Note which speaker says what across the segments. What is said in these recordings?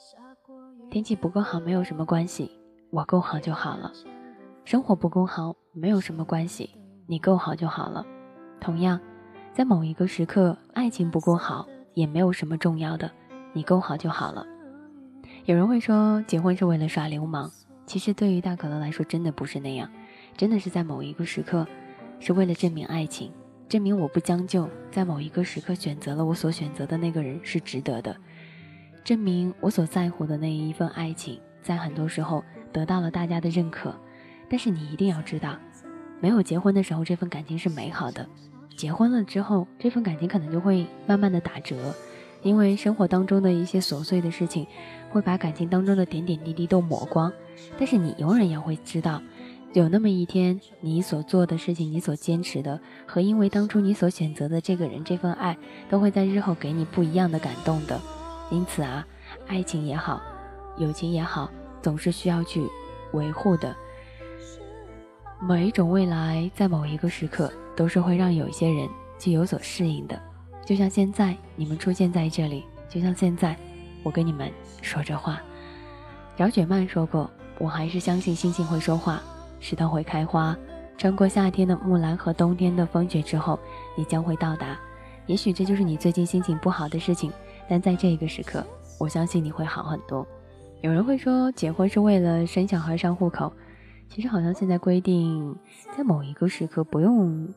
Speaker 1: 天气不够好没有什么关系，我够好就好了。生活不够好没有什么关系，你够好就好了。同样，在某一个时刻，爱情不够好也没有什么重要的，你够好就好了。有人会说结婚是为了耍流氓，其实对于大可乐来说真的不是那样，真的是在某一个时刻是为了证明爱情，证明我不将就，在某一个时刻选择了我所选择的那个人是值得的，证明我所在乎的那一份爱情在很多时候得到了大家的认可。但是你一定要知道，没有结婚的时候这份感情是美好的，结婚了之后这份感情可能就会慢慢的打折，因为生活当中的一些琐碎的事情会把感情当中的点点滴滴都抹光。但是你永远要会知道，有那么一天，你所做的事情，你所坚持的，和因为当初你所选择的这个人，这份爱都会在日后给你不一样的感动的。因此啊，爱情也好，友情也好，总是需要去维护的。每一种未来在某一个时刻都是会让有一些人去有所适应的，就像现在你们出现在这里，就像现在我跟你们说着话。饶雪漫说过，我还是相信星星会说话，石头会开花，穿过夏天的木兰和冬天的风雪之后，你将会到达。也许这就是你最近心情不好的事情，但在这个时刻我相信你会好很多。有人会说结婚是为了生小孩上户口，其实好像现在规定在某一个时刻不用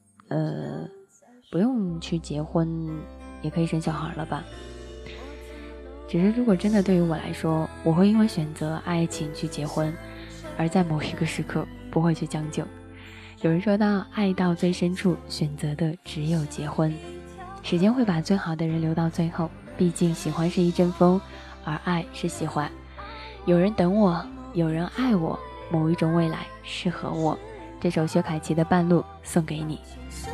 Speaker 1: 去结婚也可以生小孩了吧。只是如果真的对于我来说，我会因为选择爱情去结婚，而在某一个时刻不会去将就。有人说到爱到最深处，选择的只有结婚。时间会把最好的人留到最后，毕竟喜欢是一阵风，而爱是喜欢。有人等我，有人爱我，某一种未来适合我。这首薛凯琪的《半路》送给你。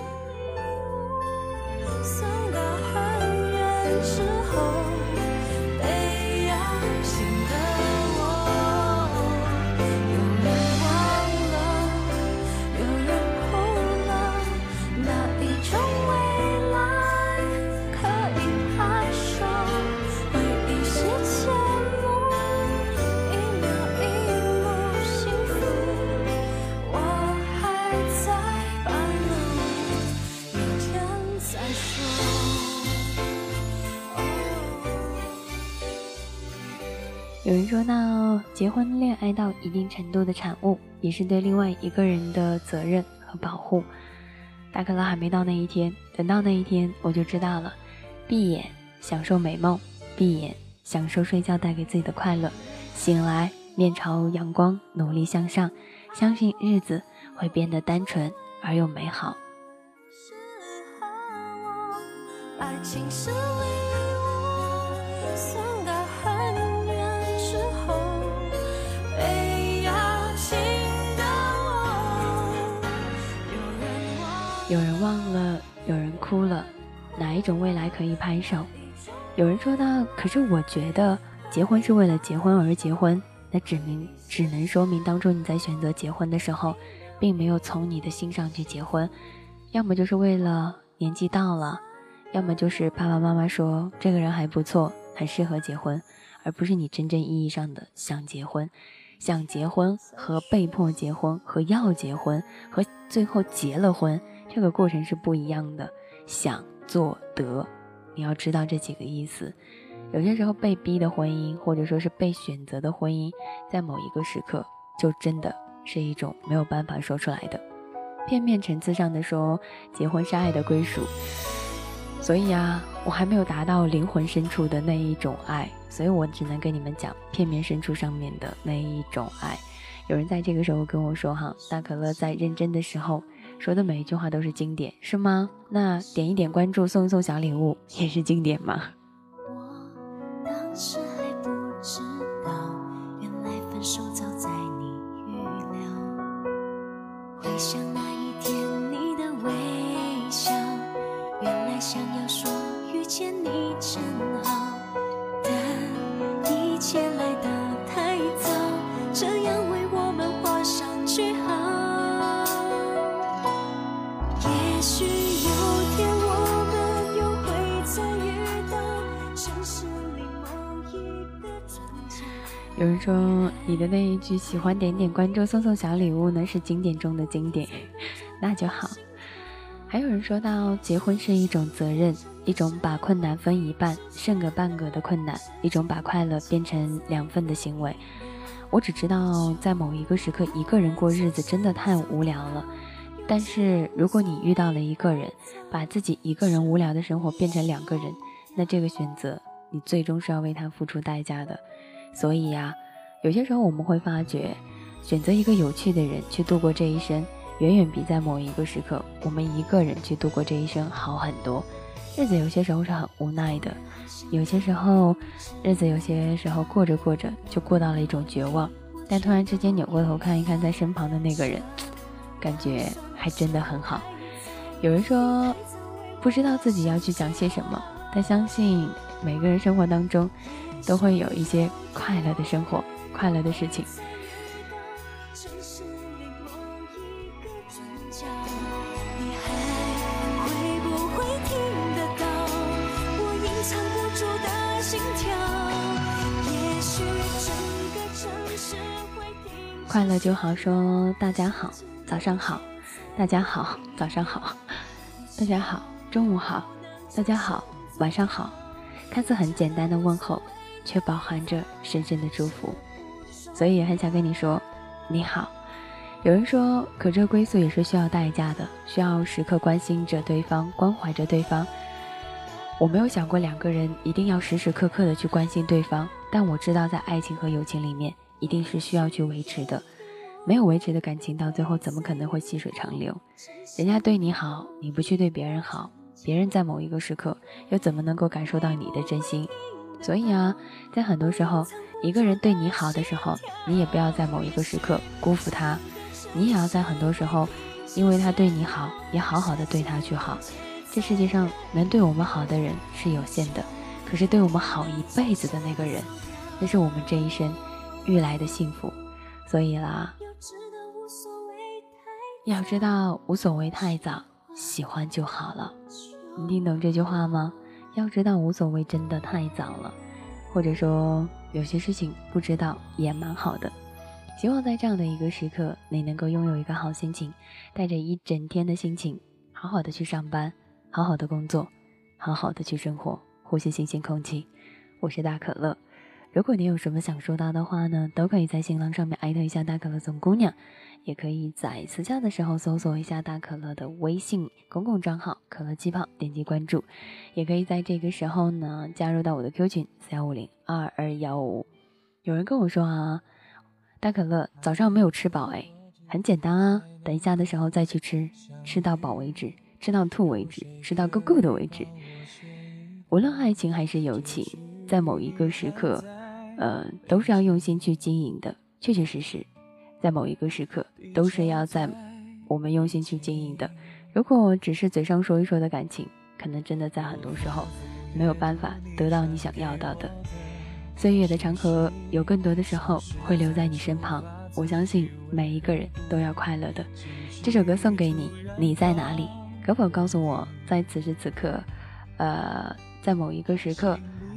Speaker 1: 有人说到结婚恋爱到一定程度的产物，也是对另外一个人的责任和保护。大可乐还没到那一天，等到那一天我就知道了。闭眼享受美梦，闭眼享受睡觉带给自己的快乐，醒来面朝阳光，努力向上，相信日子会变得单纯而又美好。爱情是礼物，送到很远之后，被邀请的我。有人忘了，有人哭了，哪一种未来可以拍手？有人说到，可是我觉得结婚是为了结婚而结婚，那只能说明当初你在选择结婚的时候，并没有从你的心上去结婚，要么就是为了年纪到了，要么就是爸爸妈妈说这个人还不错，很适合结婚，而不是你真正意义上的想结婚。想结婚和被迫结婚和要结婚和最后结了婚，这个过程是不一样的。想做得，你要知道这几个意思。有些时候被逼的婚姻，或者说是被选择的婚姻，在某一个时刻就真的是一种没有办法说出来的。片面层次上的说，结婚是爱的归属，所以啊，我还没有达到灵魂深处的那一种爱，所以我只能跟你们讲片面深处上面的那一种爱。有人在这个时候跟我说哈，大可乐在认真的时候说的每一句话都是经典，是吗？那点一点关注，送一送小礼物，也是经典吗？
Speaker 2: 我当时还不知道，原来分手早在你预料。回想那一天你的微笑，原来想要说遇见你真好，但一切来得太早，这样为我们画上句号。也许有天我们又会再遇到城市里某一个
Speaker 1: 有人说你的那一句喜欢点点关注送送小礼物呢是经典中的经典，那就好。还有人说到结婚是一种责任，一种把困难分一半剩个半个的困难，一种把快乐变成2份的行为。我只知道在某一个时刻一个人过日子真的太无聊了，但是如果你遇到了一个人，把自己一个人无聊的生活变成2个人，那这个选择你最终是要为他付出代价的。所以啊，有些时候我们会发觉，选择一个有趣的人去度过这一生，远远比在某一个时刻我们一个人去度过这一生好很多。日子有些时候是很无奈的，有些时候过着过着就过到了一种绝望，但突然之间扭过头看一看在身旁的那个人，感觉还真的很好。有人说不知道自己要去讲些什么，但相信每个人生活当中都会有一些快乐的生活，快乐的事情。快乐就好说大家好，早上好，大家好，早上好，大家好，中午好，大家好，晚上好。看似很简单的问候，却饱含着深深的祝福。所以也很想跟你说你好。有人说可这归宿也是需要代价的，需要时刻关心着对方，关怀着对方。我没有想过2个人一定要时时刻刻的去关心对方，但我知道在爱情和友情里面一定是需要去维持的，没有维持的感情到最后怎么可能会细水长流？人家对你好，你不去对别人好，别人在某一个时刻又怎么能够感受到你的真心？所以啊，在很多时候一个人对你好的时候，你也不要在某一个时刻辜负他，你也要在很多时候因为他对你好，也好好的对他去好。这世界上能对我们好的人是有限的，可是对我们好一辈子的那个人，那是我们这一生遇来的幸福。所以啦，要知道无所谓太早，喜欢就好了。你听懂这句话吗？要知道无所谓真的太早了，或者说有些事情不知道也蛮好的。希望在这样的一个时刻，你能够拥有一个好心情，带着一整天的心情好好的去上班，好好的工作，好好的去生活，呼吸新鲜空气。我是大可乐，如果你有什么想说到的话呢，都可以在新浪上面艾特一下大可乐总姑娘，也可以在私下的时候搜索一下大可乐的微信公共账号可乐气泡，点击关注，也可以在这个时候呢加入到我的 Q 群45022215。有人跟我说啊，大可乐早上没有吃饱很简单啊，等一下的时候再去吃，吃到饱为止，吃到吐为止，吃到够够的为止。无论爱情还是友情，在某一个时刻都是要用心去经营的，确确实实在某一个时刻都是要在我们用心去经营的。如果只是嘴上说一说的感情，可能真的在很多时候没有办法得到你想要到的。岁月的长河有更多的时候会留在你身旁，我相信每一个人都要快乐的。这首歌送给你，你在哪里？可否告诉我，在此时此刻在某一个时刻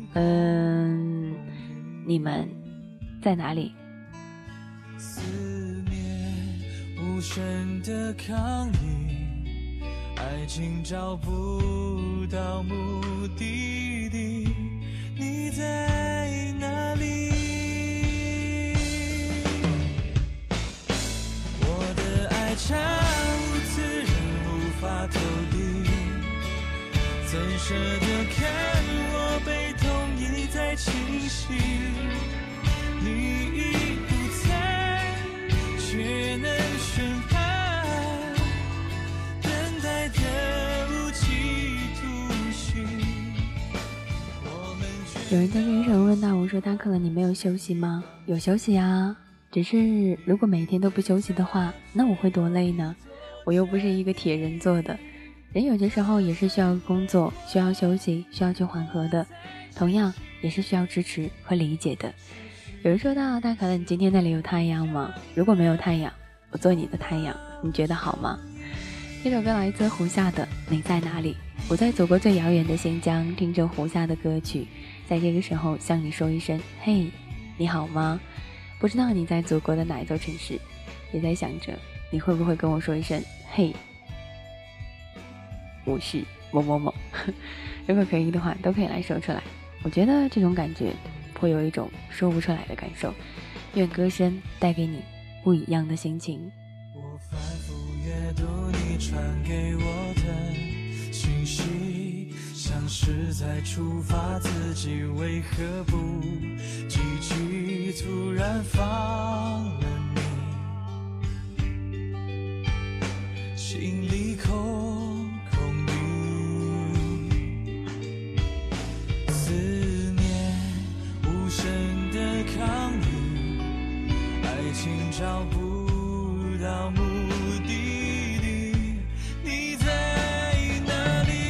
Speaker 1: 你们在哪里？
Speaker 3: 思念无声的抗议，爱情找不到目的地，你在哪里？我的爱悄无此人无法投递，怎舍得看我被痛一再侵袭？你已不在，却能宣判等待的无期徒刑。
Speaker 1: 有人在这一首问到我说，大可乐你没有休息吗？有休息啊，只是如果每天都不休息的话，那我会多累呢？我又不是一个铁人做的，人有些时候也是需要工作，需要休息，需要去缓和的，同样也是需要支持和理解的。有人说到，大可乐你今天那里有太阳吗？如果没有太阳，我做你的太阳，你觉得好吗？这首歌来自胡夏的你在哪里？我在祖国最遥远的新疆，听着胡夏的歌曲，在这个时候向你说一声嘿， 你好吗？不知道你在祖国的哪一座城市，也在想着你会不会跟我说一声嘿，我是某某某。如果可以的话，都可以来说出来。我觉得这种感觉会有一种说不出来的感受。愿歌声带给你不一样的心情。
Speaker 3: 我反复阅读你传给我的讯息，像是在处罚自己，为何不积极？突然放了你，心里空空的，思念无声的抗议，爱情找不到目的地，你在哪里？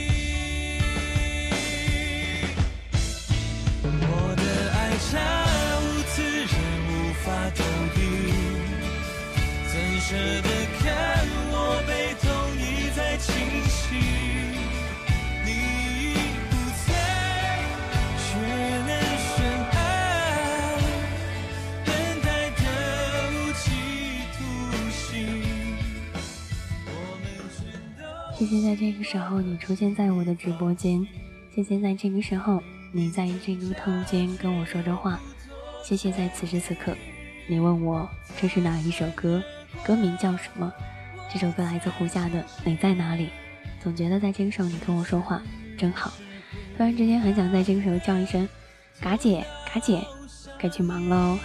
Speaker 3: 我的爱差无此人无法逃避，怎舍得看我被痛一再侵袭？你已不在，却能深爱，等待的无期徒刑。我们全都
Speaker 1: 谢谢在这个时候你出现在我的直播间，谢谢在这个时候你在这个空间跟我说着话，谢谢在此时此刻你问我这是哪一首歌，歌名叫什么。这首歌来自胡夏的你在哪里。总觉得在这个时候你跟我说话真好，突然之间很想在这个时候叫一声嘎姐嘎姐，该去忙喽。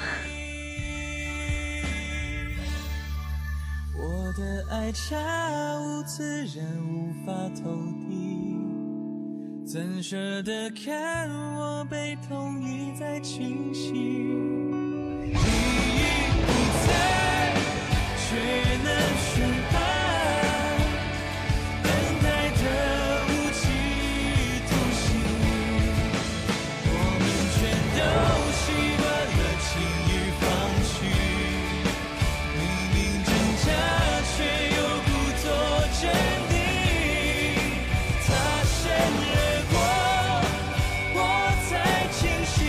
Speaker 3: 我的爱差无此人无法投递，怎舍得看我被痛一再侵袭？你已不在，却能深爱，等待的无期徒刑。我们全都习惯了轻易放弃，明明挣扎却又故作镇定，擦身而过，我才清醒，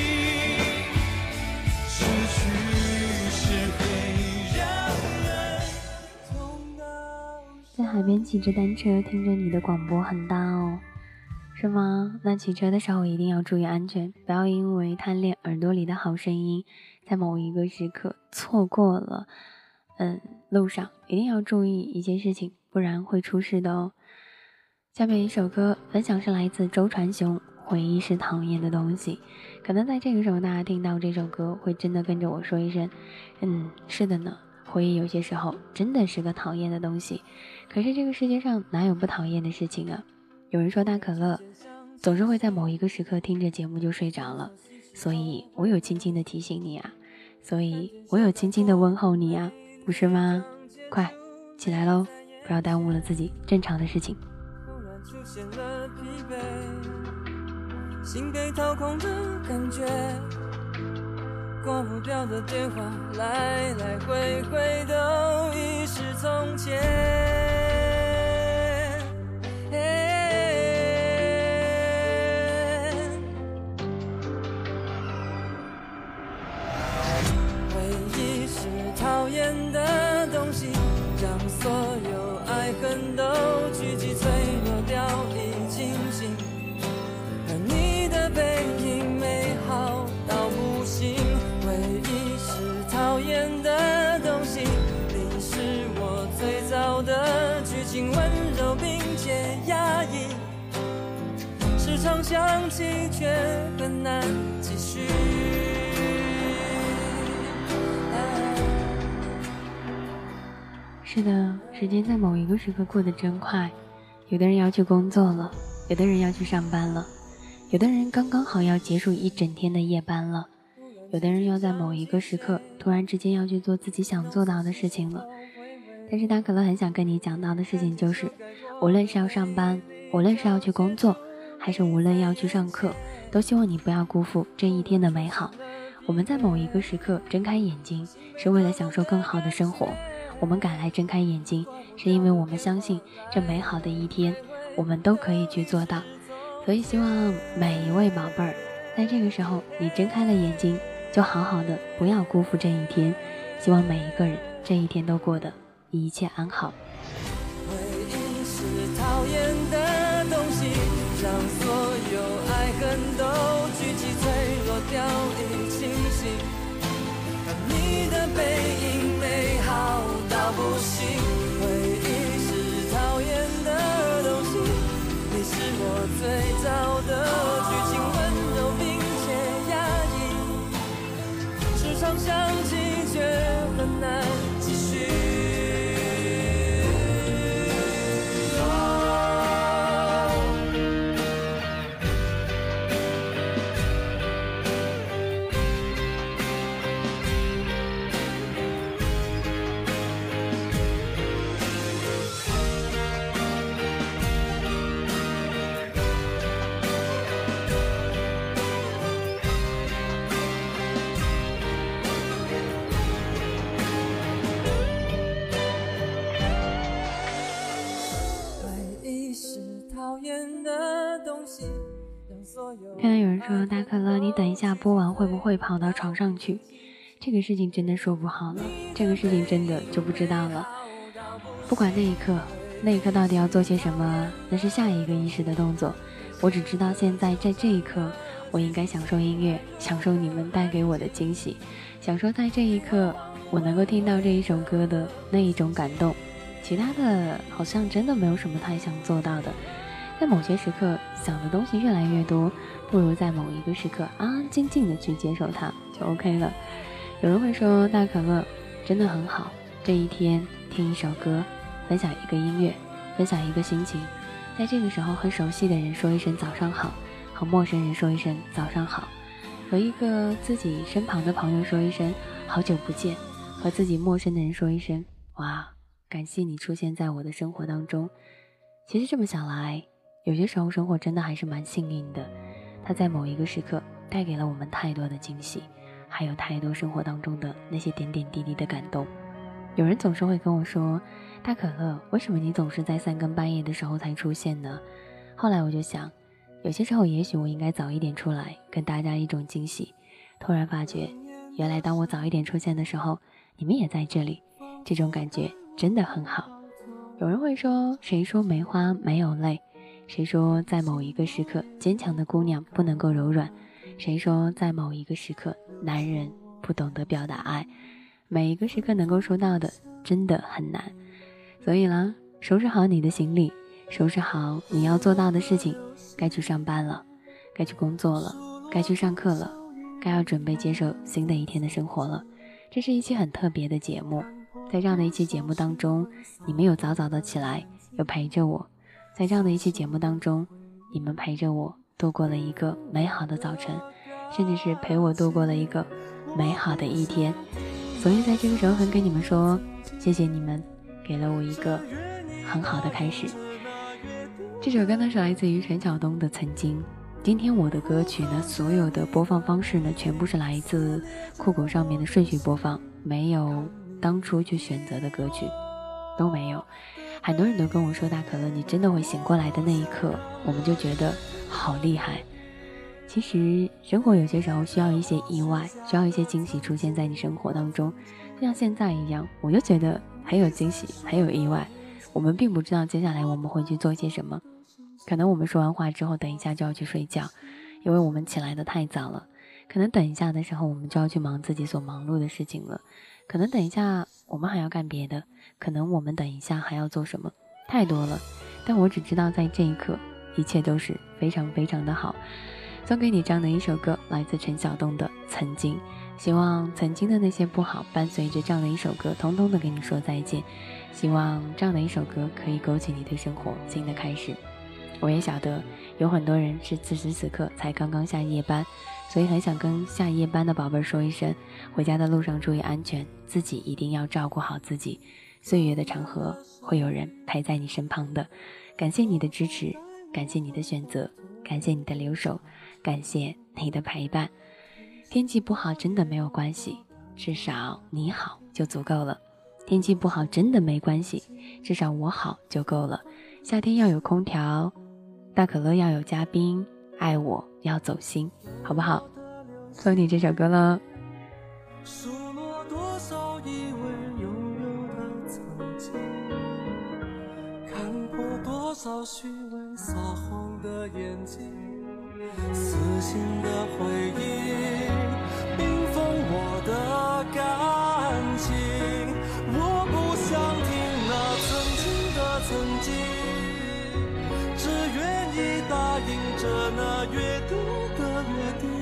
Speaker 3: 失去是会让人痛到
Speaker 1: 在海边骑着单车，听着你的广播很大哦，是吗？那骑车的时候一定要注意安全，不要因为贪恋耳朵里的好声音，在某一个时刻错过了路上一定要注意一件事情，不然会出事的哦。下面一首歌分享是来自周传雄，回忆是讨厌的东西。可能在这个时候大家听到这首歌会真的跟着我说一声是的呢，回忆有些时候真的是个讨厌的东西。可是这个世界上哪有不讨厌的事情啊？有人说大可乐总是会在某一个时刻听着节目就睡着了，所以我有轻轻的提醒你啊，所以我有轻轻的问候你啊，不是吗？快起来咯，不要耽误了自己正常的事情。
Speaker 4: 突然出现了疲惫，心被掏空的感觉，挂不掉的电话，来来回回都已是从前。回忆是讨厌的东西，让所有爱恨都聚集脆弱掉以轻心，而你的背影美好到不行。回忆是讨厌的东西，你是我最早的剧情，温柔并且压抑，时常想起却很难继续。
Speaker 1: 是的，时间在某一个时刻过得真快，有的人要去工作了，有的人要去上班了，有的人刚刚好要结束一整天的夜班了，有的人要在某一个时刻突然之间要去做自己想做到的事情了。但是大可乐很想跟你讲到的事情就是，无论是要上班，无论是要去工作，还是无论要去上课，都希望你不要辜负这一天的美好。我们在某一个时刻睁开眼睛，是为了享受更好的生活。我们敢来睁开眼睛，是因为我们相信这美好的一天我们都可以去做到。所以希望每一位宝贝儿，在这个时候你睁开了眼睛， 就好好的，不要辜负这一天。希望每一个人这一天都过得一切安好。
Speaker 4: 回忆是讨厌的东西，让所有爱恨都聚集，脆弱掉以轻心。你的背影美好到不行，回忆是讨厌的东西，你是我最早的剧情，温柔并且压抑，时常想起却很难继续。
Speaker 1: 看到有人说大可乐，你等一下播完会不会跑到床上去？这个事情真的说不好了，这个事情真的就不知道了。不管那一刻到底要做些什么，那是下一个意识的动作。我只知道现在在这一刻，我应该享受音乐，享受你们带给我的惊喜，享受在这一刻我能够听到这一首歌的那一种感动。其他的好像真的没有什么太想做到的。在某些时刻想的东西越来越多，不如在某一个时刻安安静静的去接受它就 OK 了。有人会说大可乐真的很好，这一天听一首歌，分享一个音乐，分享一个心情，在这个时候和熟悉的人说一声早上好，和陌生人说一声早上好，和一个自己身旁的朋友说一声好久不见，和自己陌生的人说一声哇，感谢你出现在我的生活当中。其实这么想来，有些时候生活真的还是蛮幸运的，它在某一个时刻带给了我们太多的惊喜，还有太多生活当中的那些点点滴滴的感动。有人总是会跟我说，大可乐，为什么你总是在3更半夜的时候才出现呢？后来我就想，有些时候也许我应该早一点出来，跟大家一种惊喜。突然发觉，原来当我早一点出现的时候，你们也在这里，这种感觉真的很好。有人会说，谁说梅花没有泪？谁说在某一个时刻坚强的姑娘不能够柔软？谁说在某一个时刻男人不懂得表达爱？每一个时刻能够说到的真的很难。所以啦，收拾好你的行李，收拾好你要做到的事情，该去上班了，该去工作了，该去上课了，该要准备接受新的一天的生活了。这是一期很特别的节目，在这样的一期节目当中，你们有早早的起来，有陪着我。在这样的一期节目当中，你们陪着我度过了一个美好的早晨，甚至是陪我度过了一个美好的一天。所以在这个时候很跟你们说，谢谢你们给了我一个很好的开始。这首歌呢是来自于陈晓东的曾经。今天我的歌曲呢，所有的播放方式呢，全部是来自酷狗上面的顺序播放，没有当初去选择的歌曲，都没有。很多人都跟我说，大可乐，你真的会醒过来的那一刻，我们就觉得好厉害。其实生活有些时候需要一些意外，需要一些惊喜出现在你生活当中，就像现在一样，我就觉得很有惊喜，很有意外。我们并不知道接下来我们会去做些什么，可能我们说完话之后等一下就要去睡觉，因为我们起来的太早了。可能等一下的时候我们就要去忙自己所忙碌的事情了，可能等一下我们还要干别的，可能我们等一下还要做什么，太多了。但我只知道在这一刻一切都是非常非常的好。送给你这样的一首歌，来自陈晓东的曾经。希望曾经的那些不好伴随着这样的一首歌通通的跟你说再见，希望这样的一首歌可以勾起你对生活新的开始。我也晓得有很多人是此时此刻才刚刚下夜班，所以很想跟下夜班的宝贝说一声，回家的路上注意安全，自己一定要照顾好自己。岁月的长河会有人陪在你身旁的。感谢你的支持，感谢你的选择，感谢你的留守，感谢你的陪伴。天气不好真的没有关系，至少你好就足够了。天气不好真的没关系，至少我好就够了。夏天要有空调，大可乐要有嘉宾，爱我要走心，好不好？送你这首歌了，
Speaker 3: 数落多少以为拥有的曾经，看破多少虚伪撒谎的眼睛，撕心的回忆冰封我的感情。我不想听那曾经的曾经，只愿意答应着那约定的约定，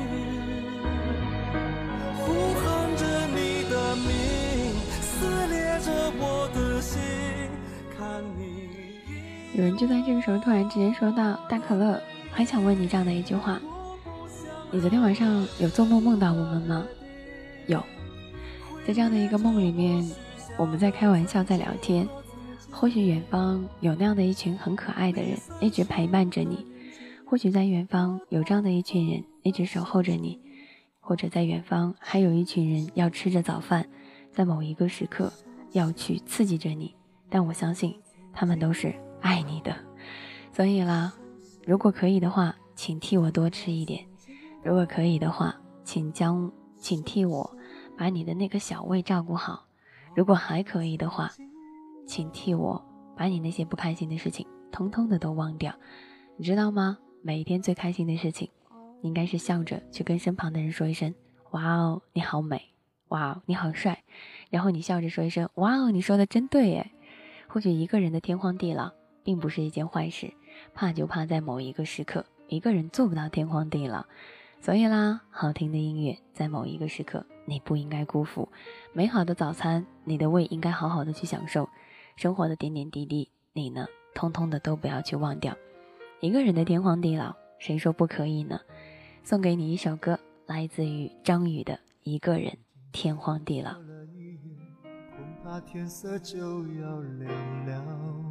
Speaker 3: 呼喊着你的名，撕裂着我的心，看你。
Speaker 1: 有人就在这个时候突然之间说到，大可乐，还想问你这样的一句话，你昨天晚上有做梦梦到我们吗？有，在这样的一个梦里面，我们在开玩笑，在聊天，或许远方有那样的一群很可爱的人一直陪伴着你，或许在远方有这样的一群人一直守候着你，或者在远方还有一群人要吃着早饭，在某一个时刻要去刺激着你，但我相信他们都是爱你的。所以啦，如果可以的话，请替我多吃一点，如果可以的话，请替我把你的那个小胃照顾好，如果还可以的话，请替我把你那些不开心的事情通通的都忘掉。你知道吗？每一天最开心的事情应该是笑着去跟身旁的人说一声，哇哦你好美，哇哦你好帅，然后你笑着说一声，哇哦你说的真对耶。或许一个人的天荒地老并不是一件坏事，怕就怕在某一个时刻一个人做不到天荒地老。所以啦，好听的音乐在某一个时刻你不应该辜负，美好的早餐你的胃应该好好的去享受，生活的点点滴滴你呢通通的都不要去忘掉。一个人的天荒地老谁说不可以呢？送给你一首歌，来自于张宇的一个人天荒地老。
Speaker 3: 恐怕天色就要亮了，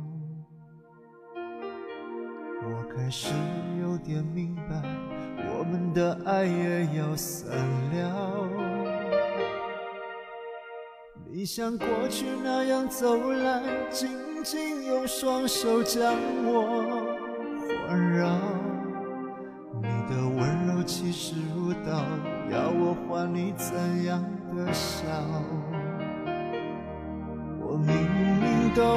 Speaker 3: 我开始有点明白，我们的爱也要散了。你像过去那样走来，紧紧用双手将我环绕，你的温柔气势如刀，要我还你怎样的笑？我明明都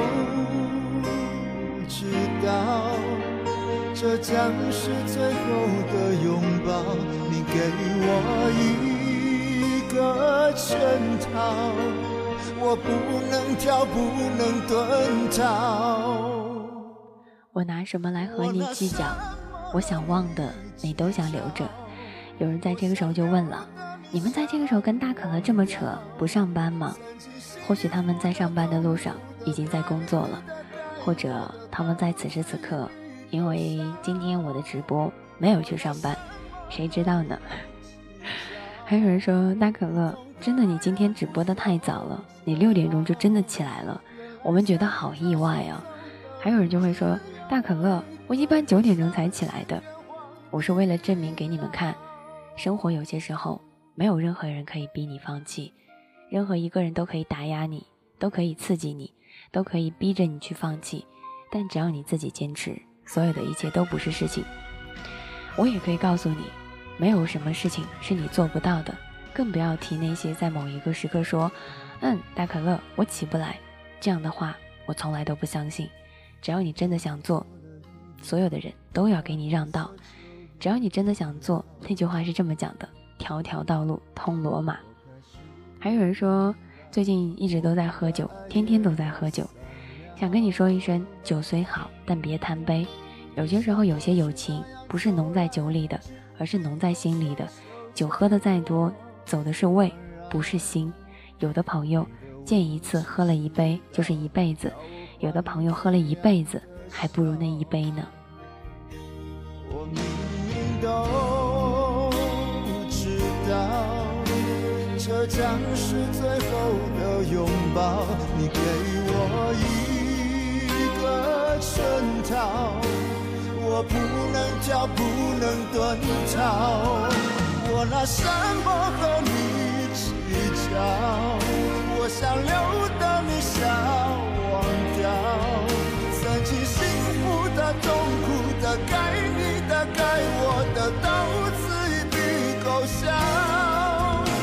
Speaker 3: 知道，这将是最后的拥抱，你给我一个圈套，我不能跳，不能遁逃。
Speaker 1: 我拿什么来和你计较？我想忘的你都想留着。有人在这个时候就问了，你们在这个时候跟大可乐这么扯，不上班吗？或许他们在上班的路上已经在工作了，或者他们在此时此刻因为今天我的直播没有去上班，谁知道呢？还有人说，大可乐，真的你今天直播的太早了，你6点钟就真的起来了，我们觉得好意外啊。还有人就会说，大可乐，我一般9点钟才起来的。我是为了证明给你们看，生活有些时候没有任何人可以逼你放弃，任何一个人都可以打压你，都可以刺激你，都可以逼着你去放弃，但只要你自己坚持，所有的一切都不是事情。我也可以告诉你，没有什么事情是你做不到的，更不要提那些在某一个时刻说大可乐我起不来，这样的话我从来都不相信。只要你真的想做，所有的人都要给你让道。只要你真的想做，那句话是这么讲的，条条道路通罗马。还有人说最近一直都在喝酒，天天都在喝酒，想跟你说一声，酒虽好但别贪杯。有些时候有些友情不是浓在酒里的，而是浓在心里的。酒喝得再多，走的是胃不是心。有的朋友见一次喝了一杯就是一辈子，有的朋友喝了一辈子还不如那一杯呢。
Speaker 3: 我明明都知道，这将是最后的拥抱，你给我一个圈套，我不能跳，不能遁逃。我拿什么和你计较？我想留的你想忘掉，曾经幸福的、痛苦的、该你的、该我的，到此一笔勾销。我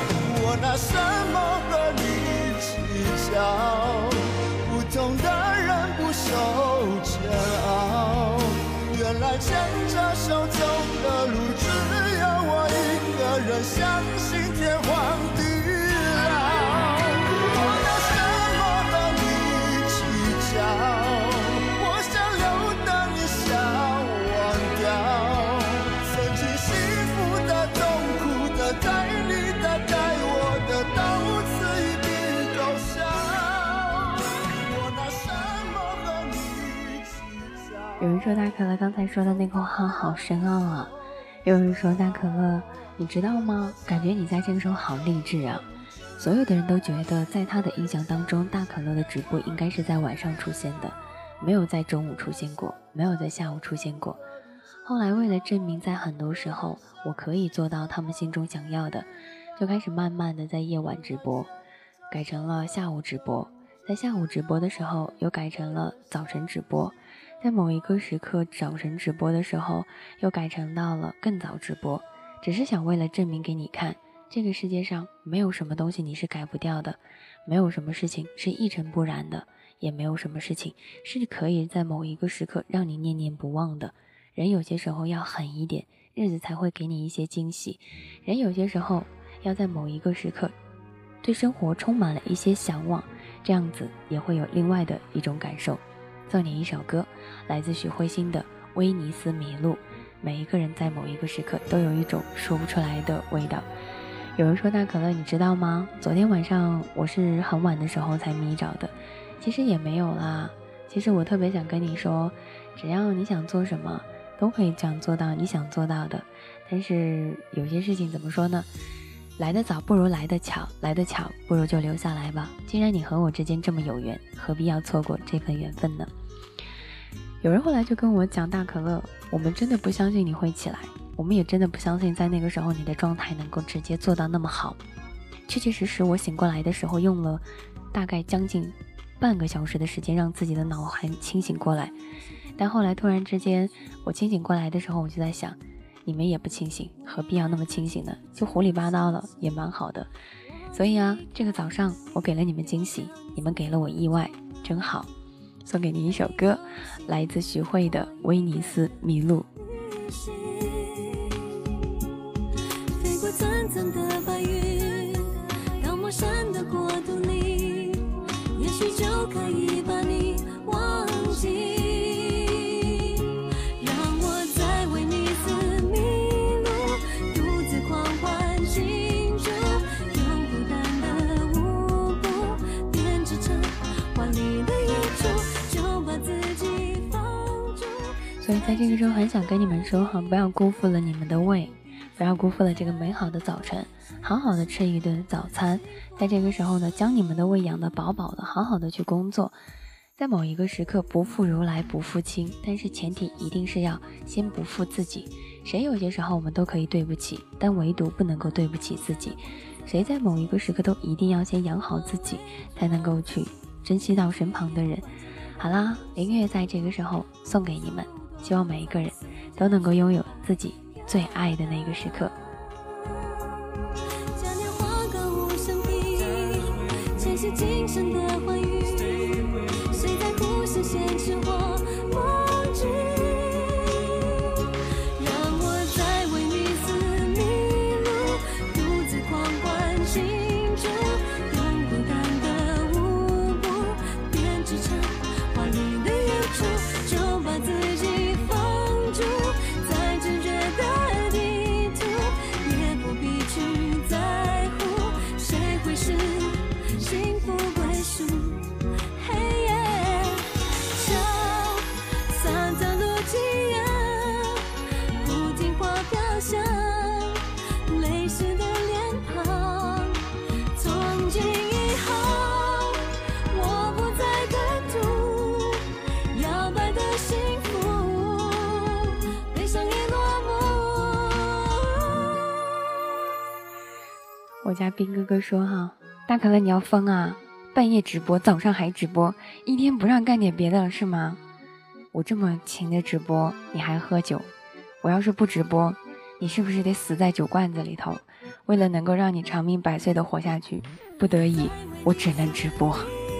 Speaker 5: 我拿什么和你计较？不同的人不受煎熬，原来牵着手走的路，只有我一个人相信天荒地老。我拿什么和你计较？我想留的你想忘掉，曾经幸福的、痛苦的、带你的、带我的，到此一笔勾销。我拿什么和你计较？
Speaker 1: 有人说大可乐刚才说的那口号好深奥啊，有人说大可乐你知道吗？感觉你在这个时候好励志啊。所有的人都觉得在他的印象当中，大可乐的直播应该是在晚上出现的，没有在中午出现过，没有在下午出现过。后来为了证明在很多时候我可以做到他们心中想要的，就开始慢慢的在夜晚直播，改成了下午直播，在下午直播的时候又改成了早晨直播，在某一个时刻早晨直播的时候又改成到了更早直播，只是想为了证明给你看，这个世界上没有什么东西你是改不掉的，没有什么事情是一尘不染的，也没有什么事情是可以在某一个时刻让你念念不忘的。人有些时候要狠一点，日子才会给你一些惊喜。人有些时候要在某一个时刻对生活充满了一些向往，这样子也会有另外的一种感受。送你一首歌，来自许慧欣的《威尼斯迷路》。每一个人在某一个时刻都有一种说不出来的味道。有人说大可乐你知道吗？昨天晚上我是很晚的时候才迷着的，其实也没有啦。其实我特别想跟你说，只要你想做什么都可以这样做到你想做到的。但是有些事情怎么说呢，来得早不如来得巧，来得巧不如就留下来吧。既然你和我之间这么有缘，何必要错过这份缘分呢？有人后来就跟我讲，大可乐，我们真的不相信你会起来，我们也真的不相信在那个时候你的状态能够直接做到那么好。确确实实我醒过来的时候用了大概将近半个小时的时间让自己的脑还清醒过来，但后来突然之间我清醒过来的时候，我就在想，你们也不清醒，何必要那么清醒呢？就胡里八道了也蛮好的。所以啊，这个早上我给了你们惊喜，你们给了我意外，真好。送给你一首歌，来自徐慧的《威尼斯迷路》。
Speaker 2: 飞过层层的白云，到陌生的国度里，也许就可以把你忘记。让我在威尼斯迷路，独自狂欢庆祝，用孤单的舞步编织成华丽的演出，就把自己放逐。
Speaker 1: 所以在这个时候很想跟你们说哈，不要辜负了你们的胃，不要辜负了这个美好的早晨，好好的吃一顿早餐。在这个时候呢，将你们的胃养得饱饱的，好好的去工作。在某一个时刻不负如来不负卿，但是前提一定是要先不负自己。谁有些时候我们都可以对不起，但唯独不能够对不起自己。谁在某一个时刻都一定要先养好自己，才能够去珍惜到身旁的人。好啦，音乐在这个时候送给你们，希望每一个人都能够拥有自己最爱的那个时刻。
Speaker 2: 嘉年华歌舞升平，前世今生的欢愉，谁在乎是现实或梦境？让我在威尼斯迷路，独自狂欢庆祝，用孤单的舞步编织成华丽的演出，就把自己放逐在直觉的地图，也不必去在乎谁会是幸福归属。嘿耶，瞧三条路基呀，不听话飘香，泪湿的脸庞。从今以后，我不再跟途，摇摆的幸福，悲伤已落幕。
Speaker 1: 我家兵哥哥说哈，大可乐你要疯啊，半夜直播，早上还直播，一天不让干点别的了是吗？我这么勤的直播你还喝酒，我要是不直播，你是不是得死在酒罐子里头？ 为了能够让你长命百岁的活下去，不得已我只能直播。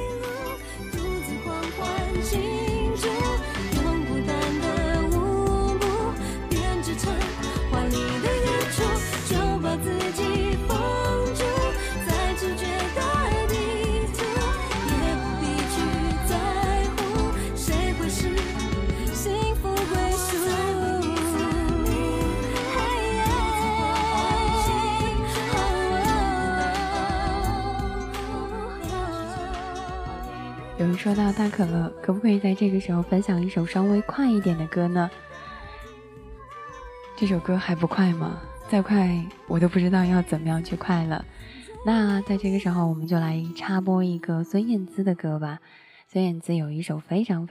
Speaker 1: 有人说到大可乐，可不可以在这个时候分享一首稍微快一点的歌呢？这首歌还不快吗？再快我都不知道要怎么样去快了。那在这个时候我们就来插播一个孙燕姿的歌吧。孙燕姿有一首非常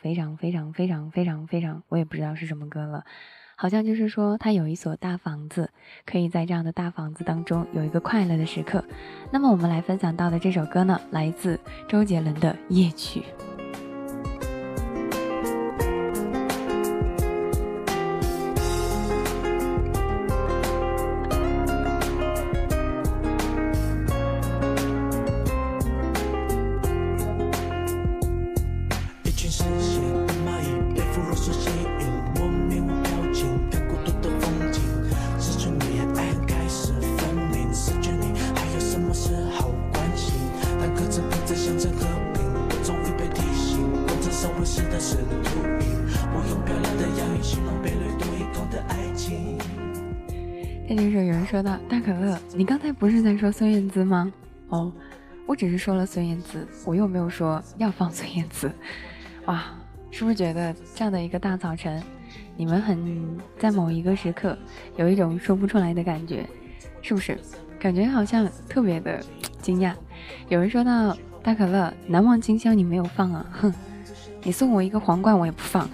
Speaker 1: 我也不知道是什么歌了，好像就是说她有一所大房子，可以在这样的大房子当中有一个快乐的时刻。那么我们来分享到的这首歌呢，来自周杰伦的《夜曲》。在这时候有人说到大可乐，你刚才不是在说孙燕姿吗？哦，我只是说了孙燕姿，我又没有说要放孙燕姿。哇，是不是觉得这样的一个大早晨，你们很在某一个时刻有一种说不出来的感觉，是不是？感觉好像特别的惊讶。有人说到大可乐，难忘今宵你没有放啊，哼，你送我一个皇冠我也不放。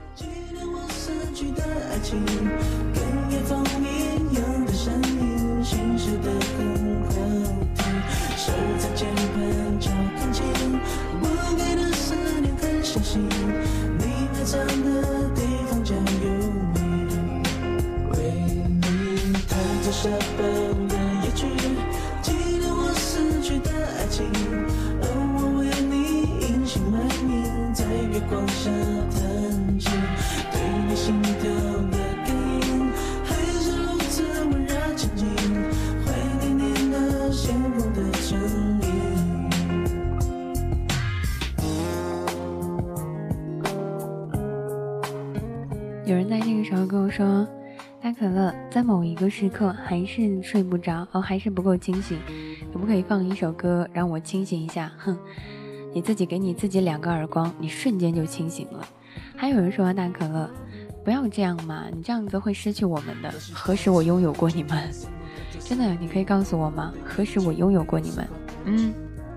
Speaker 1: 有人在这个时候跟我说，大可乐在某一个时刻还是睡不着，还是不够清醒，可不可以放一首歌让我清醒一下？哼，你自己给你自己2个耳光，你瞬间就清醒了。还有人说大可乐，不要这样嘛，你这样子会失去我们的。何时我拥有过你们？真的，你可以告诉我吗？何时我拥有过你们？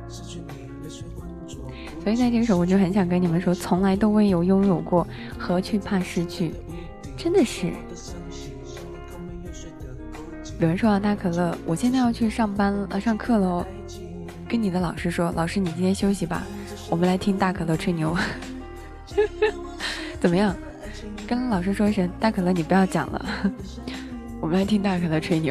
Speaker 1: 所以在这个时候我就很想跟你们说，从来都未有拥有过，何去怕失去？真的是。有人说啊，大可乐，我现在要去上课了哦，跟你的老师说，老师你今天休息吧，我们来听大可乐吹牛。怎么样？跟老师说一声，大可乐你不要讲了，我们来听大可乐吹牛。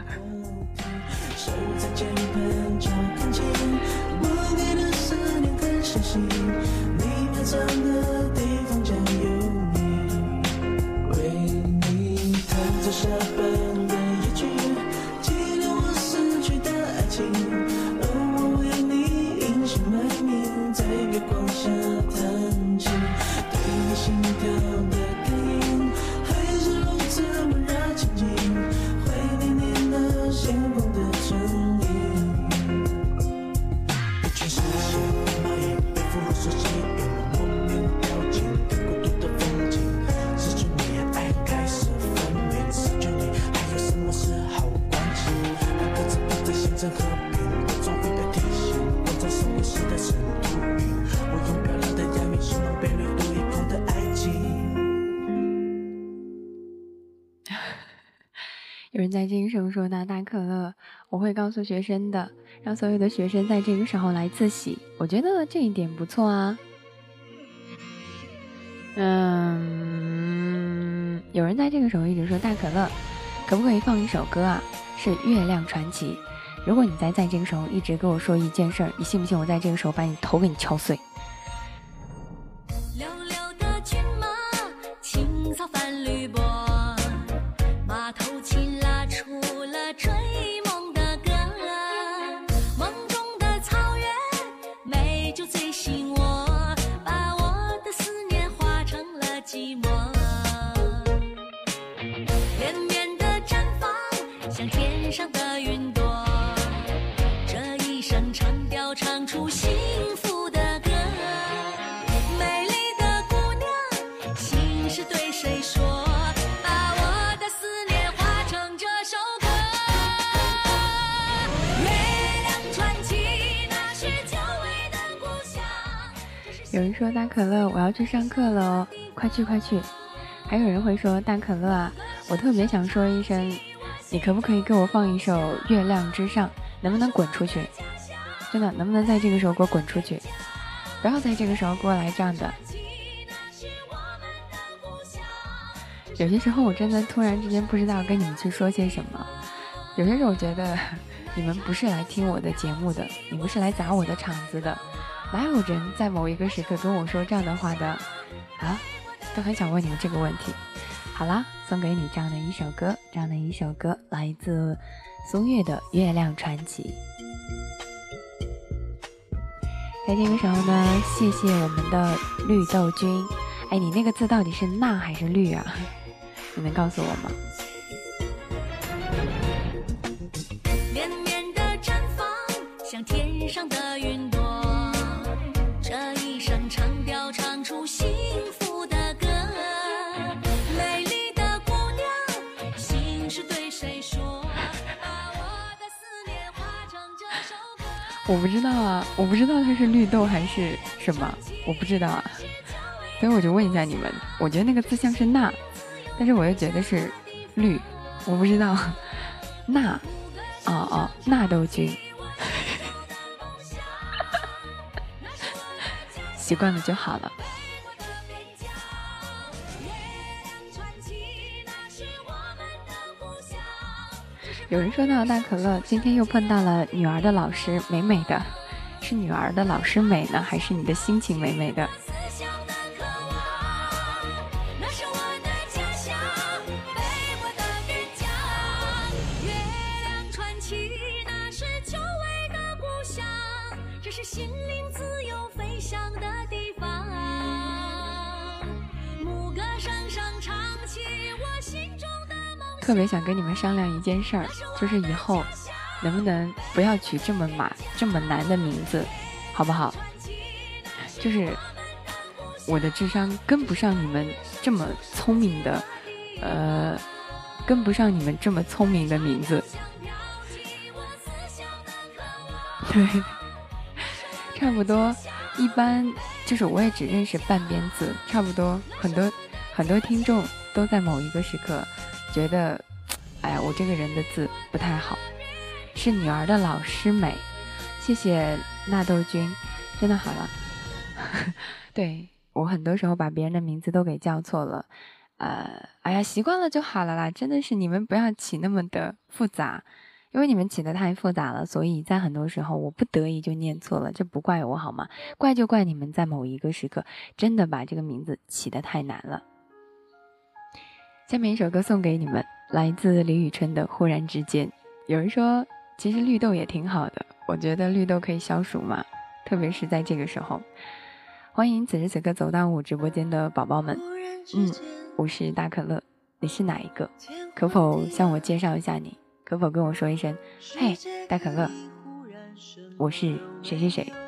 Speaker 1: 有人在这个时候说大可乐，我会告诉学生的，让所有的学生在这个时候来自习，我觉得这一点不错啊。有人在这个时候一直说大可乐，可不可以放一首歌啊？ 是《月亮传奇》。如果你在这个时候一直跟我说一件事儿，你信不信我在这个时候把你头给你敲碎？
Speaker 2: 溜溜的骏马，青草翻绿波，马头琴拉出了追梦的歌，梦中的草原美就最醒我，把我的思念化成了寂寞。连绵的绽放，像天上的云朵，这一生长调唱出幸福的歌。美丽的姑娘，心事对谁说？把我的思念化成这首歌。月亮传奇，那是久违的故乡。
Speaker 1: 有人说大可乐，我要去上课了哦，快去快去。还有人会说大可乐啊，我特别想说一声，你可不可以给我放一首《月亮之上》？能不能滚出去？真的，能不能在这个时候给我滚出去？不要在这个时候给我来这样的。有些时候我真的突然之间不知道跟你们去说些什么。有些时候我觉得你们不是来听我的节目的，你们是来砸我的场子的。哪有人在某一个时刻跟我说这样的话的啊？都很想问你们这个问题。好啦，送给你这样的一首歌，来自松月的《月亮传奇》。在这个时候呢，谢谢我们的绿豆君。哎，你那个字到底是钠还是绿啊？你能告诉我吗？
Speaker 2: 连绵的绽放，像天上的云朵，这一生长调唱出幸福的歌。美丽的姑娘，心事对谁说？把我的思念化成这首歌。
Speaker 1: 我不知道啊，我不知道它是绿豆还是什么，我不知道啊。所以我就问一下你们，我觉得那个字像是钠，但是我又觉得是绿，我不知道。钠，纳豆菌，习惯了就好了。有人说到大可乐，今天又碰到了女儿的老师，美美的，是女儿的老师美呢，还是你的心情美美的？
Speaker 2: 这是心灵自由飞翔的地方，牧歌声声唱起我心中的梦想。
Speaker 1: 特别想跟你们商量一件事儿，就是以后能不能不要取这么难的名字，好不好？就是我的智商跟不上你们这么聪明的，跟不上你们这么聪明的名字。对。差不多，一般就是我也只认识半边字，差不多很多听众都在某一个时刻觉得，哎呀，我这个人的字不太好。是女儿的老师美，谢谢纳豆君，真的好了。对，我很多时候把别人的名字都给叫错了，哎呀，习惯了就好了啦。真的是你们不要起那么的复杂。因为你们起得太复杂了，所以在很多时候我不得已就念错了，这不怪我好吗？怪就怪你们在某一个时刻真的把这个名字起得太难了。下面一首歌送给你们，来自李宇春的《忽然之间》。有人说其实绿豆也挺好的，我觉得绿豆可以消暑嘛，特别是在这个时候。欢迎此时此刻走到我直播间的宝宝们，我是大可乐，你是哪一个？可否向我介绍一下你？可否跟我说一声，嘿，大可乐，我是谁谁谁。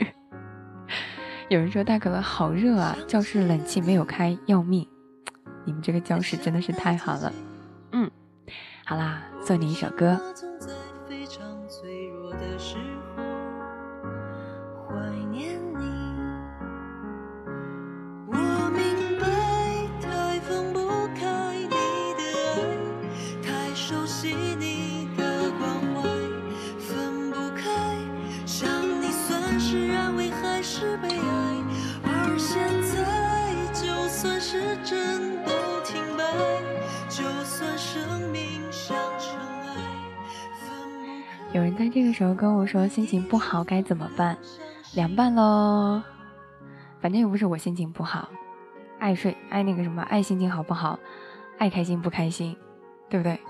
Speaker 1: 有人说大可乐好热啊，教室冷气没有开，要命。你们这个教室真的是太好了。好啦，送你一首歌。
Speaker 2: 是被爱，而现在就算是真都停摆，就算生命像尘埃，
Speaker 1: 有人在这个时候跟我说心情不好该怎么办，凉拌咯，反正又不是我心情不好，爱睡爱那个什么爱心情好不好，爱开心不开心，对不对？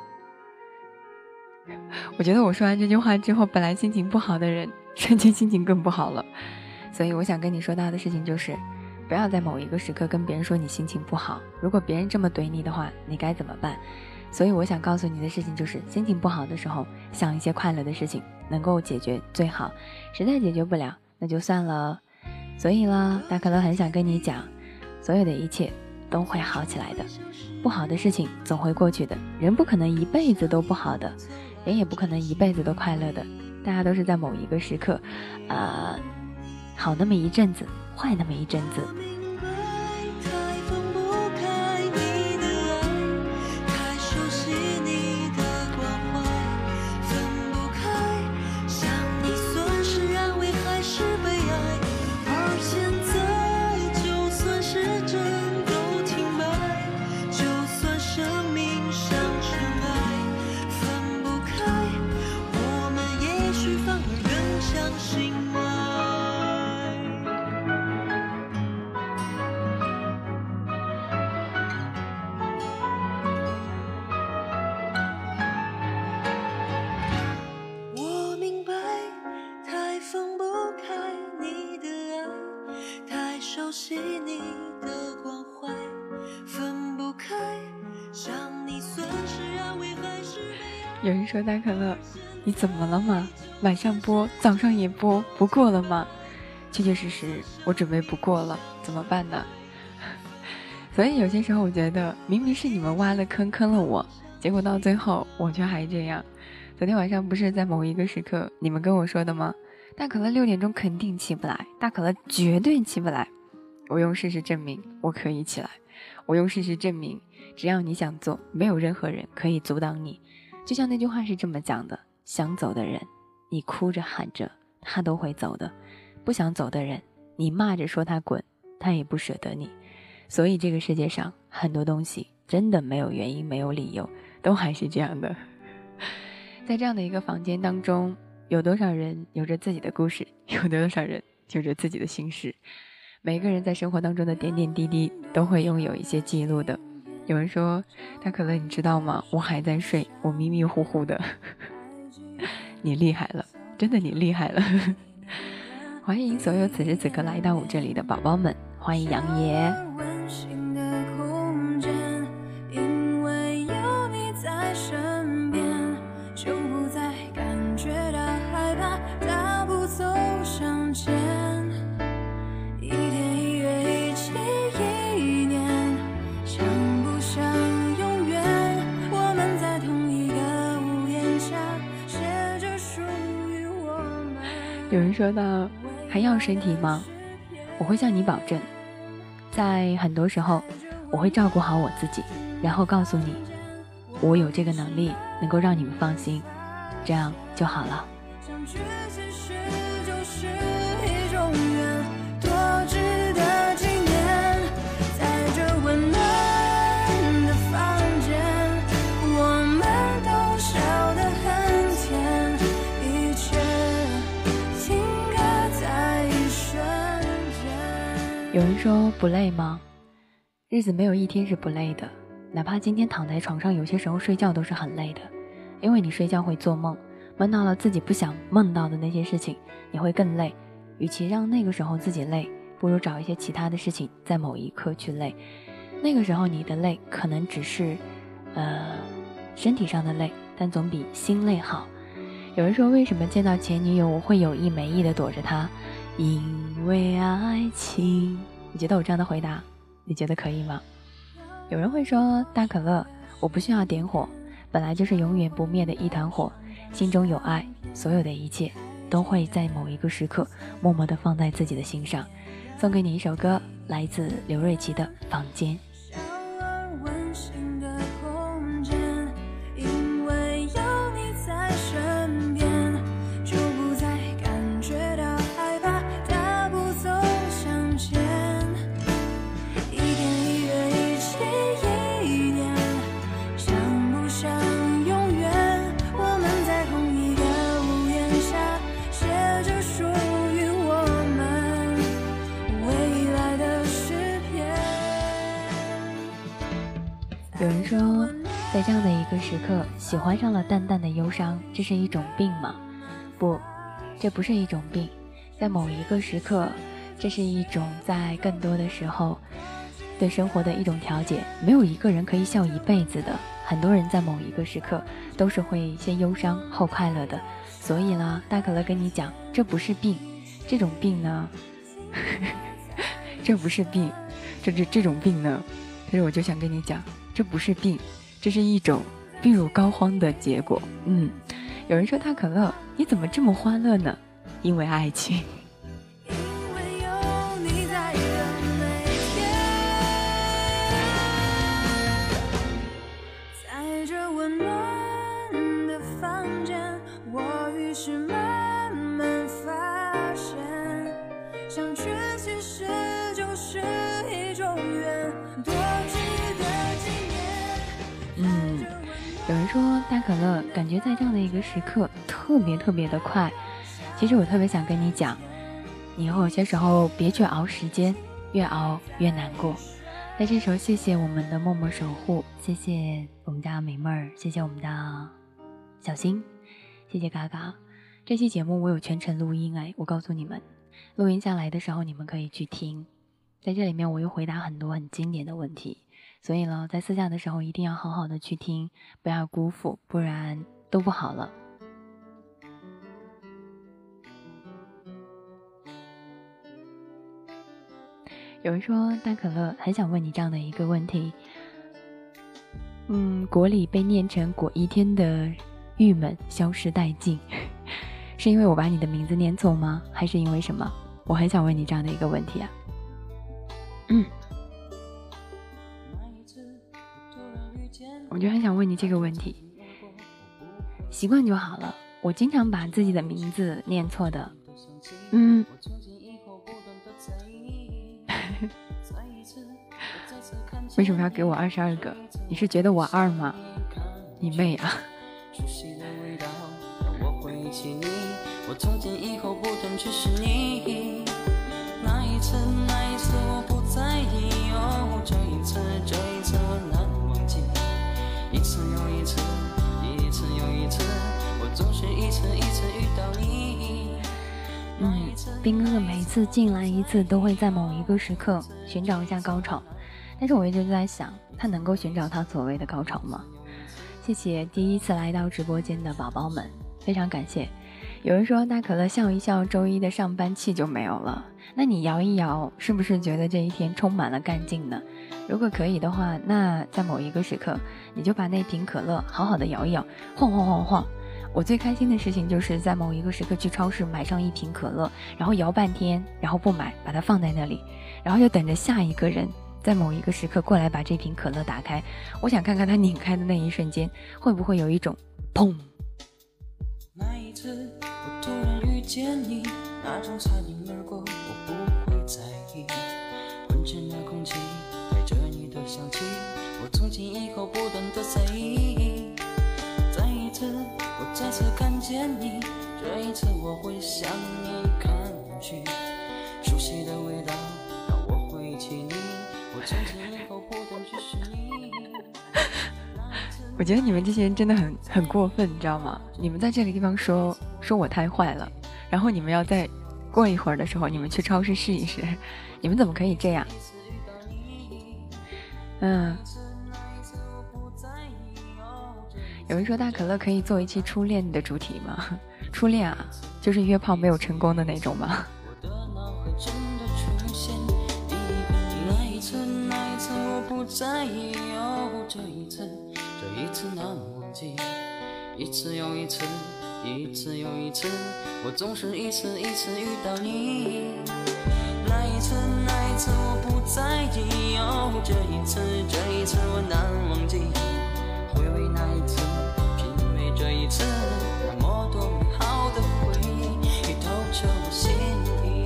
Speaker 1: 我觉得我说完这句话之后，本来心情不好的人瞬间心情更不好了。所以我想跟你说到的事情就是，不要在某一个时刻跟别人说你心情不好，如果别人这么怼你的话，你该怎么办？所以我想告诉你的事情就是，心情不好的时候想一些快乐的事情，能够解决最好，实在解决不了那就算了。所以呢，大可乐很想跟你讲，所有的一切都会好起来的，不好的事情总会过去的，人不可能一辈子都不好的，人也不可能一辈子都快乐的，大家都是在某一个时刻好那么一阵子，坏那么一阵子。有人说大可乐你怎么了吗？晚上播早上也播，不过了吗？确确实实我准备不过了，怎么办呢？所以有些时候我觉得明明是你们挖了坑坑了我，结果到最后我却还这样。昨天晚上不是在某一个时刻你们跟我说的吗？大可乐6点钟肯定起不来，大可乐绝对起不来。我用事实证明我可以起来，我用事实证明只要你想做，没有任何人可以阻挡你。就像那句话是这么讲的，想走的人你哭着喊着他都会走的，不想走的人你骂着说他滚，他也不舍得你。所以这个世界上很多东西真的没有原因，没有理由，都还是这样的。在这样的一个房间当中，有多少人有着自己的故事，有多少人有着自己的心事。每个人在生活当中的点点滴滴都会拥有一些记录的。有人说大可乐你知道吗，我还在睡，我迷迷糊糊的。你厉害了，真的你厉害了。欢迎所有此时此刻来到我这里的宝宝们，欢迎杨爷。有人说到还要身体吗？我会向你保证，在很多时候我会照顾好我自己，然后告诉你我有这个能力能够让你们放心，这样就好了。有人说不累吗？日子没有一天是不累的，哪怕今天躺在床上，有些时候睡觉都是很累的，因为你睡觉会做梦，梦到了自己不想梦到的那些事情，你会更累。与其让那个时候自己累，不如找一些其他的事情在某一刻去累。那个时候你的累可能只是身体上的累，但总比心累好。有人说为什么见到前女友我会有意没意的躲着她？因为爱情。你觉得我这样的回答你觉得可以吗？有人会说大可乐我不需要点火，本来就是永远不灭的一团火，心中有爱，所有的一切都会在某一个时刻默默地放在自己的心上。送给你一首歌，来自刘瑞琦的《房间》。 在这样的一个时刻喜欢上了淡淡的忧伤，这是一种病吗？不，这不是一种病，在某一个时刻，这是一种在更多的时候对生活的一种调节。没有一个人可以笑一辈子的，很多人在某一个时刻都是会先忧伤后快乐的。所以呢，大可乐跟你讲，这不是病，这种病呢这不是病，这种病呢，所以我就想跟你讲，这不是病，这是一种病入膏肓的结果。有人说大可乐你怎么这么欢乐呢？因为爱情。有人说大可乐感觉在这样的一个时刻特别的快，其实我特别想跟你讲，你以后有些时候别去熬时间，越熬越难过。在这时候谢谢我们的默默守护，谢谢我们家美妹儿，谢谢我们的小新，谢谢嘎嘎。这期节目我有全程录音，我告诉你们，录音下来的时候你们可以去听，在这里面我又回答很多很经典的问题，所以呢，在私下的时候一定要好好的去听，不要辜负，不然都不好了。有人说大可乐很想问你这样的一个问题，国里被念成果一天的郁闷消失殆尽是因为我把你的名字念错吗？还是因为什么？我很想问你这样的一个问题啊。我就很想问你这个问题，习惯就好了。我经常把自己的名字念错的。为什么要给我22个？你是觉得我二吗？你妹啊！我从今以后不断去是你，那一次我不在意，这一次我难忘记，一次又一次我总是一次遇到你。兵哥哥每次进来一次都会在某一个时刻寻找一下高潮，但是我一直在想，他能够寻找他所谓的高潮吗？谢谢第一次来到直播间的宝宝们，非常感谢。有人说大可乐笑一笑，周一的上班气就没有了，那你摇一摇，是不是觉得这一天充满了干劲呢？如果可以的话，那在某一个时刻你就把那瓶可乐好好的摇一摇，晃晃晃晃。我最开心的事情就是在某一个时刻去超市买上一瓶可乐，然后摇半天，然后不买，把它放在那里，然后就等着下一个人在某一个时刻过来把这瓶可乐打开。我想看看他拧开的那一瞬间会不会有一种砰。那一次我突然遇见你，那种擦肩而过我不会在意，闻着那空气带着你的香气，我从今以后不断的在意，再一次我再次看见你，这一次我会向你看去，熟悉的味道让我回起你，我从今以后不断去是你。我觉得你们这些人真的很过分，你知道吗？你们在这个地方说我太坏了，然后你们要再过一会儿的时候你们去超市试一试，你们怎么可以这样？有人说大可乐可以做一期初恋的主题吗？初恋啊，就是约炮没有成功的那种吗？那一次我不在意，这一次难忘记，一次又一次我总是一次遇到你，那一次我不在意，这一次我难忘记，回味那一次，品味这一次，那么多美好的回忆透彻我心底。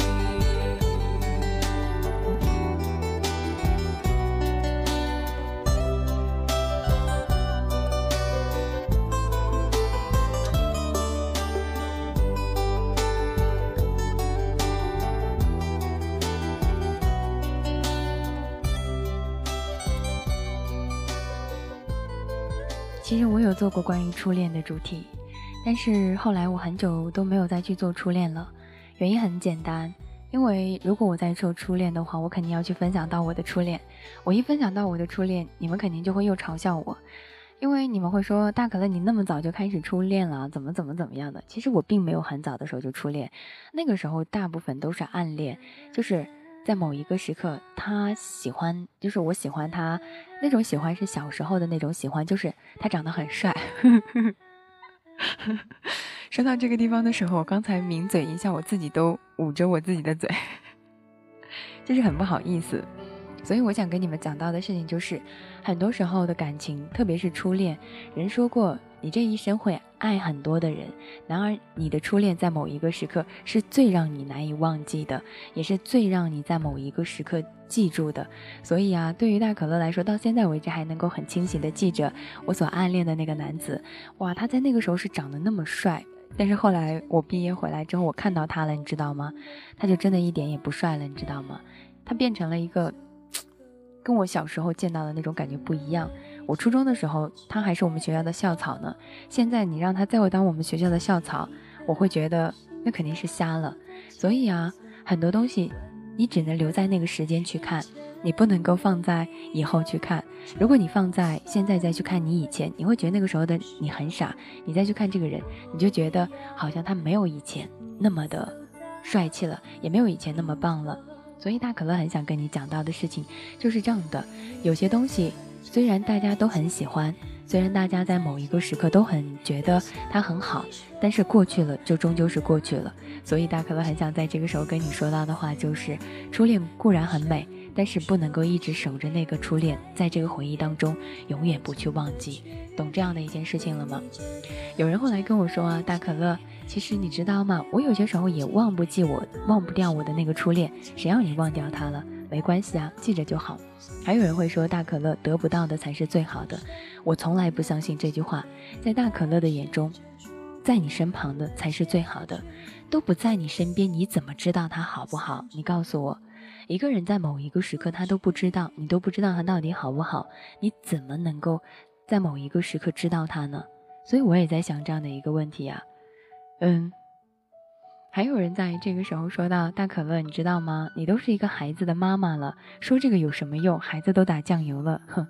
Speaker 1: 其实我有做过关于初恋的主题，但是后来我很久都没有再去做初恋了。原因很简单，因为如果我在做初恋的话，我肯定要去分享到我的初恋。我一分享到我的初恋，你们肯定就会又嘲笑我，因为你们会说大可乐你那么早就开始初恋了，怎么样的。其实我并没有很早的时候就初恋，那个时候大部分都是暗恋，就是在某一个时刻他喜欢，就是我喜欢他，那种喜欢是小时候的那种喜欢，就是他长得很帅。说到这个地方的时候，我刚才抿嘴一下，我自己都捂着我自己的嘴，就是很不好意思。所以我想跟你们讲到的事情就是，很多时候的感情，特别是初恋，人说过你这一生会爱很多的人，然而你的初恋在某一个时刻是最让你难以忘记的，也是最让你在某一个时刻记住的。所以啊，对于大可乐来说，到现在为止还能够很清醒的记着我所暗恋的那个男子。哇，他在那个时候是长得那么帅，但是后来我毕业回来之后，我看到他了，你知道吗？他就真的一点也不帅了，你知道吗？他变成了一个跟我小时候见到的那种感觉不一样。我初中的时候他还是我们学校的校草呢，现在你让他再当我们学校的校草，我会觉得那肯定是瞎了。所以啊，很多东西你只能留在那个时间去看，你不能够放在以后去看。如果你放在现在再去看你以前，你会觉得那个时候的你很傻，你再去看这个人，你就觉得好像他没有以前那么的帅气了，也没有以前那么棒了。所以大可乐很想跟你讲到的事情就是这样的，有些东西虽然大家都很喜欢，虽然大家在某一个时刻都很觉得它很好，但是过去了就终究是过去了。所以大可乐很想在这个时候跟你说到的话就是，初恋固然很美，但是不能够一直守着那个初恋，在这个回忆当中永远不去忘记，懂这样的一件事情了吗？有人后来跟我说啊，大可乐，其实你知道吗，我有些时候也忘不掉我的那个初恋，谁让你忘掉他了？没关系啊，记着就好。还有人会说，大可乐，得不到的才是最好的。我从来不相信这句话，在大可乐的眼中，在你身旁的才是最好的，都不在你身边，你怎么知道他好不好？你告诉我，一个人在某一个时刻他都不知道，你都不知道他到底好不好，你怎么能够在某一个时刻知道他呢？所以我也在想这样的一个问题啊。还有人在这个时候说到，大可乐，你知道吗？你都是一个孩子的妈妈了，说这个有什么用？孩子都打酱油了，哼。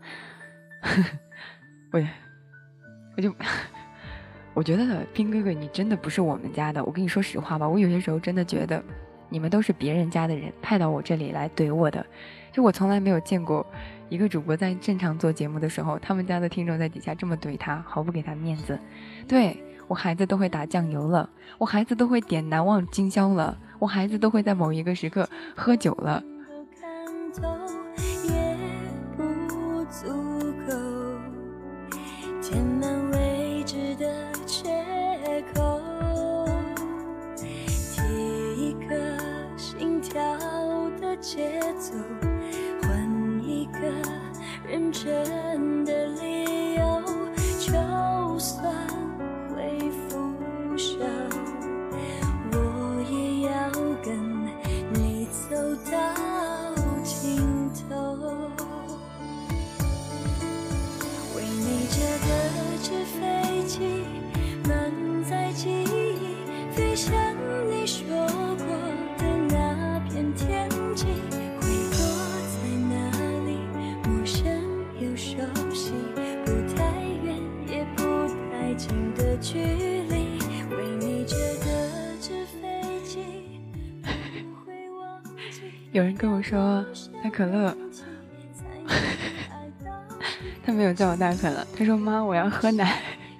Speaker 1: 我觉得兵哥哥你真的不是我们家的，我跟你说实话吧，我有些时候真的觉得你们都是别人家的人派到我这里来怼我的。就我从来没有见过一个主播在正常做节目的时候，他们家的听众在底下这么怼他，毫不给他面子。对，我孩子都会打酱油了，我孩子都会点难忘今宵了，我孩子都会在某一个时刻喝酒了。
Speaker 2: 也不足够填满未知的缺口，提一个心跳的节奏，换一个认真的理由，就算会腐朽，我也要跟你走到尽头。为你折的纸飞机，满载记忆，飞向你说过的那片天际，会落在哪里，陌生又熟悉，不太远也不太近的距离。为你折的纸飞机，不会忘记。
Speaker 1: 有人跟我说，大可乐他没有叫我大可乐，他说妈我要喝奶。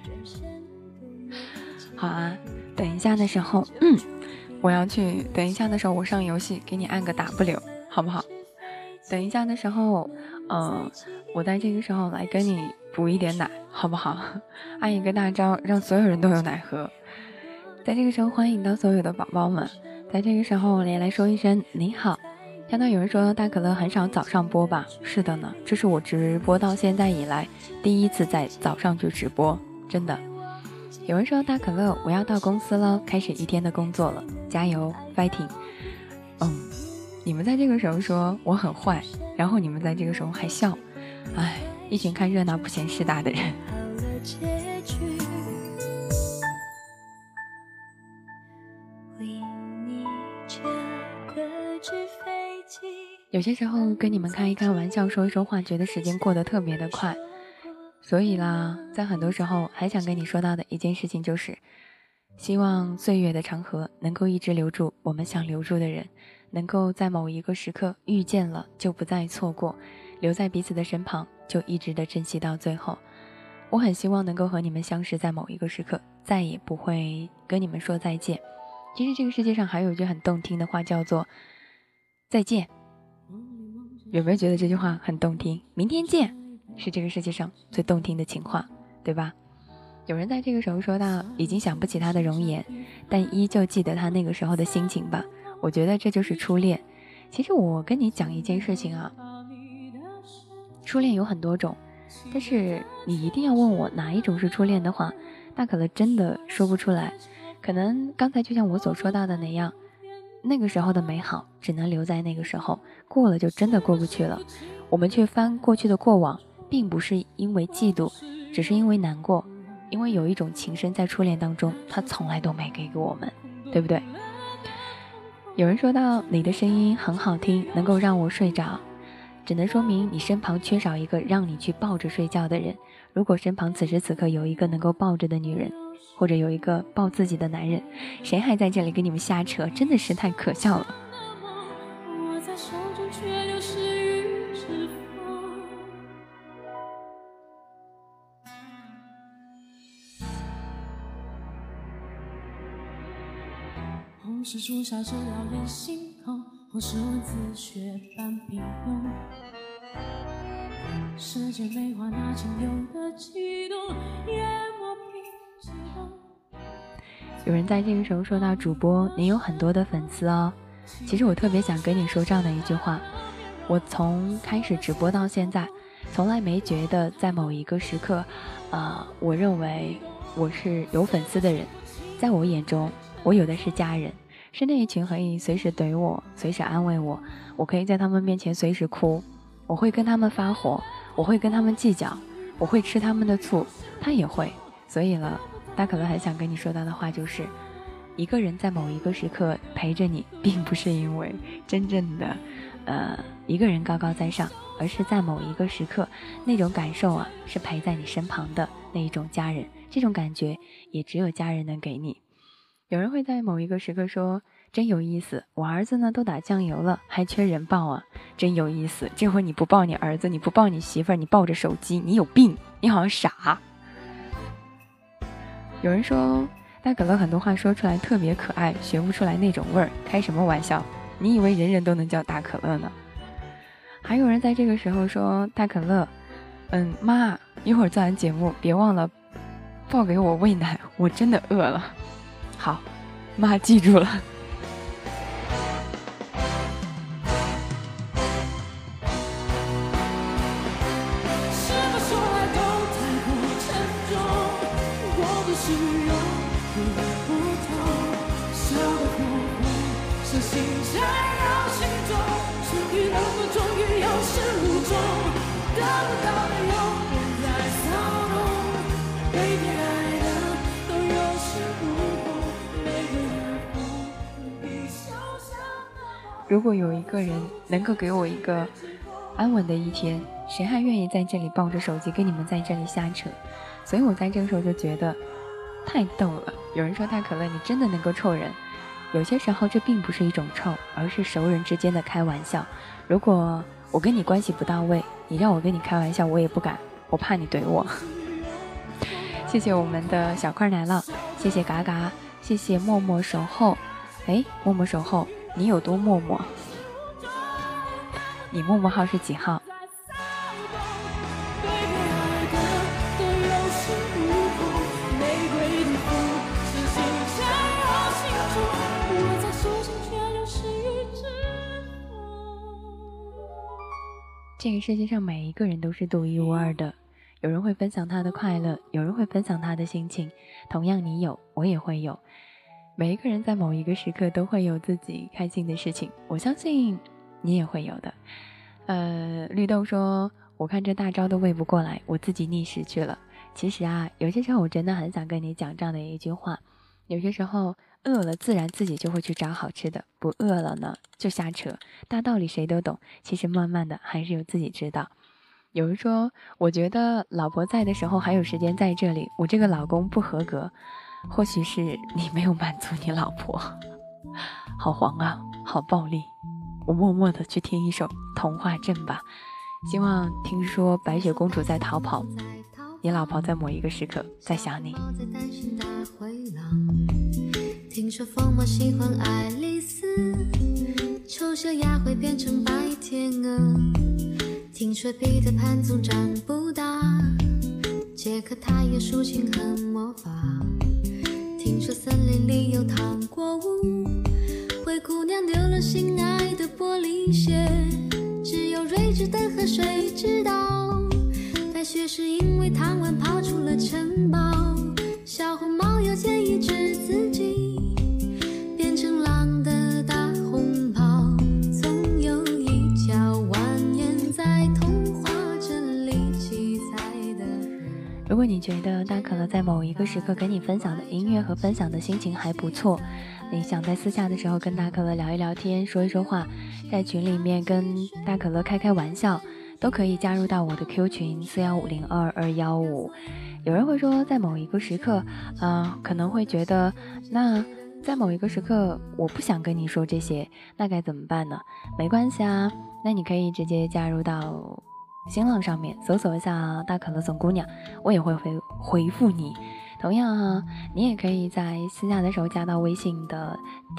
Speaker 1: 好啊，等一下的时候我要去，等一下的时候我上游戏给你按个 W 好不好？等一下的时候我在这个时候来跟你补一点奶好不好？按一个大招让所有人都有奶喝。在这个时候欢迎到所有的宝宝们，在这个时候我也来说一声你好。看到有人说大可乐很少早上播吧，是的呢，这是我直播到现在以来第一次在早上去直播，真的。有人说大可乐我要到公司了，开始一天的工作了，加油 fighting。 你们在这个时候说我很坏，然后你们在这个时候还笑，哎，一群看热闹不嫌事大的人。
Speaker 2: 结局。为你这个纸飞机。
Speaker 1: 有些时候跟你们开一开玩笑，说一说话，觉得时间过得特别的快。所以啦，在很多时候还想跟你说到的一件事情就是，希望岁月的长河能够一直留住我们想留住的人，能够在某一个时刻遇见了就不再错过，留在彼此的身旁就一直的珍惜到最后。我很希望能够和你们相识在某一个时刻，再也不会跟你们说再见。其实这个世界上还有一句很动听的话，叫做再见。有没有觉得这句话很动听？明天见是这个世界上最动听的情话，对吧？有人在这个时候说到，已经想不起他的容颜，但依旧记得他那个时候的心情吧。我觉得这就是初恋。其实我跟你讲一件事情啊，初恋有很多种，但是你一定要问我哪一种是初恋的话，大可乐真的说不出来。可能刚才就像我所说到的那样，那个时候的美好只能留在那个时候，过了就真的过不去了。我们去翻过去的过往，并不是因为嫉妒，只是因为难过，因为有一种情深在初恋当中，他从来都没给我们，对不对？有人说到你的声音很好听，能够让我睡着，只能说明你身旁缺少一个让你去抱着睡觉的人。如果身旁此时此刻有一个能够抱着的女人，或者有一个抱自己的男人，谁还在这里跟你们瞎扯，真的是太可笑了。
Speaker 2: 握在手中却流失于指缝。红是朱砂这撩人心痛，红是文字雪般平庸。世间梅花那仅有的悸动，淹没平激动。
Speaker 1: 有人在这个时候说到，主播你有很多的粉丝哦。其实我特别想跟你说这样的一句话，我从开始直播到现在，从来没觉得在某一个时刻我认为我是有粉丝的人。在我眼中，我有的是家人，是那一群可以随时怼我，随时安慰我，我可以在他们面前随时哭，我会跟他们发火，我会跟他们计较，我会吃他们的醋，他也会。所以了，大可乐很想跟你说到的话就是，一个人在某一个时刻陪着你，并不是因为真正的一个人高高在上，而是在某一个时刻，那种感受啊，是陪在你身旁的那一种家人，这种感觉也只有家人能给你。有人会在某一个时刻说，真有意思，我儿子呢都打酱油了，还缺人抱啊，真有意思，这回你不抱你儿子，你不抱你媳妇儿，你抱着手机，你有病，你好像傻。有人说大可乐很多话说出来特别可爱，学不出来那种味儿，开什么玩笑，你以为人人都能叫大可乐呢？还有人在这个时候说，大可乐妈，一会儿做完节目别忘了抱给我喂奶，我真的饿了。好，妈记住了。如果有一个人能够给我一个安稳的一天，谁还愿意在这里抱着手机跟你们在这里瞎扯？所以我在这个时候就觉得太逗了。有人说大可乐你真的能够臭人，有些时候这并不是一种臭，而是熟人之间的开玩笑。如果我跟你关系不到位，你让我跟你开玩笑我也不敢，我怕你怼我。谢谢我们的小块奶酪，谢谢嘎嘎，谢谢默默守候。默默守候，你有多默默？你默默号是几号？这个世界上每一个人都是独一无二的，有人会分享他的快乐，有人会分享他的心情，同样你有，我也会有。每一个人在某一个时刻都会有自己开心的事情，我相信你也会有的。绿豆说，我看这大招都喂不过来，我自己觅食去了。 其实啊，有些时候我真的很想跟你讲这样的一句话，有些时候饿了自然自己就会去找好吃的，不饿了呢就瞎扯，大道理谁都懂，其实慢慢的还是有自己知道。有人说，我觉得老婆在的时候还有时间在这里，我这个老公不合格，或许是你没有满足你老婆。好黄啊，好暴力。我默默的去听一首童话镇吧，希望听说白雪公主在逃跑，你老婆在某一个时刻在想你。
Speaker 2: 听说疯猫喜欢爱丽丝，丑小鸭会变成白天鹅，听说彼得潘总长不大，杰克他有竖琴和魔法，听说森林里有糖果屋，灰姑娘丢了心爱的玻璃鞋，只有睿智的河水知道，白雪是因为贪玩跑出了城堡，小红帽要建议治自己变成狼的大红袍，总有一条蜿蜒在童话镇里七彩的。
Speaker 1: 如果你觉得大可乐在某一个时刻跟你分享的音乐和分享的心情还不错，你想在私下的时候跟大可乐聊一聊天，说一说话，在群里面跟大可乐开开玩笑，都可以加入到我的 Q 群41502215。有人会说在某一个时刻可能会觉得那在某一个时刻我不想跟你说这些，那该怎么办呢？没关系啊，那你可以直接加入到新浪上面搜索一下大可乐总姑娘，我也会回复你。同样啊，你也可以在私下的时候加到微信的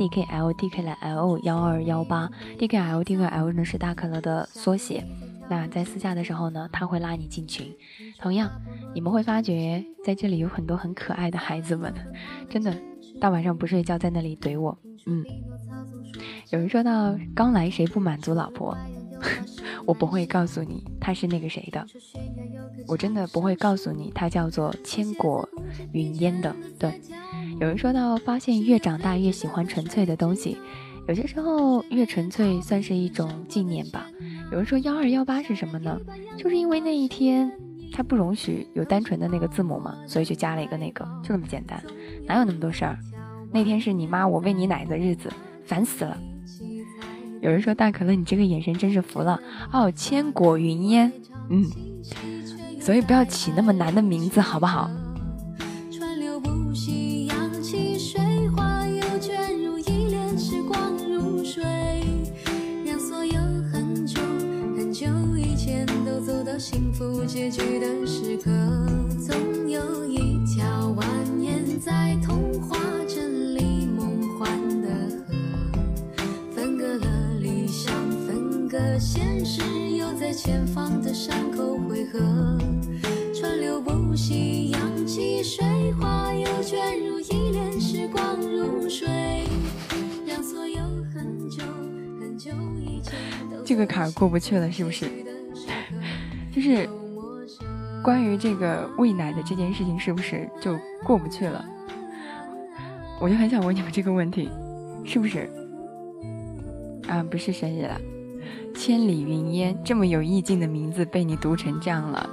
Speaker 1: DKL1218 DKL 呢是大可乐的缩写，那在私下的时候呢，他会拉你进群。同样你们会发觉在这里有很多很可爱的孩子们，真的大晚上不睡觉在那里怼我。有人说到刚来谁不满足老婆我不会告诉你他是那个谁的，我真的不会告诉你他叫做千果云烟的。对，有人说到发现越长大越喜欢纯粹的东西，有些时候越纯粹算是一种纪念吧。有人说1218是什么呢？就是因为那一天他不容许有单纯的那个字母嘛，所以就加了一个那个，就这么简单，哪有那么多事儿。那天是你妈我喂你奶的日子，烦死了。有人说大可乐你这个眼神真是服了哦，千果云烟，所以不要起那么难的名字好不好？
Speaker 2: 川流不息，扬起水花又卷入一帘时光如水，让所有很久很久以前都走到幸福结局的时刻，总有一条蜿蜒在童话镇里梦幻的河，分隔了理想，分隔现实，又在前方的山口汇合，川流不息，扬起水花又卷入一帘时光如水，让所有很久很久以前都
Speaker 1: 这个坎儿过不去了是不是？就是关于这个喂奶的这件事情是不是就过不去了？我就很想问你们这个问题，是不是不是生日了，千里云烟这么有意境的名字被你读成这样了。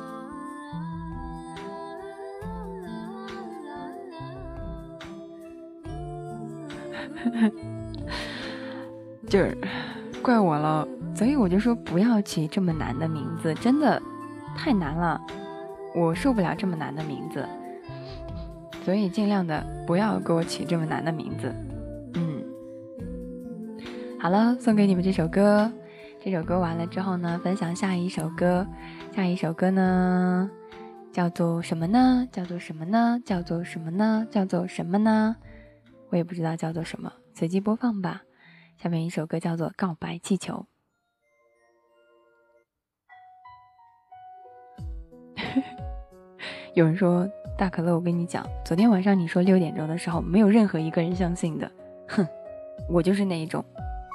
Speaker 1: 就是怪我了，所以我就说不要起这么难的名字，真的太难了，我受不了这么难的名字，所以尽量的不要给我起这么难的名字。好了，送给你们这首歌。这首歌完了之后呢，分享下一首歌。下一首歌呢叫做什么呢？叫做什么呢？叫做什么呢？叫做什么呢？我也不知道叫做什么，随机播放吧。下面一首歌叫做《告白气球》。有人说大可乐，我跟你讲，昨天晚上你说6点钟的时候，没有任何一个人相信的。哼，我就是那一种，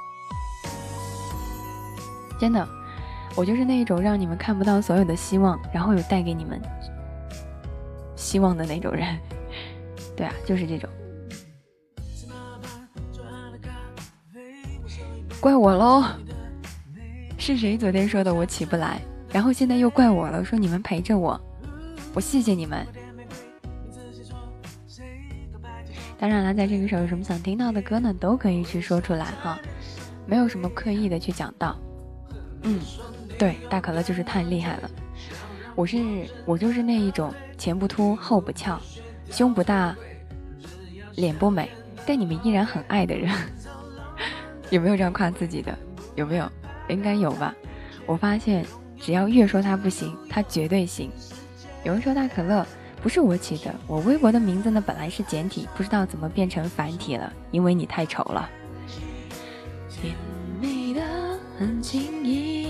Speaker 1: 真的，我就是那一种让你们看不到所有的希望，然后有带给你们希望的那种人。对啊，就是这种。怪我喽，是谁昨天说的我起不来，然后现在又怪我了，说你们陪着我我谢谢你们。当然了，在这个时候有什么想听到的歌呢，都可以去说出来哈，没有什么刻意的去讲到。对，大可乐就是太厉害了。我就是那一种前不凸后不翘，胸不大脸不美，但你们依然很爱的人。有没有这样夸自己的？有没有？应该有吧。我发现只要越说他不行，他绝对行。有人说大可乐不是我起的，我微博的名字呢本来是简体，不知道怎么变成繁体了，因为你太丑了。甜蜜的很轻易。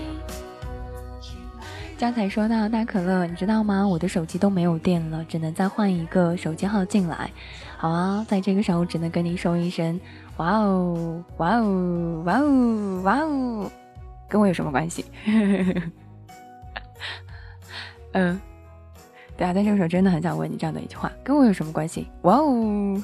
Speaker 1: 刚才说到大可乐，你知道吗？我的手机都没有电了，只能再换一个手机号进来。好啊，在这个时候只能跟你说一声哇哦哇哦哇哦哇哦，跟我有什么关系？对啊，在这个时候真的很想问你这样的一句话，跟我有什么关系？哇哦！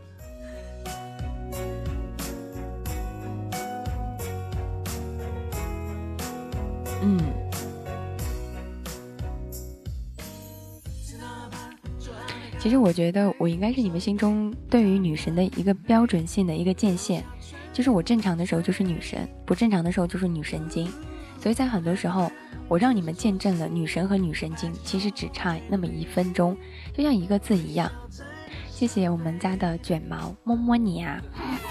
Speaker 1: 其实我觉得我应该是你们心中对于女神的一个标准性的一个界限，就是我正常的时候就是女神，不正常的时候就是女神经。所以在很多时候，我让你们见证了女神和女神经其实只差那么1分钟，就像一个字一样。谢谢我们家的卷毛，摸摸你啊。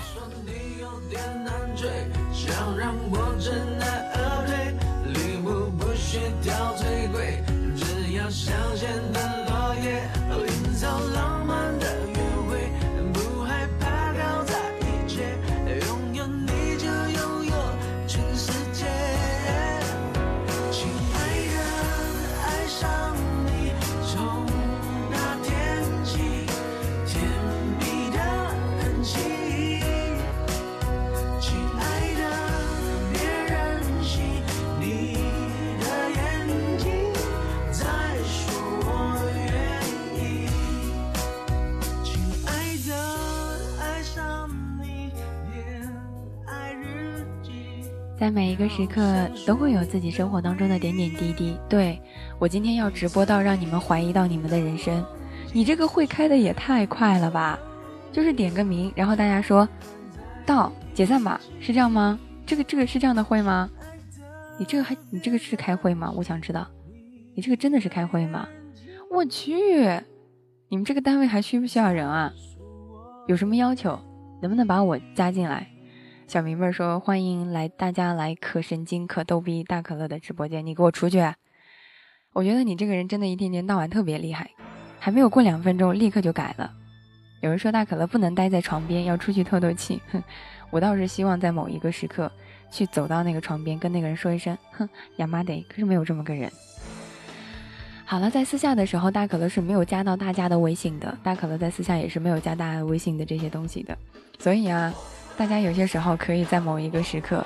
Speaker 1: 想让我知难而退，礼物不需挑最贵，只要香榭的落叶，营造浪漫的约会，不害怕搞砸一切，拥有你就拥有全世界。亲爱的，爱上你，从那天起，甜蜜的很轻易。亲爱的，别任性，你的眼睛在说我愿意。亲爱的，爱上你，恋爱日记。在每一个时刻都会有自己生活当中的点点滴滴。对，我今天要直播到让你们怀疑到你们的人生。你这个会开的也太快了吧，就是点个名，然后大家说到解散吧，是这样吗？这个是这样的会吗？你这个是开会吗？我想知道，你这个真的是开会吗？我去，你们这个单位还需不需要人啊？有什么要求？能不能把我加进来？小明妹说欢迎大家来可神经可逗逼大可乐的直播间，你给我出去啊！我觉得你这个人真的一天天到晚特别厉害，还没有过2分钟立刻就改了。有人说大可乐不能待在床边，要出去透透气。我倒是希望在某一个时刻去走到那个床边，跟那个人说一声亚麻得，可是没有这么个人。好了，在私下的时候大可乐是没有加到大家的微信的，大可乐在私下也是没有加大家微信的这些东西的。所以啊，大家有些时候可以在某一个时刻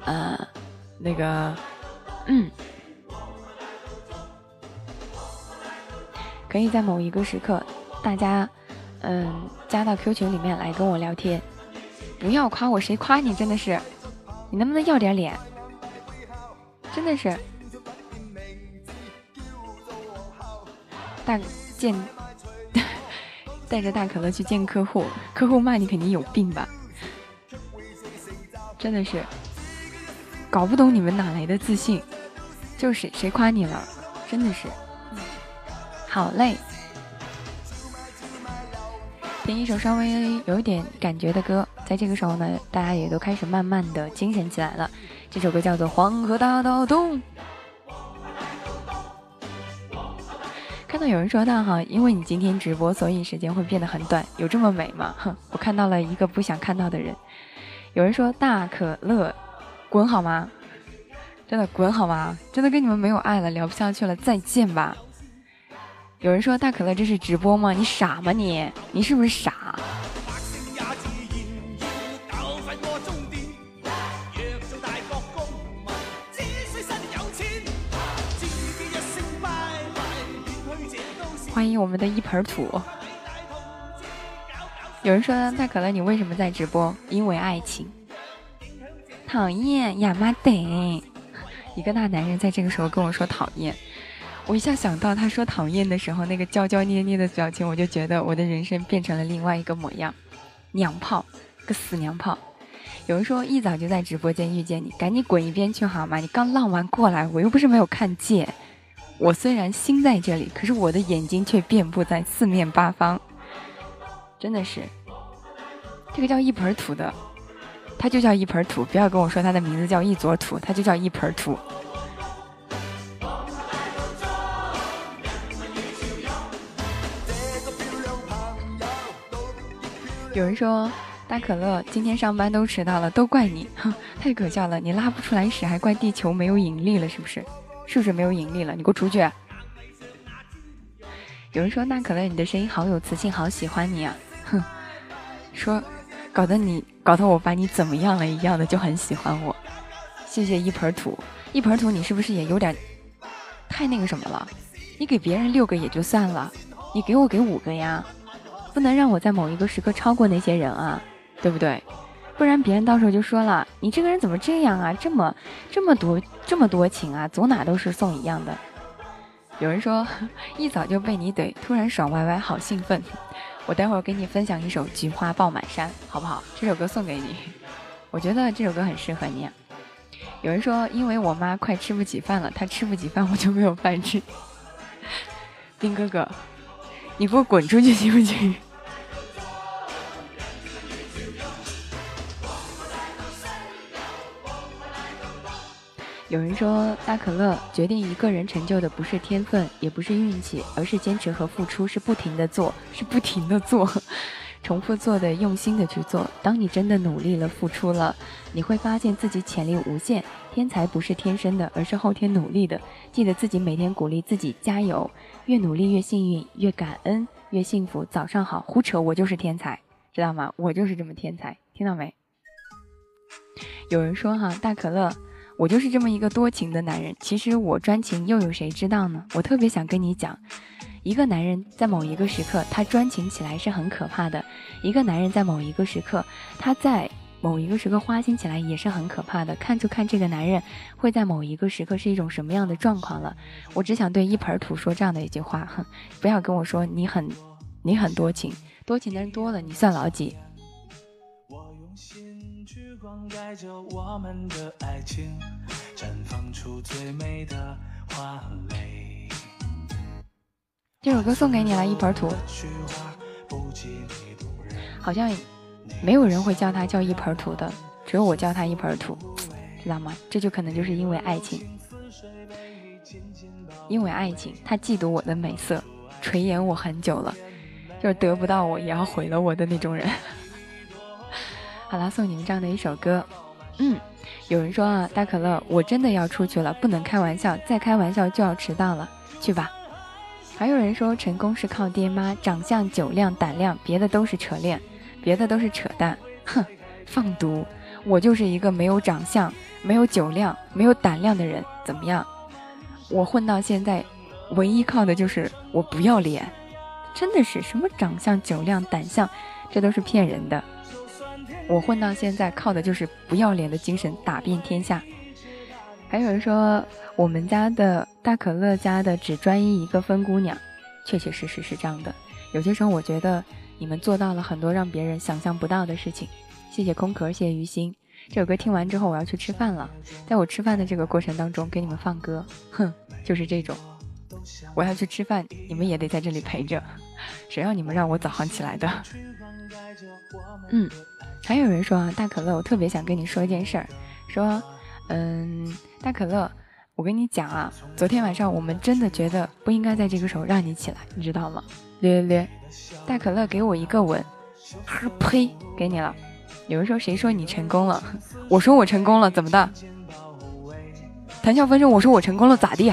Speaker 1: 可以在某一个时刻大家加到 Q 群里面来跟我聊天。不要夸我，谁夸你？真的是，你能不能要点脸？真的是，带着大可乐去见客户，客户骂你肯定有病吧？真的是，搞不懂你们哪来的自信。就是谁夸你了？真的是，好累。听一首稍微有一点感觉的歌，在这个时候呢，大家也都开始慢慢的精神起来了。这首歌叫做《黄河大道东》。看到有人说到哈，因为你今天直播，所以时间会变得很短，有这么美吗？我看到了一个不想看到的人。有人说大可乐，滚好吗？真的滚好吗？真的跟你们没有爱了，聊不下去了，再见吧。有人说大可乐这是直播吗？你傻吗你？你是不是傻？欢迎我们的一盆土。有人说大可乐你为什么在直播？因为爱情。讨厌亚麻得，一个大男人在这个时候跟我说讨厌。 我一下想到他说讨厌的时候那个娇娇捏捏的表情，我就觉得我的人生变成了另外一个模样。娘炮，个死娘炮！有人说一早就在直播间遇见你，赶紧滚一边去好吗？你刚浪完过来，我又不是没有看见。我虽然心在这里，可是我的眼睛却遍布在四面八方。真的是，这个叫一盆土的，他就叫一盆土，不要跟我说他的名字叫一撮土，他就叫一盆土。有人说大可乐今天上班都迟到了，都怪你，哼，太可笑了！你拉不出来屎，还怪地球没有引力了，是不是？是不是没有引力了？你给我出去！有人说大可乐你的声音好有磁性，好喜欢你啊，哼，说搞得我把你怎么样了一样的，就很喜欢我。谢谢一盆土，一盆土，你是不是也有点太那个什么了？你给别人6个也就算了，你给我给5个呀！不能让我在某一个时刻超过那些人啊，对不对？不然别人到时候就说了，你这个人怎么这样啊，这么多情啊，走哪都是送一样的。有人说一早就被你怼，突然爽歪歪，好兴奋。我待会儿给你分享一首《菊花爆满山》，好不好？这首歌送给你，我觉得这首歌很适合你啊。有人说因为我妈快吃不起饭了，她吃不起饭我就没有饭吃。丁哥哥，你给我滚出去行不行？有人说大可乐决定一个人成就的不是天分，也不是运气，而是坚持和付出，是不停的做，重复做的，用心的去做。当你真的努力了，付出了，你会发现自己潜力无限。天才不是天生的，而是后天努力的。记得自己每天鼓励自己加油，越努力越幸运，越感恩越幸福。早上好，胡扯，我就是天才，知道吗？我就是这么天才，听到没？有人说哈，大可乐，我就是这么一个多情的男人。其实我专情又有谁知道呢？我特别想跟你讲，一个男人在某一个时刻他专情起来是很可怕的，一个男人在某一个时刻他在某一个时刻花心起来也是很可怕的。看就看这个男人会在某一个时刻是一种什么样的状况了。我只想对一盆土说这样的一句话，哼，不要跟我说你很多情，多情的人多了，你算老几？盖着我们的爱情，绽放出最美的花蕾。这首歌送给你了，一盆土。好像没有人会叫他叫一盆土的，只有我叫他一盆土，知道吗？这就可能就是因为爱情，他嫉妒我的美色，垂涎我很久了，就是得不到我也要毁了我的那种人。好啦，送你们这样的一首歌。有人说啊，大可乐，我真的要出去了，不能开玩笑，再开玩笑就要迟到了，去吧。还有人说成功是靠爹妈，长相、酒量、胆量，别的都是扯练，别的都是扯淡。哼，放毒！我就是一个没有长相、没有酒量、没有胆量的人，怎么样？我混到现在，唯一靠的就是我不要脸。真的是什么长相、酒量、胆相，这都是骗人的。我混到现在靠的就是不要脸的精神，打遍天下。还有人说我们家的大可乐家的只专一一个分姑娘，确确实实是这样的。有些时候我觉得你们做到了很多让别人想象不到的事情。谢谢空壳，谢谢于心。这首歌听完之后我要去吃饭了，在我吃饭的这个过程当中给你们放歌，哼，就是这种。我要去吃饭，你们也得在这里陪着，谁让你们让我早上起来的。还有人说啊，大可乐，我特别想跟你说一件事儿，说大可乐，我跟你讲啊，昨天晚上我们真的觉得不应该在这个时候让你起来，你知道吗？略，大可乐给我一个吻，呵呸，给你了。有人说谁说你成功了？我说我成功了，怎么的？谈笑风生，我说我成功了，咋地？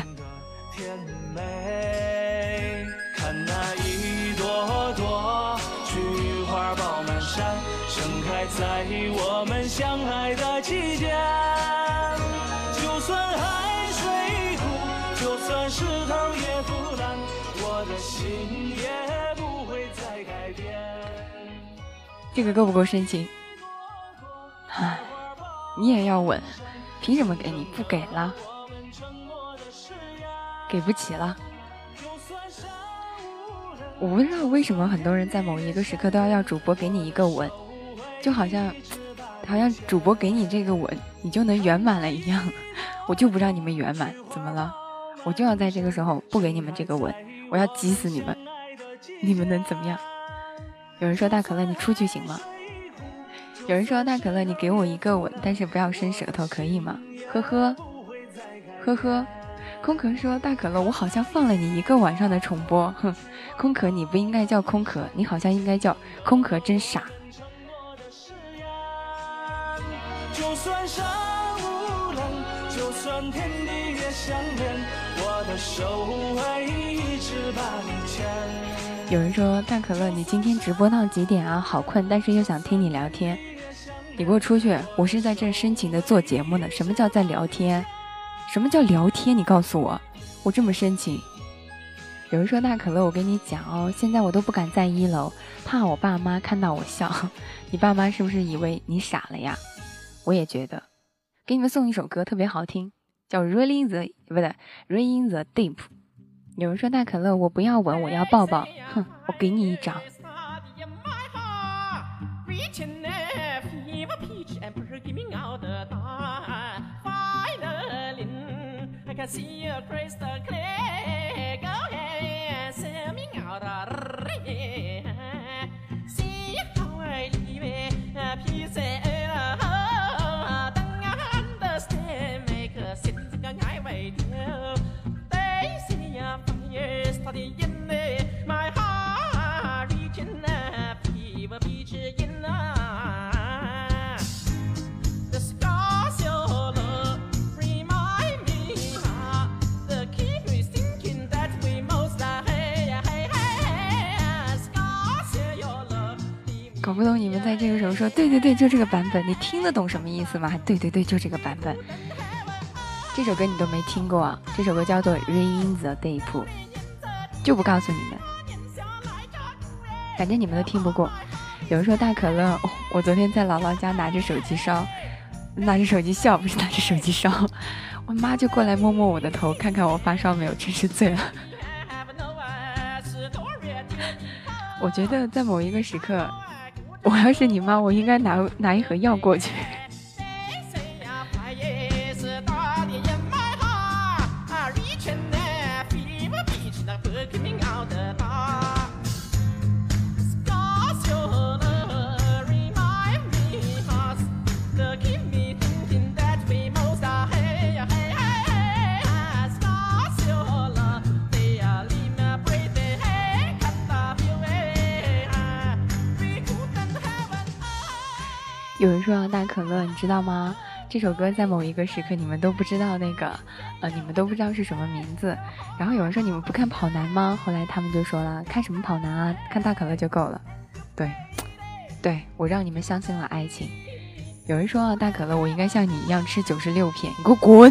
Speaker 1: 在我们相爱的期间，就算海水苦，就算石头也腐烂，我的心也不会再改变。这个够不够深情？唉，你也要吻，凭什么给你？不给了，给不起了。 我不知道为什么很多人在某一个时刻都要主播给你一个吻，就好像主播给你这个吻你就能圆满了一样。我就不让你们圆满，怎么了？我就要在这个时候不给你们这个吻，我要急死你们，你们能怎么样？有人说大可乐你出去行吗？有人说大可乐你给我一个吻，但是不要伸舌头可以吗？呵呵呵呵。空壳说大可乐我好像放了你一个晚上的重播，哼，空壳你不应该叫空壳，你好像应该叫空壳真傻。
Speaker 3: 就算山无棱，就算天地也相连，我的手会一直把你牵。
Speaker 1: 有人说大可乐你今天直播到几点啊？好困，但是又想听你聊天。你给我出去，我是在这深情的做节目呢。什么叫在聊天？什么叫聊天？你告诉我，我这么深情。有人说大可乐我跟你讲哦，现在我都不敢在1楼，怕我爸妈看到我笑。你爸妈是不是以为你傻了呀？我也觉得。给你们送一首歌特别好听，叫 Rain in the Deep。 有人说大可乐我不要吻，我要抱抱。哼，我给你一掌。搞不懂你们在这个时候说对对对就这个版本，你听得懂什么意思吗？对对对就这个版本。这首歌你都没听过啊？这首歌叫做 Rain in the Deep， 就不告诉你们，反正你们都听不过。有人说大可乐，我昨天在姥姥家拿着手机烧，拿着手机笑，不是拿着手机烧，我妈就过来摸摸我的头，看看我发烧没有，真是醉了。我觉得在某一个时刻，我要是你妈，我应该拿一盒药过去。有人说大可乐，你知道吗？这首歌在某一个时刻你们都不知道你们都不知道是什么名字。然后有人说你们不看跑男吗？后来他们就说了，看什么跑男啊？看大可乐就够了。对，我让你们相信了爱情。有人说大可乐，我应该像你一样吃96片，你给我滚！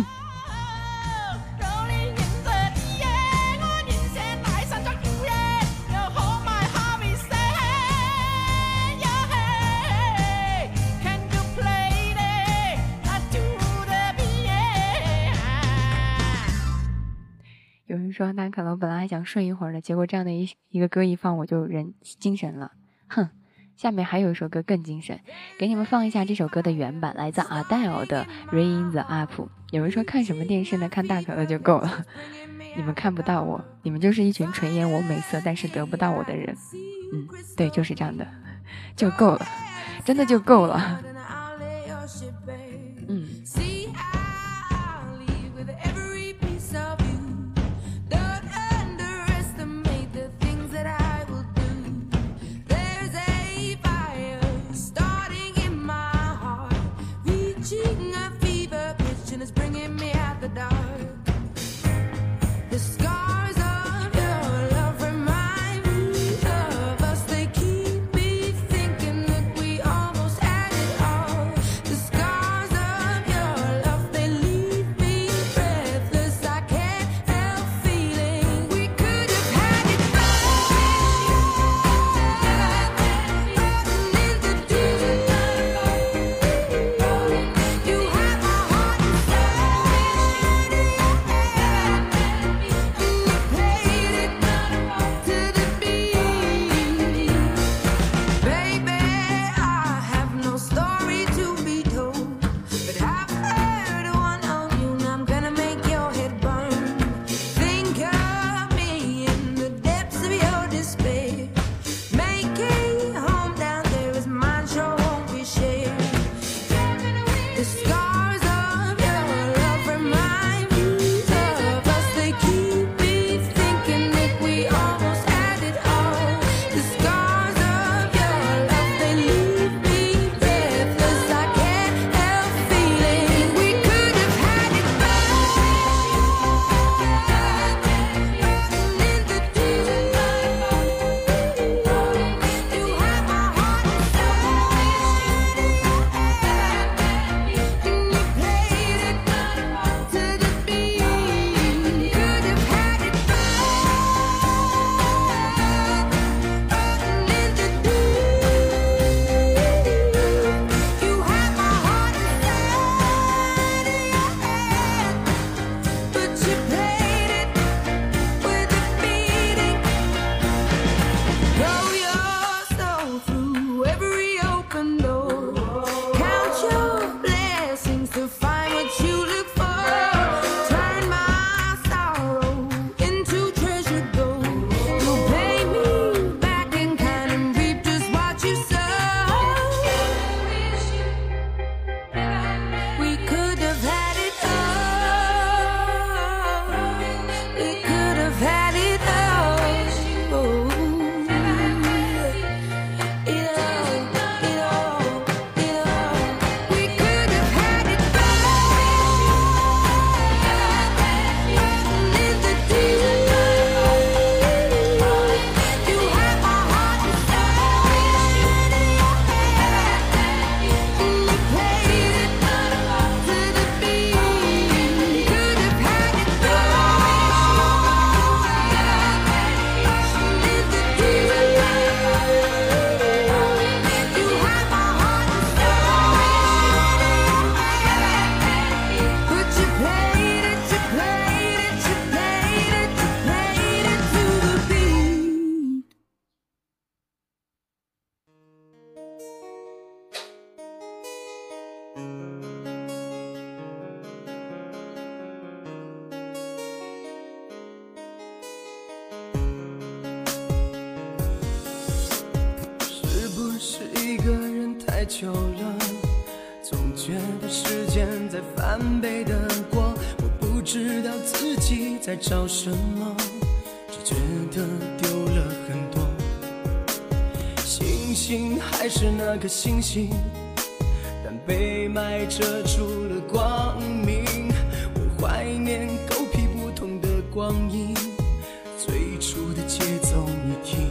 Speaker 1: 有人说大可乐本来还想睡一会儿的，结果这样的一个歌一放，我就人精神了。哼，下面还有一首歌更精神，给你们放一下这首歌的原版，来自 Adele 的 Rain in the Up。 有人说看什么电视呢？看大可乐就够了。你们看不到我，你们就是一群垂涎我美色但是得不到我的人。对，就是这样的，就够了，真的就够了。
Speaker 3: 是不是一个人太久了，总觉得时间在翻倍的过，我不知道自己在找什么，只觉得丢了很多。星星还是那个星星，但被霾遮住了光明。我怀念狗屁不通的光阴，最初的节奏你听。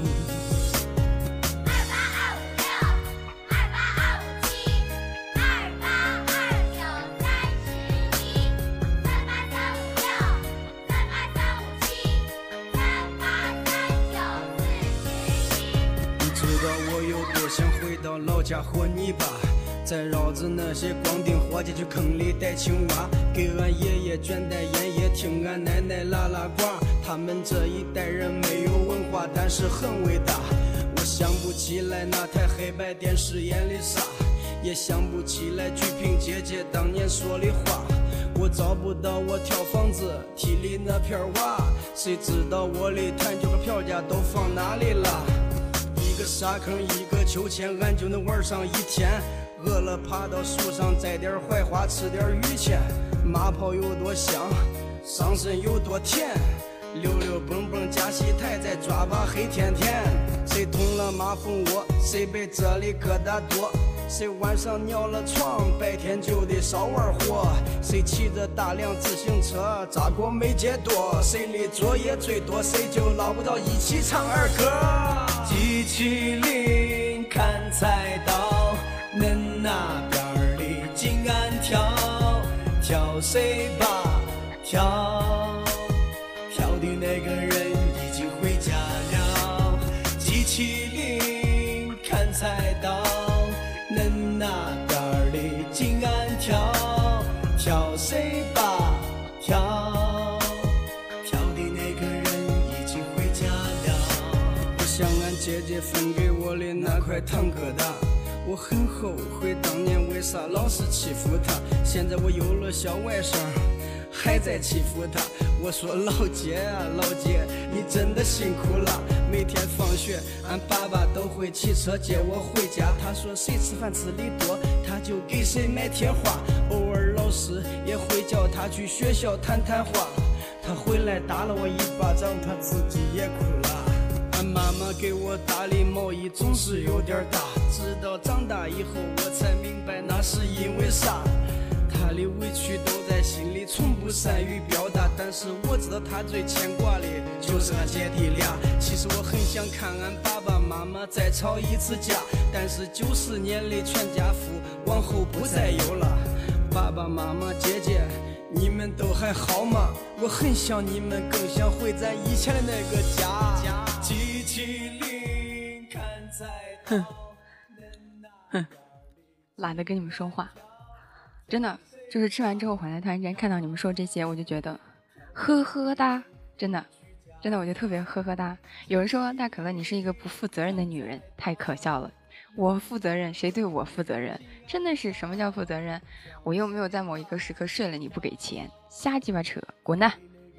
Speaker 3: 想回到老家和你爸，再绕着那些光腚伙计去坑里逮青蛙，给俺爷爷卷袋烟，也听俺奶奶拉拉呱。他们这一代人没有文化，但是很伟大。我想不起来那台黑白电视演的啥，也想不起来鞠萍姐姐当年说的话。我找不到我挑房子地里那片瓦，谁知道我的弹球和票价都放哪里了？一个沙坑一个秋千，俺就能玩上一天。饿了爬到树上摘点槐花吃点榆钱，马泡有多香，上身有多甜，溜溜蹦蹦加戏台再抓把黑甜甜。谁捅了马蜂窝，谁被这里疙瘩多，谁晚上尿了床，白天就得少玩火。谁骑着大辆自行车扎过没结多，谁的作业最多，谁就捞不到一起唱儿歌。机器灵看菜刀，恁那边里紧按跳，跳谁吧跳，跳的那个人已经回家了。机器灵看菜刀，恁那边里紧按跳，跳谁吧跳，跳的那个人已经回家了。我想俺姐姐分给我的那块糖疙瘩，我很后悔当年为啥老是欺负她。现在我有了小外甥，还在欺负她。我说老姐啊老姐，你真的辛苦了。每天放学俺爸爸都会骑车接我回家，他说谁吃饭吃的多他就给谁买贴画，偶尔老师也会叫他去学校谈谈话。他回来打了我一巴掌，他自己也哭了。俺妈妈给我打的毛衣总是有点大，直到长大以后我才明白那是因为啥。她的委屈都在心里，从不善于表达，但是我知道她最牵挂的就是俺姐弟俩。其实我很想看俺爸爸妈妈再吵一次架，但是90年的全家福往后不再有了。爸爸妈妈姐姐你们都还好吗？我很想你们，更想回咱以前的那个家。机器灵看菜刀，
Speaker 1: 懒得跟你们说话，真的就是吃完之后回来突然间看到你们说这些，我就觉得呵呵哒，真的我就特别呵呵哒。有人说大可乐你是一个不负责任的女人，太可笑了。我负责任，谁对我负责任？真的是什么叫负责任？我又没有在某一个时刻睡了你不给钱，瞎鸡巴扯，滚蛋！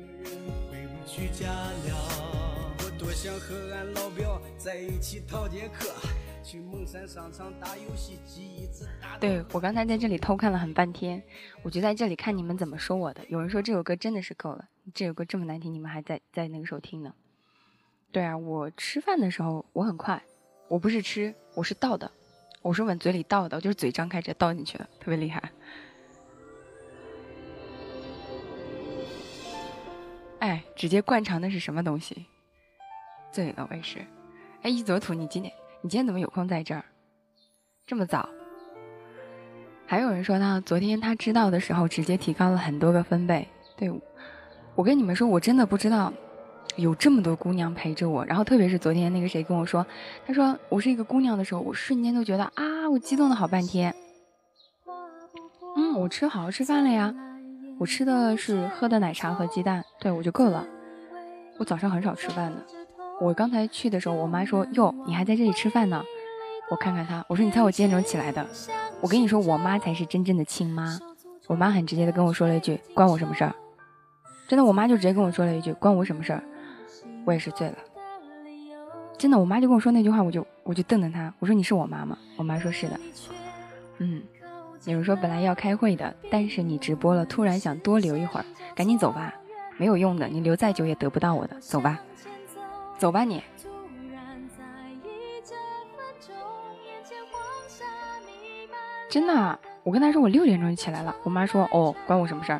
Speaker 3: 我多想和俺老表在一起逃节课，去蒙山商场打游戏机一直打。
Speaker 1: 对，我刚才在这里偷看了很半天，我就在这里看你们怎么说我的。有人说这首歌真的是够了，这首歌这么难听，你们还在那个时候听呢。对啊，我吃饭的时候我很快，我不是吃，我是倒的，我是往嘴里倒的，就是嘴张开直接倒进去了，特别厉害。哎，直接灌肠的是什么东西？醉了我也是。哎，一左土，你今天怎么有空在这儿？这么早？还有人说呢，昨天他知道的时候直接提高了很多个分贝。对，我跟你们说，我真的不知道有这么多姑娘陪着我。然后特别是昨天那个谁跟我说，他说我是一个姑娘的时候，我瞬间都觉得啊，我激动了好半天。我好好吃饭了呀，我吃的是喝的奶茶和鸡蛋，对，我就够了。我早上很少吃饭的。我刚才去的时候，我妈说哟，你还在这里吃饭呢？我看看她，我说你猜我几点钟起来的？ 我跟你说，我妈才是真正的亲妈。我妈很直接的跟我说了一句，关我什么事儿？真的，我妈就直接跟我说了一句，关我什么事儿？我也是醉了。真的，我妈就跟我说那句话，我就瞪着她，我说你是我妈吗？我妈说是的。有人说本来要开会的，但是你直播了，突然想多留一会儿，赶紧走吧，没有用的，你留再久也得不到我的，走吧，走吧你。真的，我跟她说我6点钟就起来了，我妈说哦，关我什么事儿？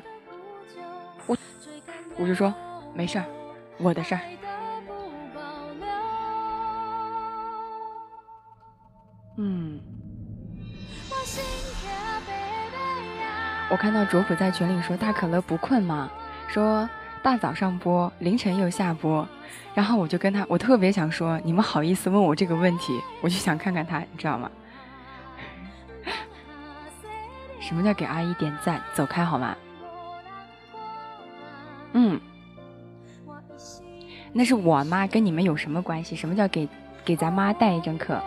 Speaker 1: 我就说没事儿，我的事儿。我看到卓普在群里说大可乐不困吗？说大早上播，凌晨又下播，然后我就跟他，我特别想说你们好意思问我这个问题，我就想看看他，你知道吗？什么叫给阿姨点赞？走开好吗？那是我妈，跟你们有什么关系？什么叫给咱妈带一阵课？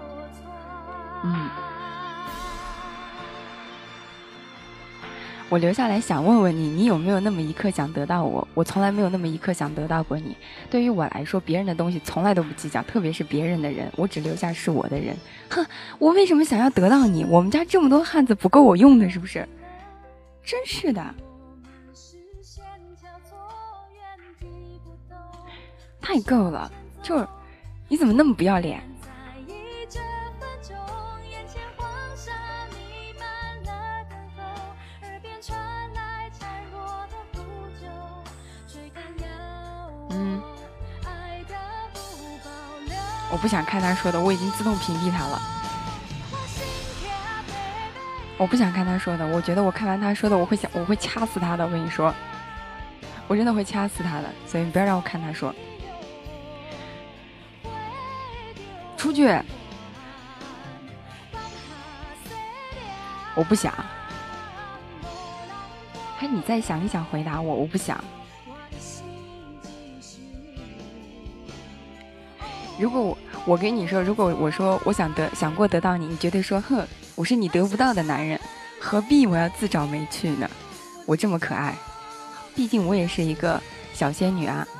Speaker 1: 我留下来想问问你，你有没有那么一刻想得到我？我从来没有那么一刻想得到过你。对于我来说，别人的东西从来都不计较，特别是别人的人，我只留下是我的人。哼，我为什么想要得到你？我们家这么多汉子不够我用的，是不是？真是的，太够了！就是你怎么那么不要脸？我不想看他说的，我已经自动屏蔽他了。我不想看他说的，我觉得我看完他说的，我会掐死他的。我跟你说，我真的会掐死他的，所以你不要让我看他说。出去！我不想。还你再想一想回答我，我不想。如果我跟你说，如果我说我想过得到你，你绝对说哼，我是你得不到的男人，何必我要自找没趣呢？我这么可爱，毕竟我也是一个小仙女啊。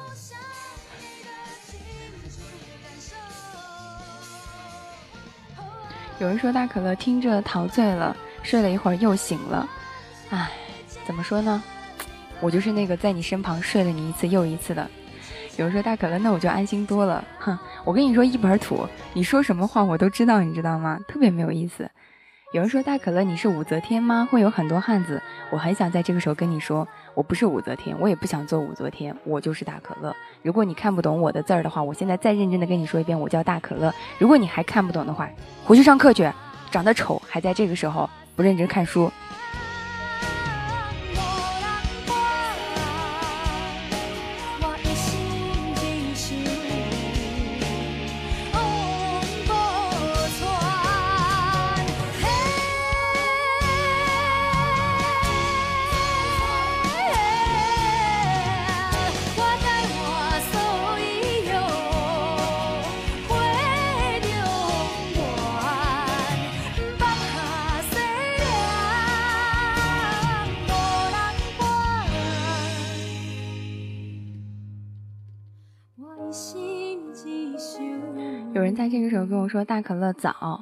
Speaker 1: 有人说大可乐听着陶醉了，睡了一会儿又醒了。唉，怎么说呢？我就是那个在你身旁睡了你一次又一次的。有人说大可乐，那我就安心多了。哼，我跟你说一本土，你说什么话我都知道，你知道吗？特别没有意思。有人说大可乐，你是武则天吗？会有很多汉子。我很想在这个时候跟你说，我不是武则天，我也不想做武则天，我就是大可乐。如果你看不懂我的字儿的话，我现在再认真的跟你说一遍，我叫大可乐。如果你还看不懂的话，回去上课去。长得丑还在这个时候不认真看书。有人在这个时候跟我说大可乐早，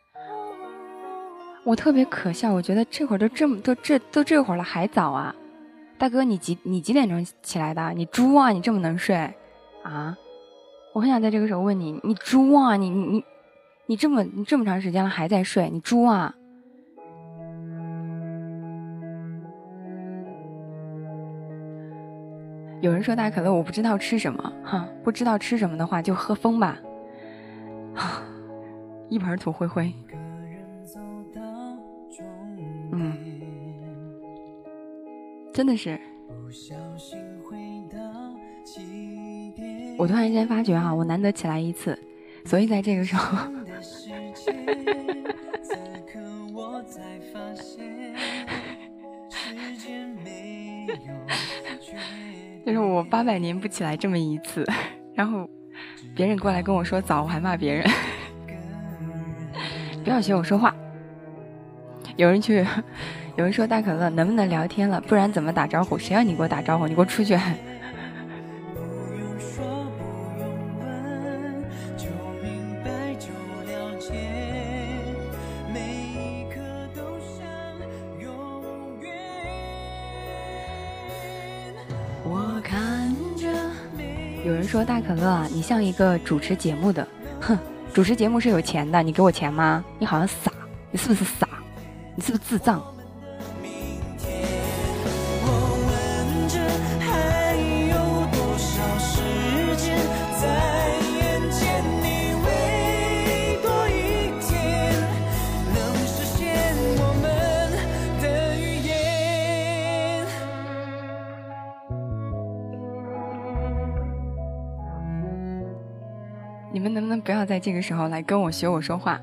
Speaker 1: 我特别可笑，我觉得这会儿都这会儿了还早啊，大哥你几点钟起来的？你猪啊，你这么能睡啊？我很想在这个时候问你，你猪啊，你这么长时间了还在睡，你猪啊？有人说大可乐我不知道吃什么，哈，不知道吃什么的话就喝风吧。一盆土灰灰。真的是。我突然间发觉我难得起来一次，所以在这个时候就是我800年不起来这么一次，然后别人过来跟我说早，我还骂别人不要学我说话。 有人说大可乐能不能聊天了，不然怎么打招呼？谁要你给我打招呼？你给我出去。有人说大可乐啊，你像一个主持节目的，哼，主持节目是有钱的，你给我钱吗？你好像傻，你是不是傻？你是不是智障？你们能不能不要在这个时候来跟我学我说话？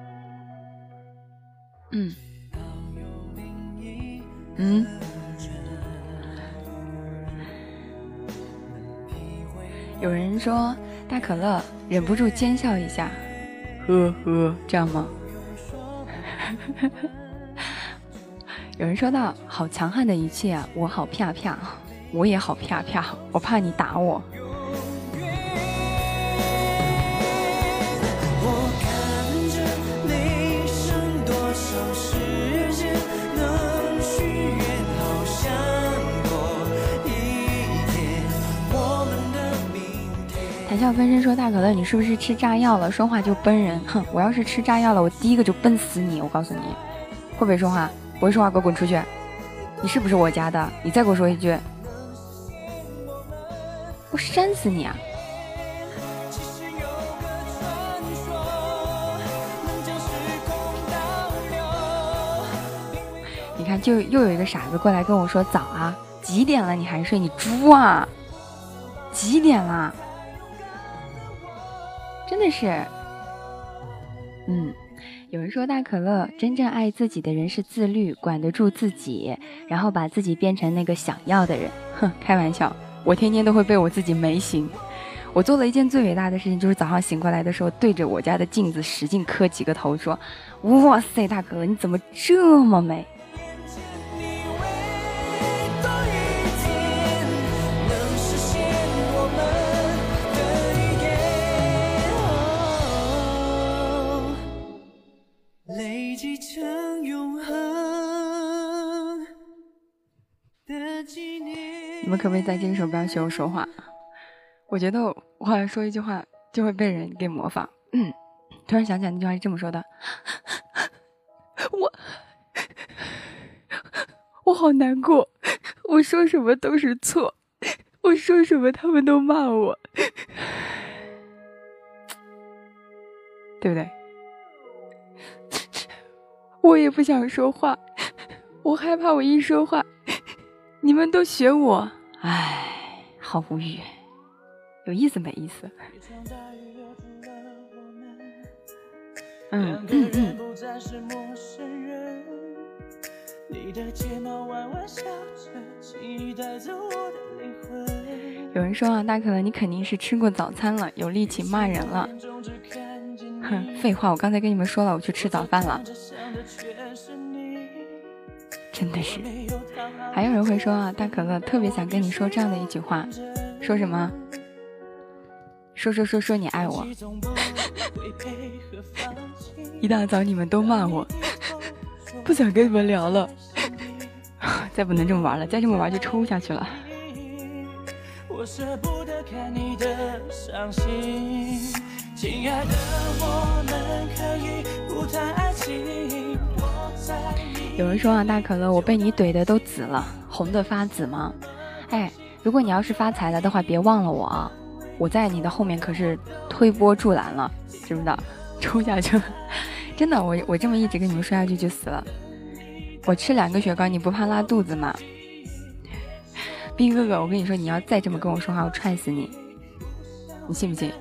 Speaker 1: 有人说大可乐忍不住奸笑一下，呵呵，这样吗？有人说到好强悍的语气啊，我好啪啪，我也好啪啪，我怕你打我。谈笑分身说大可乐你是不是吃炸药了，说话就崩人？哼，我要是吃炸药了，我第一个就崩死你，我告诉你。会不会说话？不会说话给我滚出去。你是不是我家的？你再给我说一句，我扇死你啊！你看就又有一个傻子过来跟我说早啊，几点了你还睡？你猪啊，几点了？真的是，有人说大可乐真正爱自己的人是自律，管得住自己，然后把自己变成那个想要的人。哼，开玩笑，我天天都会被我自己美醒。我做了一件最伟大的事情，就是早上醒过来的时候，对着我家的镜子使劲磕几个头，说：哇塞，大可乐你怎么这么美？你们可不可以在这个时候不要学我说话？我觉得我好像说一句话就会被人给模仿。突然想起来那句话是这么说的：我好难过，我说什么都是错，我说什么他们都骂我，对不对？我也不想说话，我害怕我一说话你们都学我，唉，好无语，有意思没意思？有人说啊，大可乐你肯定是吃过早餐了，有力气骂人了。哼，废话，我刚才跟你们说了，我去吃早饭了。真的是。还有人会说啊，大可乐特别想跟你说这样的一句话，说什么？说你爱我。一大早你们都骂我，不想跟你们聊了。再不能这么玩了，再这么玩就抽下去了。我舍不得看你的伤心，亲爱的，我们可以不谈爱情。有人说啊，大可乐我被你怼的都紫了，红的发紫吗？哎，如果你要是发财了的话，别忘了我啊，我在你的后面可是推波助澜了，知不知道？抽下去了，真的，我这么一直跟你们说下去就死了。我吃2个雪糕，你不怕拉肚子吗？冰哥哥，我跟你说，你要再这么跟我说话，我踹死你，你信不信？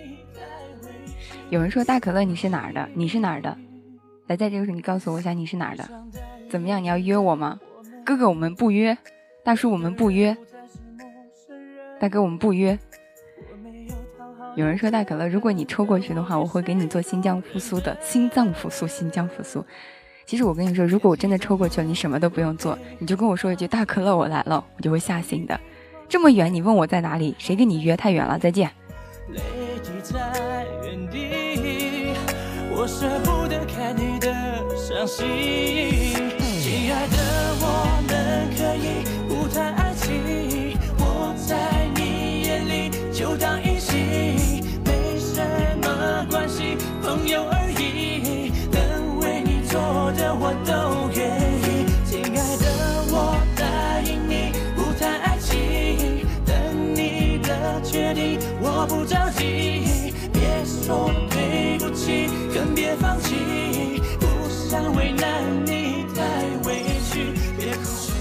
Speaker 1: 有人说大可乐你是哪儿的？你是哪儿的？来，在这个时候你告诉我一下你是哪儿的？怎么样？你要约我吗？哥哥我们不约，大叔我们不约，大哥我们不约。有人说大可乐，如果你抽过去的话，我会给你做心脏复苏的，心脏复苏。 其实我跟你说，如果我真的抽过去了，你什么都不用做，你就跟我说一句大可乐我来了，我就会吓醒的。这么远你问我在哪里，谁跟你约？太远了，再见。
Speaker 3: 累积在原地，我舍不得看你的伤心。亲爱的，我们可以不谈爱情，我在你眼里就当一起，没什么关系，朋友而已，能为你做的我都愿意。亲爱的，我答应你不谈爱情，等你的决定，我不着急，别说对不起，更别放弃，不想为难你太委屈，别哭泣。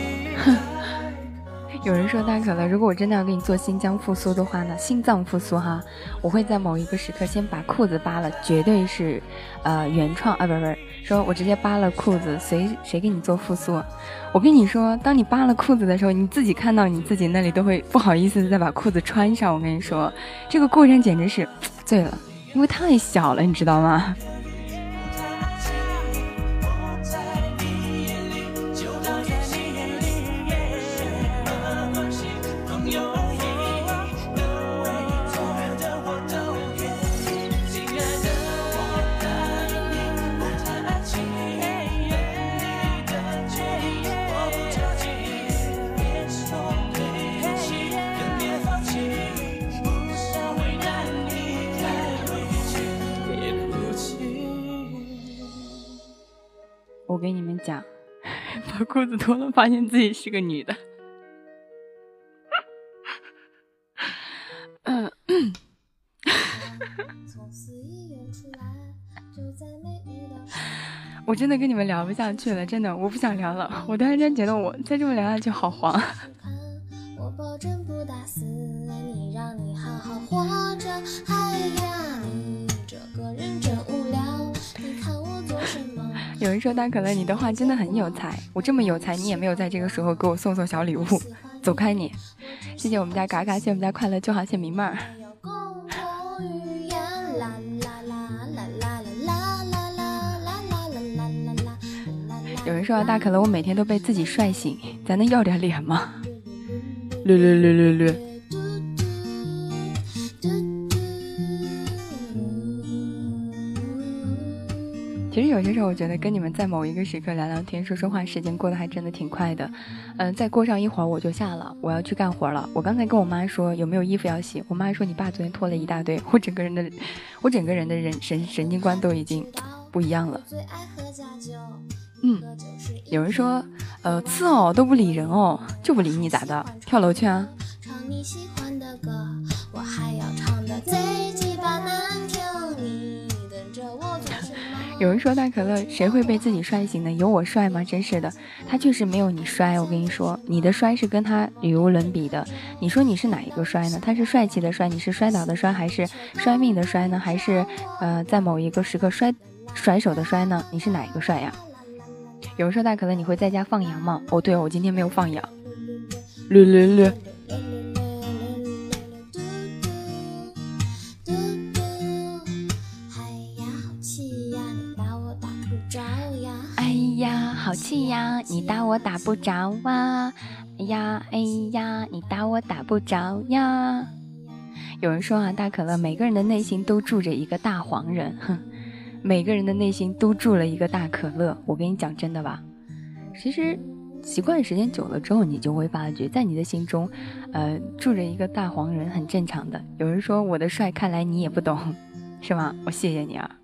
Speaker 1: 有人说大可乐，如果我真的要给你做心脏复苏的话呢，心脏复苏哈，我会在某一个时刻先把裤子扒了，绝对是原创啊，不是，说我直接扒了裤子，谁给你做复苏？我跟你说，当你扒了裤子的时候，你自己看到你自己那里都会不好意思再把裤子穿上。我跟你说，这个过程简直是醉了，因为太小了，你知道吗？我给你们讲，把裤子脱了，发现自己是个女的。我真的跟你们聊不下去了，真的，我不想聊了。我突然间觉得我再这么聊下去好黄。
Speaker 2: 我保证不打死你，让你好好活着。哎呀，你这个人真无聊，你看我做什么？
Speaker 1: 有人说大可乐，你的话真的很有才，我这么有才，你也没有在这个时候给我送小礼物，走开你！谢谢我们家嘎嘎，谢谢我们家快乐就好，谢谢明妹儿。有人说大可乐，我每天都被自己帅醒，咱能要点脸吗？略。其实有些时候我觉得跟你们在某一个时刻聊聊天说说话，时间过得还真的挺快的。再过上一会儿我就下了，我要去干活了。我刚才跟我妈说有没有衣服要洗，我妈说你爸昨天拖了一大堆，我整个人的神经观都已经不一样了。有人说刺哦都不理人哦，就不理你咋的？跳楼去啊！
Speaker 2: 唱你喜欢的歌，我还要唱的最鸡巴难听，你等着我做什么？
Speaker 1: 有人说大可乐，谁会被自己摔醒呢？有我帅吗？真是的，他确实没有你摔。我跟你说，你的摔是跟他语无伦比的。你说你是哪一个摔呢？他是帅气的摔，你是摔倒的摔，还是摔命的摔呢？还是在某一个时刻甩手的摔呢？你是哪一个摔呀？有人说大可乐，你会在家放羊吗？哦，对，我今天没有放羊。略。哎呀，好气呀！你打我打不着啊！哎呀，你打我打不着呀！有人说啊，大可乐，每个人的内心都住着一个大黄人，哼。每个人的内心都住了一个大可乐，我跟你讲真的吧，其实习惯时间久了之后，你就会发觉在你的心中住着一个大黄人很正常的。有人说我的帅看来你也不懂是吗？我谢谢你啊。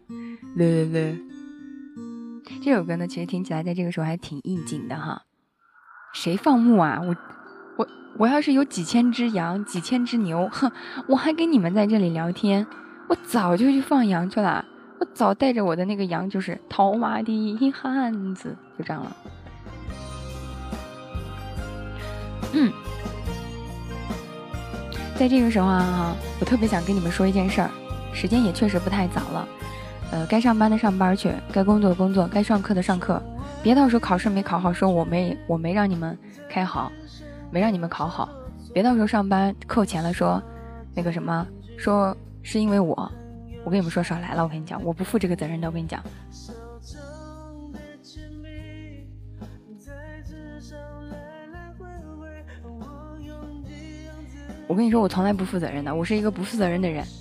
Speaker 1: 这首歌呢其实听起来在这个时候还挺应景的哈。谁放牧啊？我要是有几千只羊几千只牛，哼，我还跟你们在这里聊天，我早就去放羊去了，我早带着我的那个羊就是套马的汉子，就这样了。在这个时候啊，我特别想跟你们说一件事儿，时间也确实不太早了，该上班的上班去，该工作的工作，该上课的上课，别到时候考试没考好，说我没让你们开好，没让你们考好，别到时候上班扣钱了，说那个什么，说是因为我跟你们说少来了，我跟你讲，我不负这个责任的，我跟你讲。 我跟你说，我从来不负责任的，我是一个不负责任的人。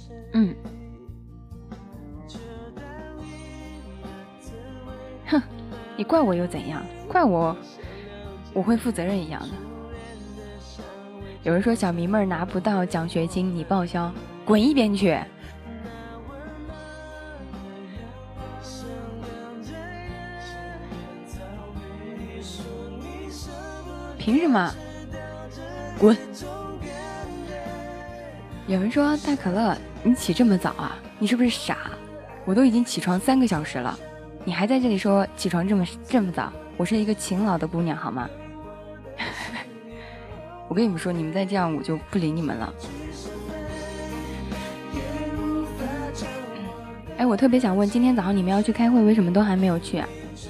Speaker 1: 哼，你怪我又怎样？怪我会负责任一样的。有人说小迷妹拿不到奖学金，你报销，滚一边去！凭什么？滚！有人说大可乐，你起这么早啊？你是不是傻？我都已经起床3个小时了，你还在这里说起床这么早？我是一个勤劳的姑娘，好吗？我跟你们说，你们再这样，我就不理你们了。哎，我特别想问，今天早上你们要去开会，为什么都还没有去啊？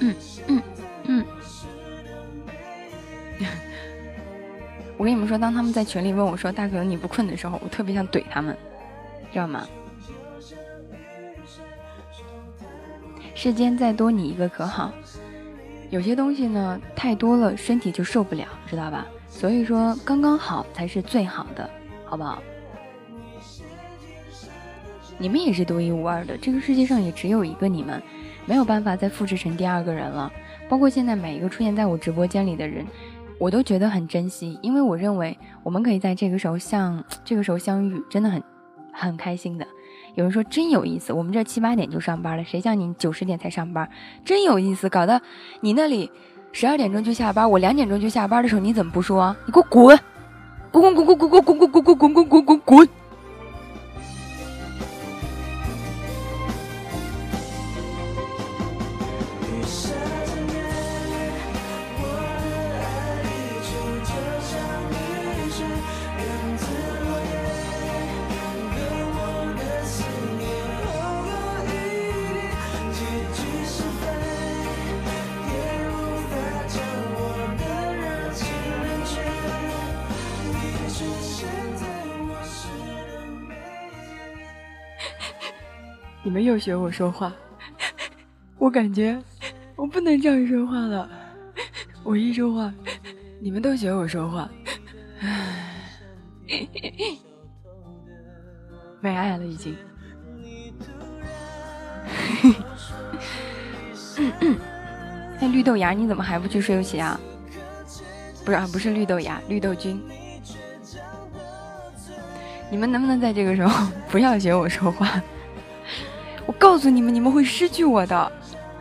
Speaker 1: 我跟你们说，当他们在群里问我说大可你不困的时候，我特别想怼他们，知道吗？世间再多你一个可好，有些东西呢太多了身体就受不了，知道吧？所以说刚刚好才是最好的，好不好？你们也是独一无二的，这个世界上也只有一个你们，没有办法再复制成第二个人了。包括现在每一个出现在我直播间里的人，我都觉得很珍惜，因为我认为我们可以在这个时候相遇，真的很开心的。有人说真有意思，我们这7、8点就上班了，谁叫你9、10点才上班？真有意思，搞得你那里12点钟就下班，我2点钟就下班的时候，你怎么不说？你给我滚！滚！你们又学我说话，我感觉我不能这样说话了。我一说话，你们都学我说话，没爱了已经。哎，绿豆芽，你怎么还不去睡觉啊？不是绿豆芽，绿豆菌。你们能不能在这个时候不要学我说话？我告诉你们，你们会失去我的。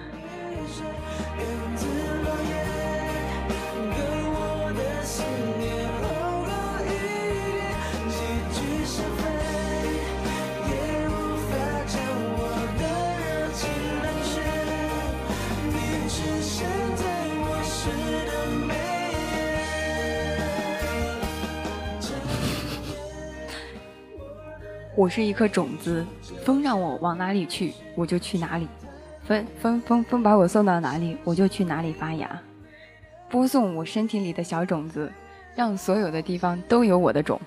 Speaker 1: 我是一颗种子，风让我往哪里去，我就去哪里。风把我送到哪里，我就去哪里发芽。播送我身体里的小种子，让所有的地方都有我的种。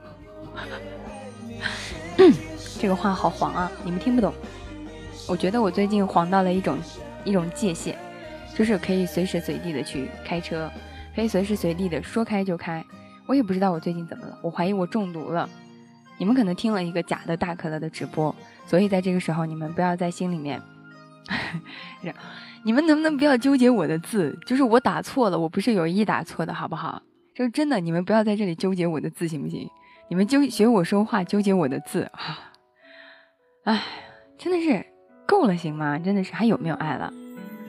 Speaker 1: 这个话好黄啊，你们听不懂。我觉得我最近黄到了一种界限，就是可以随时随地的去开车，可以随时随地的说开就开。我也不知道我最近怎么了，我怀疑我中毒了。你们可能听了一个假的大可乐的直播，所以在这个时候你们不要在心里面你们能不能不要纠结我的字，就是我打错了，我不是有意打错的，好不好？就是真的，你们不要在这里纠结我的字，行不行？你们学我说话，纠结我的字啊！哎，真的是够了，行吗？真的是还有没有爱了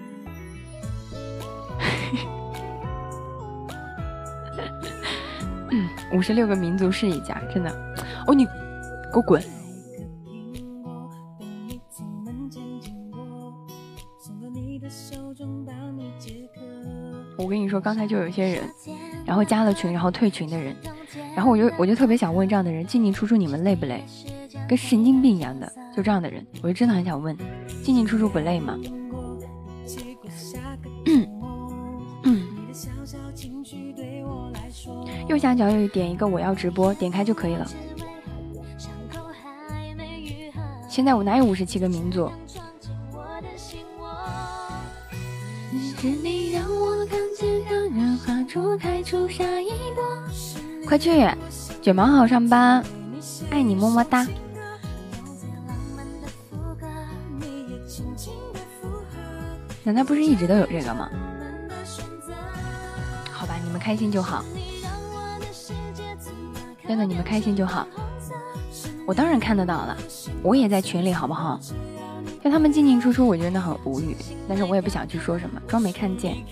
Speaker 1: ？56个民族是一家，真的。哦，你给我滚！我跟你说，刚才就有一些人，然后加了群，然后退群的人，然后我就特别想问这样的人，进进出出你们累不累？跟神经病一样的，就这样的人，我就真的很想问，进进出出不累吗？右下角有点一个我要直播，点开就可以了。现在我哪有57个民族？是你让我看见让人画出开出下一朵，快去！ 卷毛好上班，爱你么么哒。难道不是一直都有这个吗？好吧，你们开心就好，真的，你们开心就好。我当然看得到了，我也在群里，好不好？就他们进进出出，我真的很无语，但是我也不想去说什么，装没看见。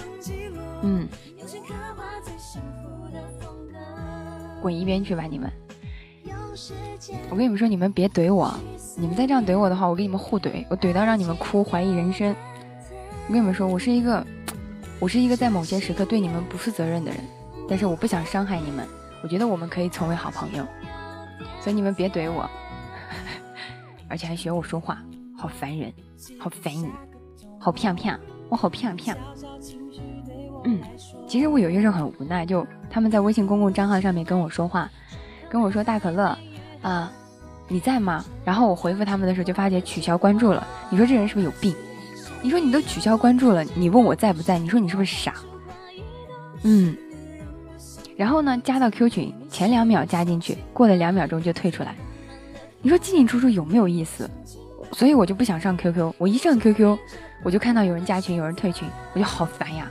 Speaker 1: 滚一边去吧，你们！我跟你们说，你们别怼我，你们再这样怼我的话，我跟你们互怼，我怼到让你们哭，怀疑人生。我跟你们说，我是一个在某些时刻对你们不负责任的人，但是我不想伤害你们，我觉得我们可以成为好朋友，所以你们别怼我，而且还学我说话，好烦人，好烦你，好骗骗，我好骗骗。其实我有些时候很无奈，就他们在微信公共账号上面跟我说话，跟我说大可乐啊，你在吗？然后我回复他们的时候就发觉取消关注了。你说这人是不是有病？你说你都取消关注了，你问我在不在？你说你是不是傻？然后呢，加到 Q 群，前2秒加进去，过了2秒钟就退出来。你说进进出出有没有意思？所以我就不想上 QQ。我一上 QQ， 我就看到有人加群，有人退群，我就好烦呀。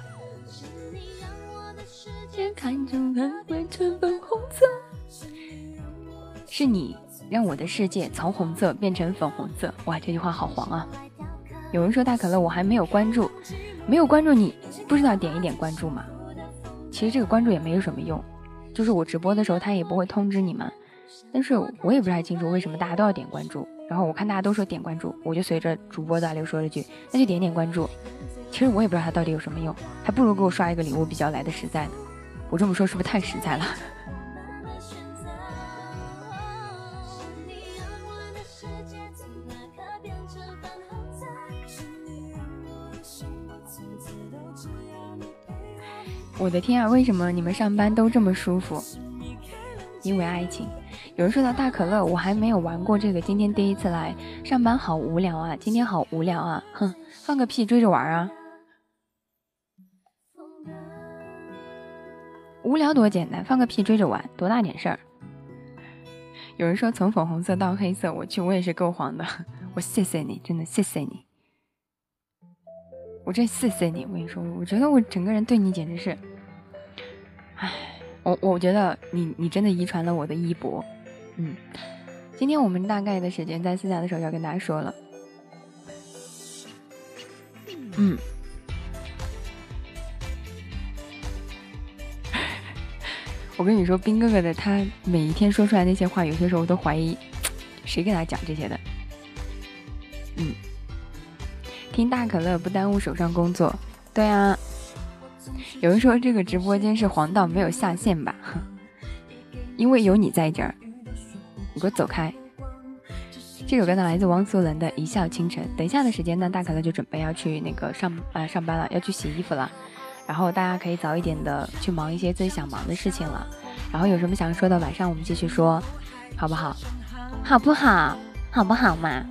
Speaker 1: 是你让我的世界从红色变成粉红色。哇，这句话好黄啊。有人说大可乐我还没有关注，没有关注你不知道点一点关注吗？其实这个关注也没有什么用，就是我直播的时候他也不会通知你们，但是我也不太清楚为什么大家都要点关注。然后我看大家都说点关注，我就随着主播大刘说了句那就点点关注。其实我也不知道它到底有什么用，还不如给我刷一个礼物比较来的实在呢。我这么说是不是太实在了？我的天啊，为什么你们上班都这么舒服？因为爱情。有人说到大可乐，我还没有玩过这个，今天第一次来上班，好无聊啊！今天好无聊啊！哼，放个屁，追着玩啊！无聊多简单，放个屁追着玩，多大点事儿。有人说从粉红色到黑色，我去，我也是够黄的。我谢谢你，真的谢谢你，我真谢谢你。我跟你说，我觉得我整个人对你简直是，唉，我觉得你真的遗传了我的衣钵。今天我们大概的时间在私下的时候要跟大家说了。我跟你说，兵哥哥的他每一天说出来那些话，有些时候我都怀疑谁跟他讲这些的。听大可乐不耽误手上工作。对啊，有人说这个直播间是黄道没有下线吧？因为有你在这儿。你给我走开。这首歌呢来自汪苏泷的一笑倾城。等一下的时间呢，大可乐就准备要去那个上班了，要去洗衣服了。然后大家可以早一点的去忙一些自己想忙的事情了。然后有什么想说的，晚上我们继续说，好不好？好不好？好不好嘛？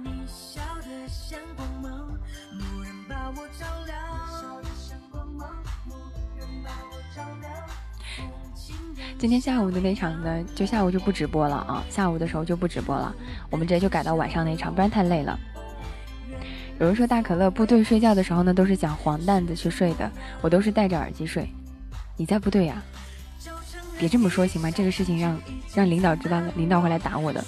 Speaker 1: 今天下午的那场呢，就下午就不直播了啊，下午的时候就不直播了，我们直接就改到晚上那场，不然太累了。有人说大可乐部队睡觉的时候呢，都是讲黄蛋子去睡的，我都是戴着耳机睡。你在部队呀？别这么说行吗？这个事情让领导知道了，领导会来打我的。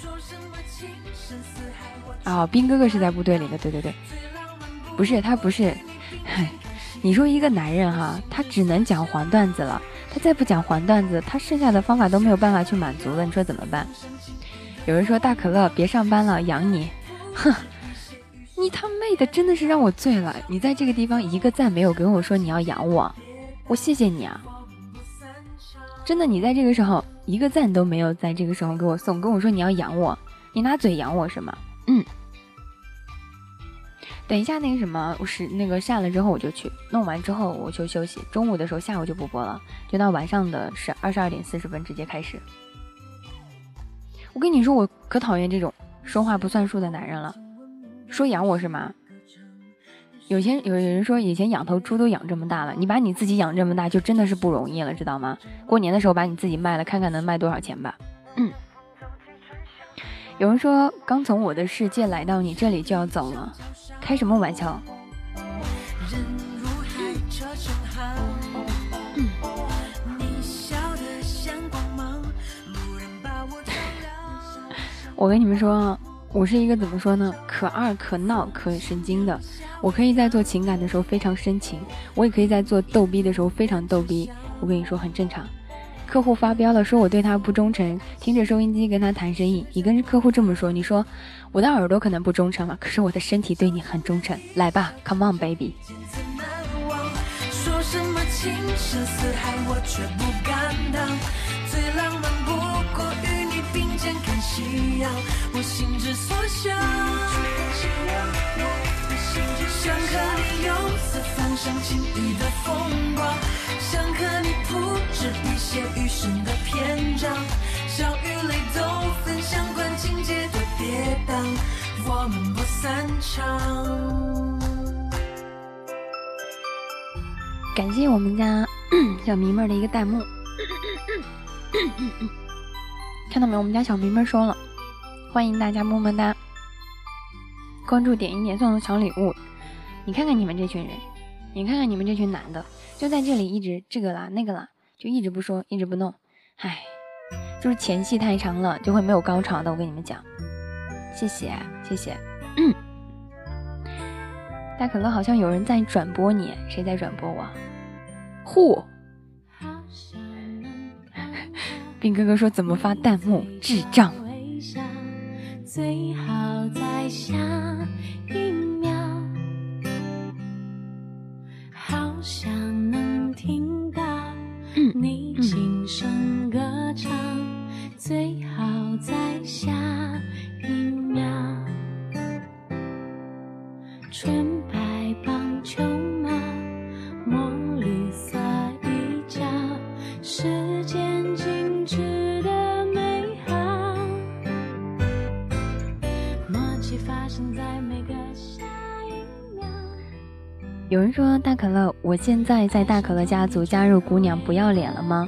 Speaker 1: 哦，兵哥哥是在部队里的，对对对，不是他不是，你说一个男人哈，他只能讲黄段子了。他再不讲黄段子，他剩下的方法都没有办法去满足了，你说怎么办？有人说大可乐别上班了，养你。哼，你他妹的真的是让我醉了！你在这个地方一个赞没有给我说你要养我，我谢谢你啊！真的，你在这个时候一个赞都没有在这个时候给我送，跟我说你要养我，你拿嘴养我是吗？等一下那个什么，我是那个下了之后我就去弄完之后我就休息，中午的时候下午就不播了，就到晚上的22点40分直接开始。我跟你说，我可讨厌这种说话不算数的男人了。说养我是吗？有人说以前养头猪都养这么大了，你把你自己养这么大就真的是不容易了，知道吗？过年的时候把你自己卖了，看看能卖多少钱吧。 有人说刚从我的世界来到你这里就要走了，开什么玩笑？我跟你们说，我是一个怎么说呢，可二可闹可神经的。我可以在做情感的时候非常深情，我也可以在做逗逼的时候非常逗逼。我跟你说很正常。客户发飙了，说我对他不忠诚，听着收音机跟他谈生意。你跟客户这么说，你说我的耳朵可能不忠诚了，可是我的身体对你很忠诚。来吧 ，Come on baby。
Speaker 3: 说什么情深似海，我却不敢当。最浪漫不过与你并肩看夕阳，我心之所向。想和你游四方上轻易的风光，想和你谱制一些余生的篇章，笑与泪都分享，管情节多跌宕，我们不散场。
Speaker 1: 感谢我们家小迷妹的一个弹幕，看到没有？我们家小迷妹说了，欢迎大家么么哒，关注点一点送小礼物。你看看你们这群人，你看看你们这群男的，就在这里一直这个啦那个啦，就一直不说，一直不弄，唉，就是前戏太长了，就会没有高潮的。我跟你们讲，谢谢谢谢。大可乐好像有人在转播你，谁在转播我？嚯！兵哥哥说怎么发弹幕？智障。最好在下一秒，好想能听到你轻声歌唱，最好在下一秒。纯白棒球帽，墨绿色衣角，时间静止的美好，默契发生在每个下一秒。有人说大可乐，我现在在大可乐家族加入姑娘不要脸了吗？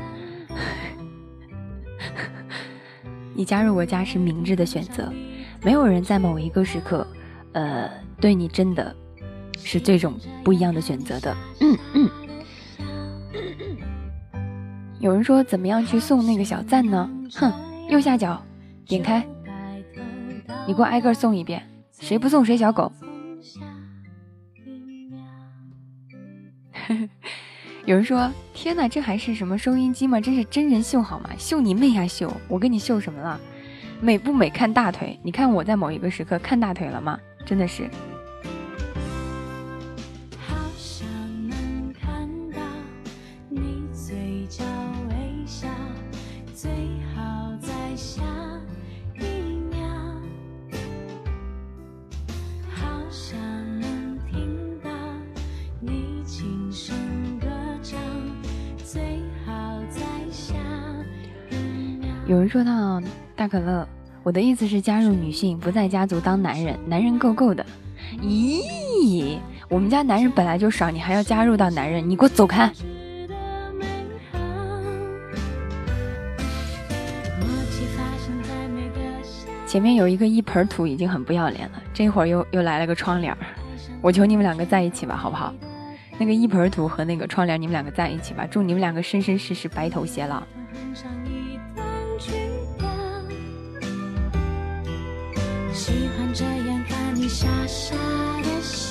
Speaker 1: 你加入我家是明智的选择，没有人在某一个时刻对你真的是这种不一样的选择的。有人说怎么样去送那个小赞呢？哼，右下角点开，你给我挨个送一遍，谁不送谁小狗。有人说天哪，这还是什么收音机吗？这是真人秀好吗？秀你妹呀秀，我跟你秀什么了？美不美看大腿，你看我在某一个时刻看大腿了吗？真的是。好想能看到你嘴角微笑，最好在下一秒。好想能听到你轻声歌唱，最好在下一秒。有人说到大可乐，我的意思是加入女性，不在家族当男人，男人够够的。咦，我们家男人本来就少，你还要加入到男人，你给我走开。前面有一个一盆土已经很不要脸了，这会儿又来了个窗帘，我求你们两个在一起吧，好不好？那个一盆土和那个窗帘，你们两个在一起吧，祝你们两个生生世世白头偕老。喜欢这样看你傻傻的笑，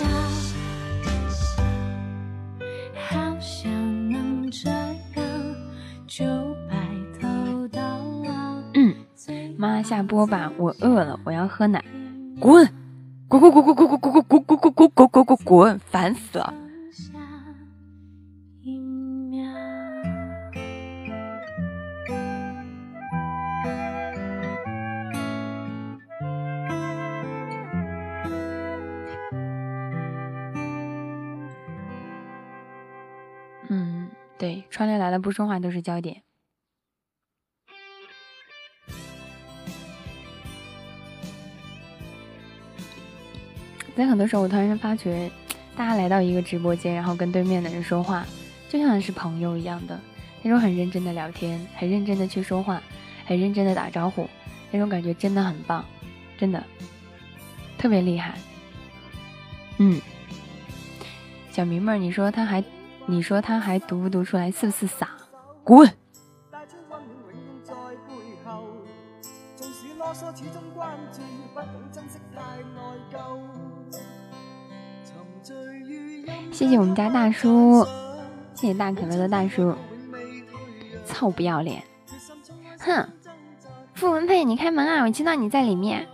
Speaker 1: 好想能这样就白头到老。妈下播吧，我饿了，我要喝奶。滚！滚滚滚滚滚滚滚滚滚滚滚滚滚滚滚！烦死了。对，窗帘来了不说话都是焦点。在很多时候我突然发觉，大家来到一个直播间，然后跟对面的人说话，就像是朋友一样的，那种很认真的聊天，很认真的去说话，很认真的打招呼，那种感觉真的很棒。 真的特别厉害。小明妹儿，你说他还读不读出来，是不是傻？滚！谢谢我们家大叔，谢谢大可乐的大叔。臭不要脸！哼，傅文佩，你开门啊！我知道你在里面。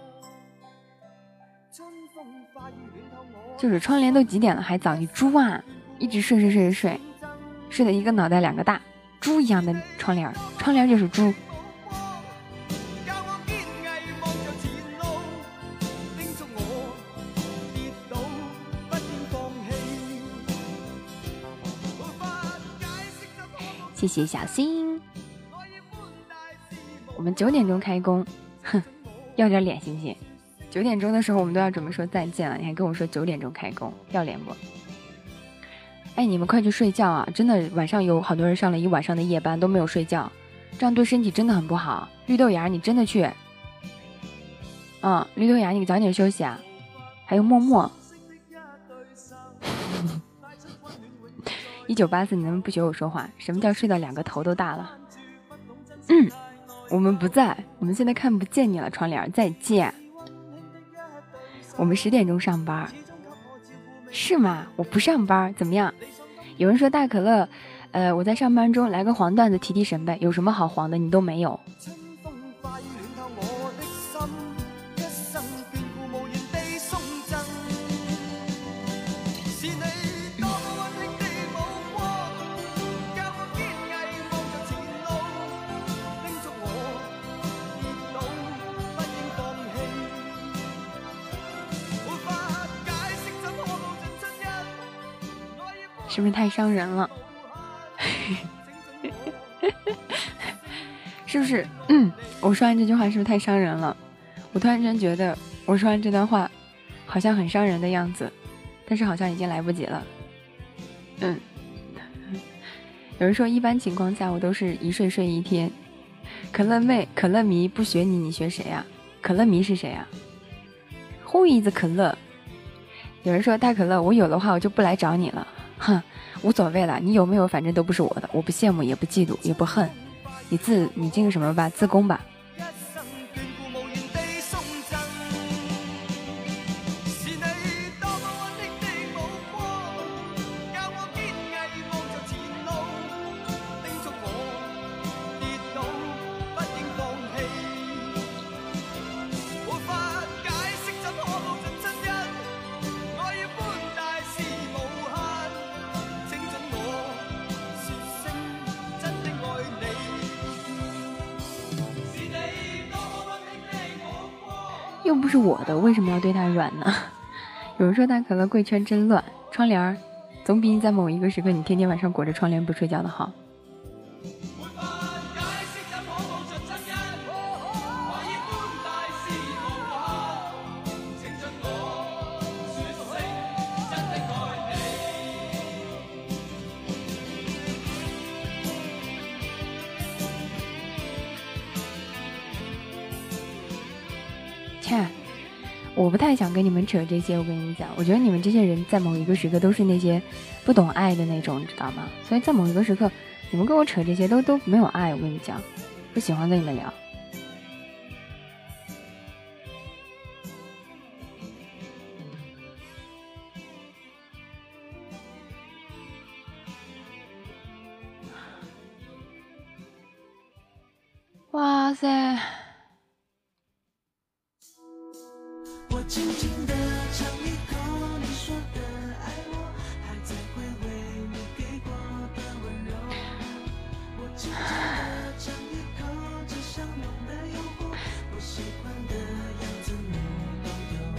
Speaker 1: 就是窗帘都几点了还早，你猪啊！一直睡的一个脑袋两个大，猪一样的窗帘，窗帘就是猪。谢谢小新。我们9点钟开工，哼，要点脸行不行？9点钟的时候我们都要准备说再见了，你还跟我说9点钟开工，要脸不？哎，你们快去睡觉啊！真的，晚上有好多人上了一晚上的夜班都没有睡觉，这样对身体真的很不好。绿豆芽，你真的去？绿豆芽，你早点休息啊！还有默默，1984，你能不能不学我说话？什么叫睡到2个头都大了？我们不在，我们现在看不见你了，窗帘，再见。我们10点钟上班，是吗？我不上班，怎么样？有人说大可乐，我在上班中来个黄段子提提神呗，有什么好黄的？你都没有。是不是太伤人了？是不是？我说完这句话是不是太伤人了？我突然间觉得我说完这段话好像很伤人的样子，但是好像已经来不及了。有人说一般情况下我都是一睡睡一天。可乐妹、可乐迷不学你，你学谁啊？可乐迷是谁啊？ Who is 可乐？有人说大可乐，我有的话我就不来找你了。哼，无所谓了，你有没有反正都不是我的，我不羡慕也不嫉妒也不恨，你这个什么吧，自宫吧。又不是我的，为什么要对他软呢？有人说大可乐贵圈真乱，窗帘总比你在某一个时刻你天天晚上裹着窗帘不睡觉的好。切，我不太想跟你们扯这些，我跟你们讲，我觉得你们这些人在某一个时刻都是那些不懂爱的那种，你知道吗？所以在某一个时刻你们跟我扯这些都没有爱，我跟你讲，不喜欢跟你们聊。哇塞，
Speaker 3: 我轻轻地尝一口你说的爱我，还在回味你给过的温柔。我轻轻地尝一口这香浓的诱惑，我喜欢的样子你都有。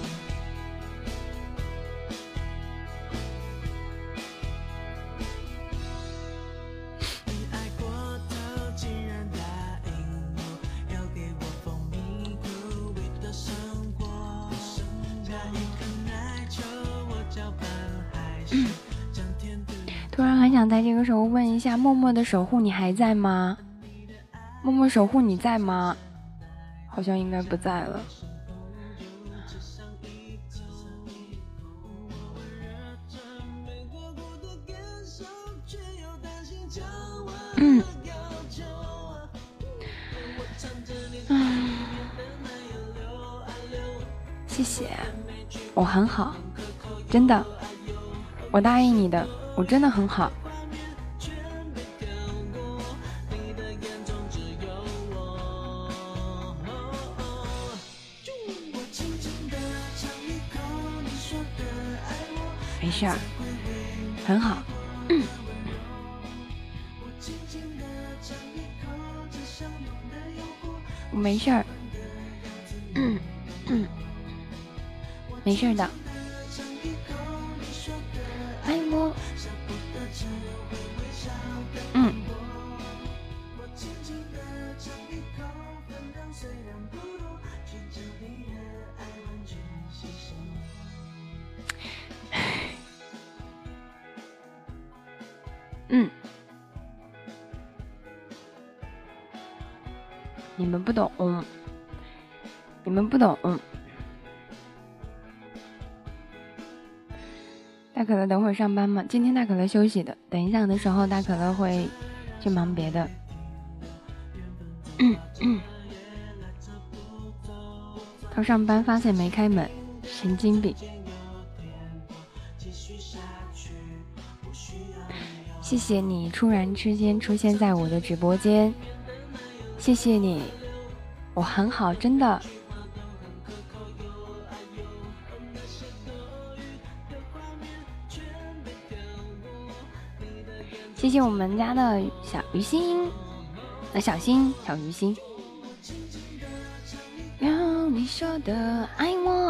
Speaker 3: 你爱过头竟然答应我，要给我蜂蜜苦味的生活。
Speaker 1: 突然很想在这个时候问一下，默默的守护你还在吗？默默守护你在吗？好像应该不在了。 谢谢，我很好，真的，我答应你的，我真的很好。没事儿，很好。我没事儿。没事的。爱我。你们不懂，你们不懂。大可乐等会儿上班吗？今天大可乐休息的，等一下的时候大可乐会去忙别的。他上班发现没开门，神经病。谢谢你突然之间出现在我的直播间，谢谢你，我很好，真的。谢谢我们家的小鱼星，小星，小鱼星。要你说的爱我，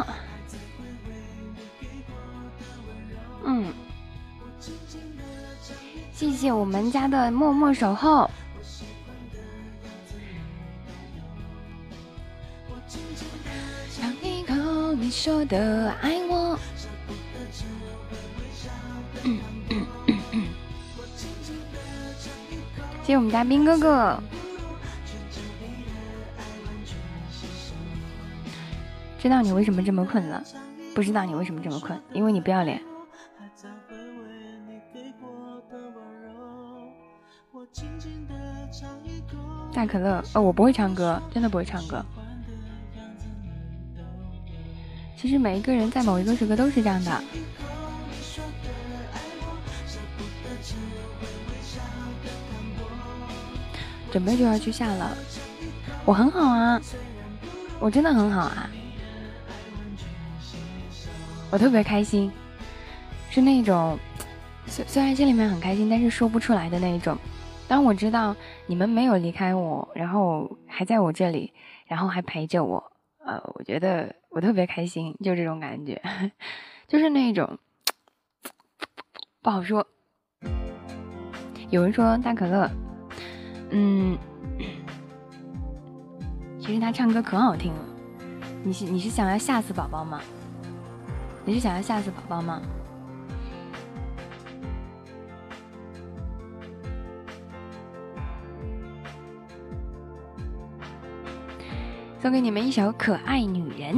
Speaker 1: 谢谢我们家的默默守候。尝一口你说的爱我。谢谢我们家兵哥哥。知道你为什么这么困了？不知道你为什么这么困，因为你不要脸。大可乐，我不会唱歌，真的不会唱歌。其实每一个人在某一个时刻都是这样的。准备就要去下了，我很好啊，我真的很好啊，我特别开心，是那种虽然心里面很开心，但是说不出来的那种。当我知道你们没有离开我，然后还在我这里，然后还陪着我，我觉得我特别开心，就这种感觉，就是那种不好说。有人说大可乐，其实他唱歌可好听了。你是想要吓死宝宝吗？你是想要吓死宝宝吗？送给你们一首《可爱女人》。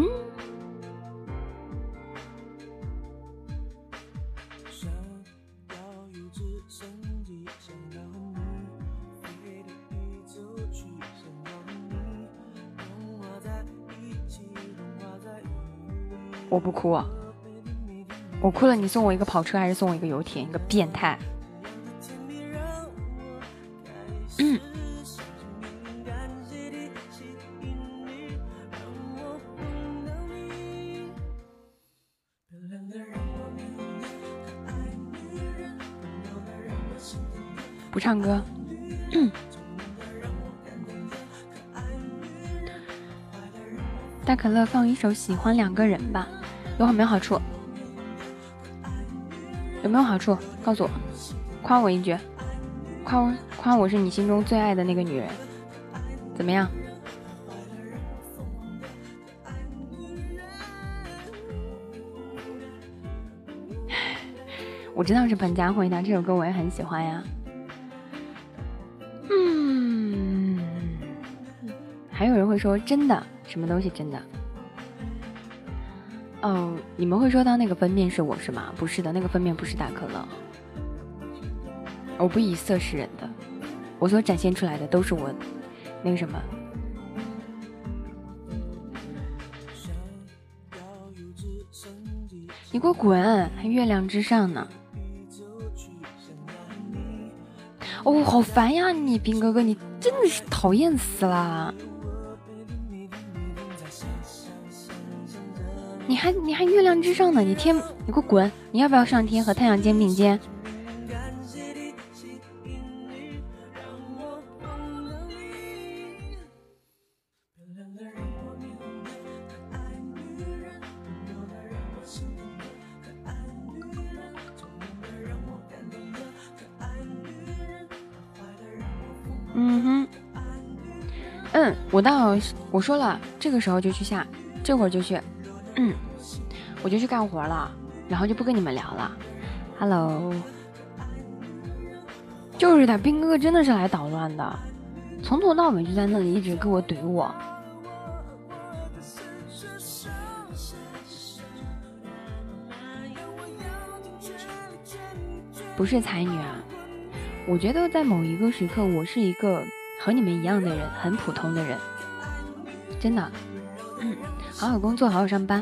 Speaker 1: 我不哭啊，我哭了你送我一个跑车还是送我一个油田？一个变态。不唱歌。大可乐放一首《喜欢两个人》吧，有没有好处？有没有好处？告诉我，夸我一句，夸我是你心中最爱的那个女人，怎么样？我知道是彭佳慧的这首歌，我也很喜欢呀。还有人会说真的，什么东西真的？哦，你们会说到那个封面是我是吗？不是的，那个封面不是大可乐，我不以色示人的。 我所展现出来的都是我那个什么。你给我滚，还月亮之上呢。哦，好烦呀你，兵哥哥，你真的是讨厌死了。你还月亮之上呢，你给我滚！你要不要上天和太阳肩并肩？我说了，这个时候就去下，这会儿就去，我就去干活了，然后就不跟你们聊了。Hello， 就是的，兵哥哥真的是来捣乱的，从头到尾就在那里一直跟我怼我。不是才女啊，我觉得在某一个时刻，我是一个和你们一样的人，很普通的人，真的。好好工作，好好上班。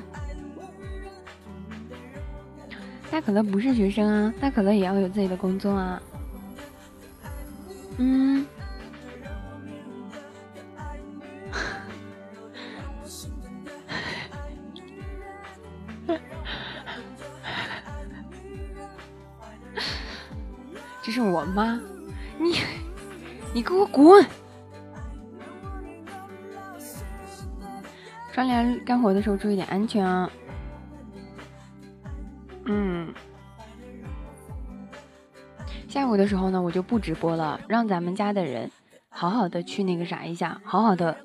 Speaker 1: 大可乐不是学生啊，大可乐也要有自己的工作啊。这是我妈，你给我滚！窗帘干活的时候注意点安全啊。下午的时候呢，我就不直播了，让咱们家的人好好的去那个啥一下，好好的，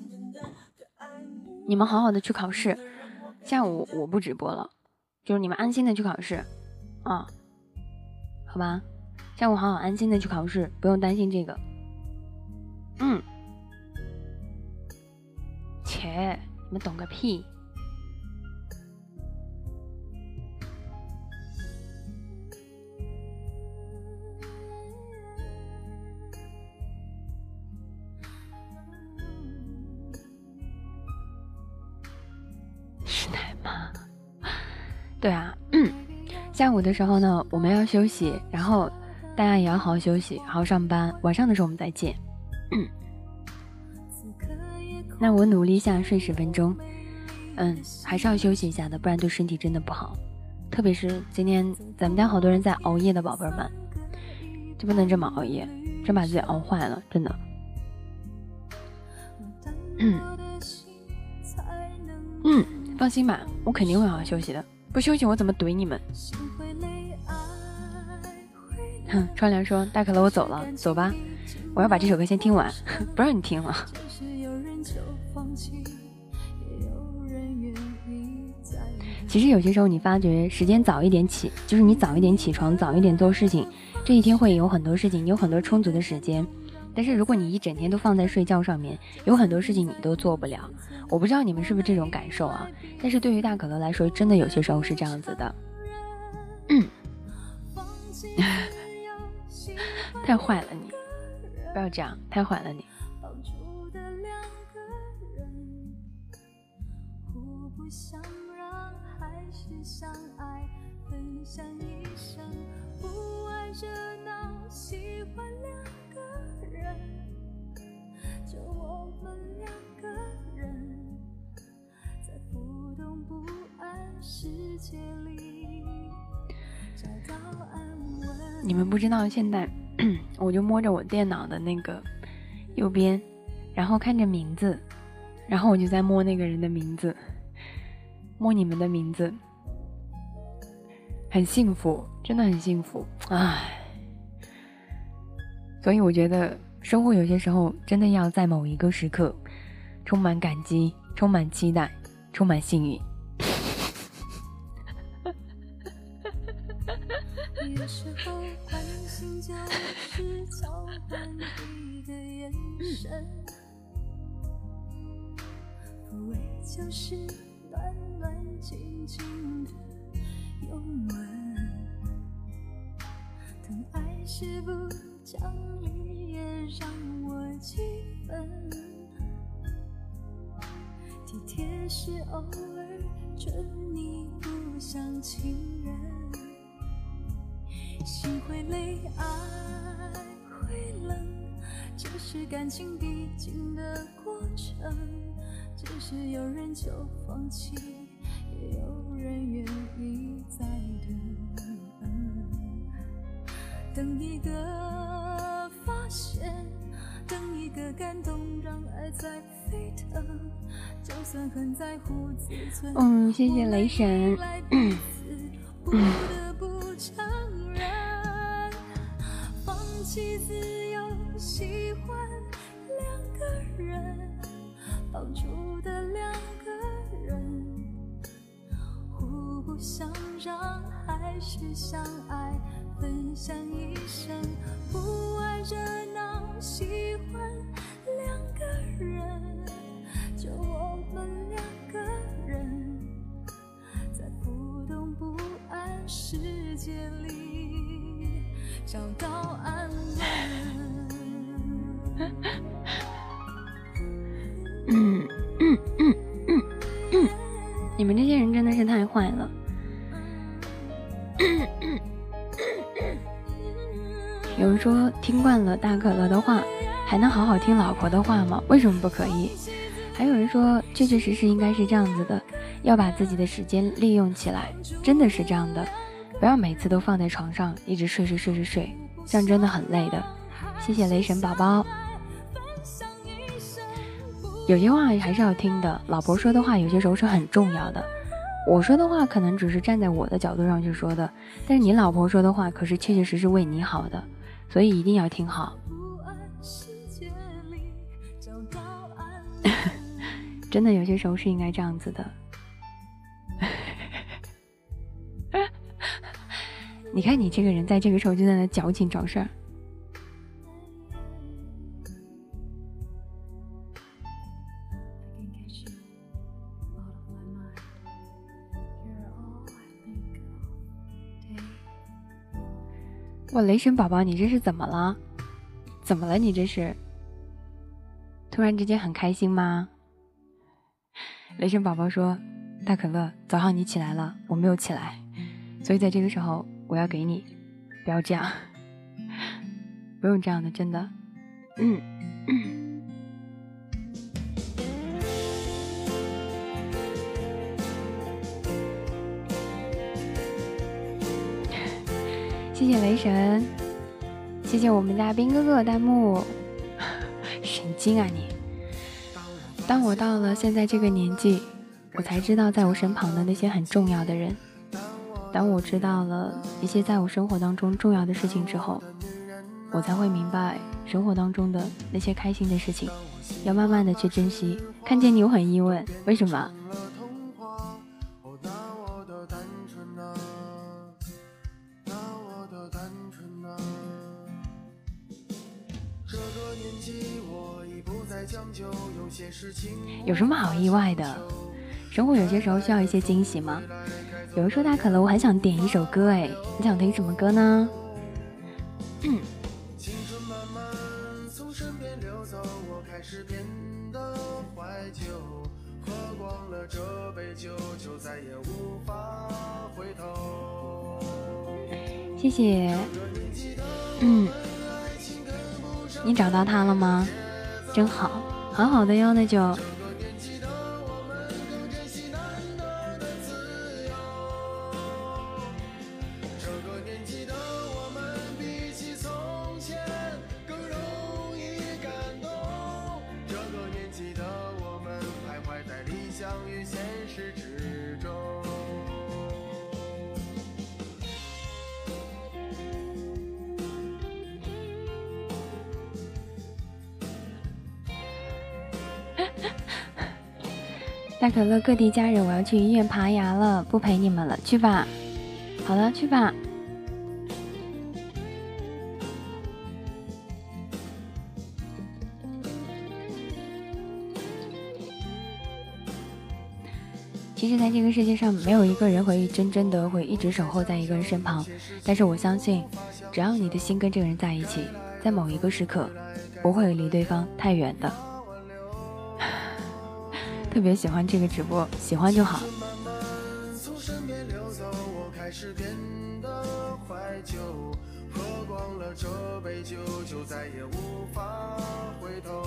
Speaker 1: 你们好好的去考试。下午我不直播了，就是你们安心的去考试啊，好吧？下午好好安心的去考试，不用担心这个。切，你们懂个屁！是奶妈。对啊，下午的时候呢，我们要休息，然后大家也要好好休息，好好上班。晚上的时候我们再见。那我努力一下，睡10分钟。还是要休息一下的，不然对身体真的不好。特别是今天咱们家好多人在熬夜的宝贝们，就不能这么熬夜，真把自己熬坏了，真的。放心吧，我肯定会好好休息的。不休息我怎么怼你们？窗帘说：“大可乐，我走了，走吧，我要把这首歌先听完，不让你听了。”其实有些时候你发觉时间早一点起，就是你早一点起床，早一点做事情，这一天会有很多事情，你有很多充足的时间。但是如果你一整天都放在睡觉上面，有很多事情你都做不了。我不知道你们是不是这种感受啊？但是对于大可乐来说，真的有些时候是这样子的。太坏了你，不要这样，太坏了你。你们不知道，现在我就摸着我电脑的那个右边，然后看着名字，然后我就在摸那个人的名字，摸你们的名字，很幸福，真的很幸福。所以我觉得生活有些时候真的要在某一个时刻充满感激，充满期待，充满幸运。有时候关心就是交换一个眼神，抚慰就是暖暖静静的拥吻，疼爱是不讲理也
Speaker 2: 让我几分，体贴是偶尔准你不像情人，心会累，爱会冷，这是感情必经的过程，只是有人就放弃，也有人愿意再等，等一个发现，等一个感动，让爱在沸腾，就算很在乎自尊，
Speaker 1: 谢谢雷神。
Speaker 2: 不得不承认，放弃自由，喜欢两个人，绑住的两个人，互不相让还是相爱，分享一生，不爱热闹，喜欢两个人，就我们两个人，在不动不安世界里找到安稳。
Speaker 1: 你们这些人真的是太坏了。有人说听惯了大可乐的话，还能好好听老婆的话吗？为什么不可以？还有人说确确实实应该是这样子的，要把自己的时间利用起来，真的是这样的，不要每次都放在床上一直睡，这样真的很累的。谢谢雷神宝宝。有些话还是要听的，老婆说的话有些时候是很重要的，我说的话可能只是站在我的角度上去说的，但是你老婆说的话可是确确实实为你好的，所以一定要听好。真的有些时候是应该这样子的。你看你这个人在这个时候就在那矫情找事儿。哇，雷神宝宝，你这是怎么了？怎么了？你这是突然之间很开心吗？雷神宝宝说：“大可乐，早上你起来了，我没有起来，所以在这个时候我要给你，不要这样，不用这样的，真的。”谢谢雷神，谢谢我们家兵哥哥弹幕，神经啊你！当我到了现在这个年纪，我才知道在我身旁的那些很重要的人。当我知道了一些在我生活当中重要的事情之后，我才会明白生活当中的那些开心的事情，要慢慢的去珍惜。看见你，我很疑问，为什么？有什么好意外的？生活有些时候需要一些惊喜吗？有人说大可乐，我很想点一首歌，哎，你想听什么歌呢？青春慢慢从身边流走，我开始变得怀旧，喝光了这杯酒，就再也无法回头。谢谢。你找到他了吗？真好，好好的哟，那就。大可乐，各地家人，我要去医院爬牙了，不陪你们了，去吧。好了，去吧。其实在这个世界上没有一个人会真正的会一直守候在一个人身旁，但是我相信只要你的心跟这个人在一起，在某一个时刻不会离对方太远的。特别喜欢这个直播，喜欢就好。
Speaker 5: 从身边流走，我开始变得怀旧，喝光了这杯酒，就再也无法回头。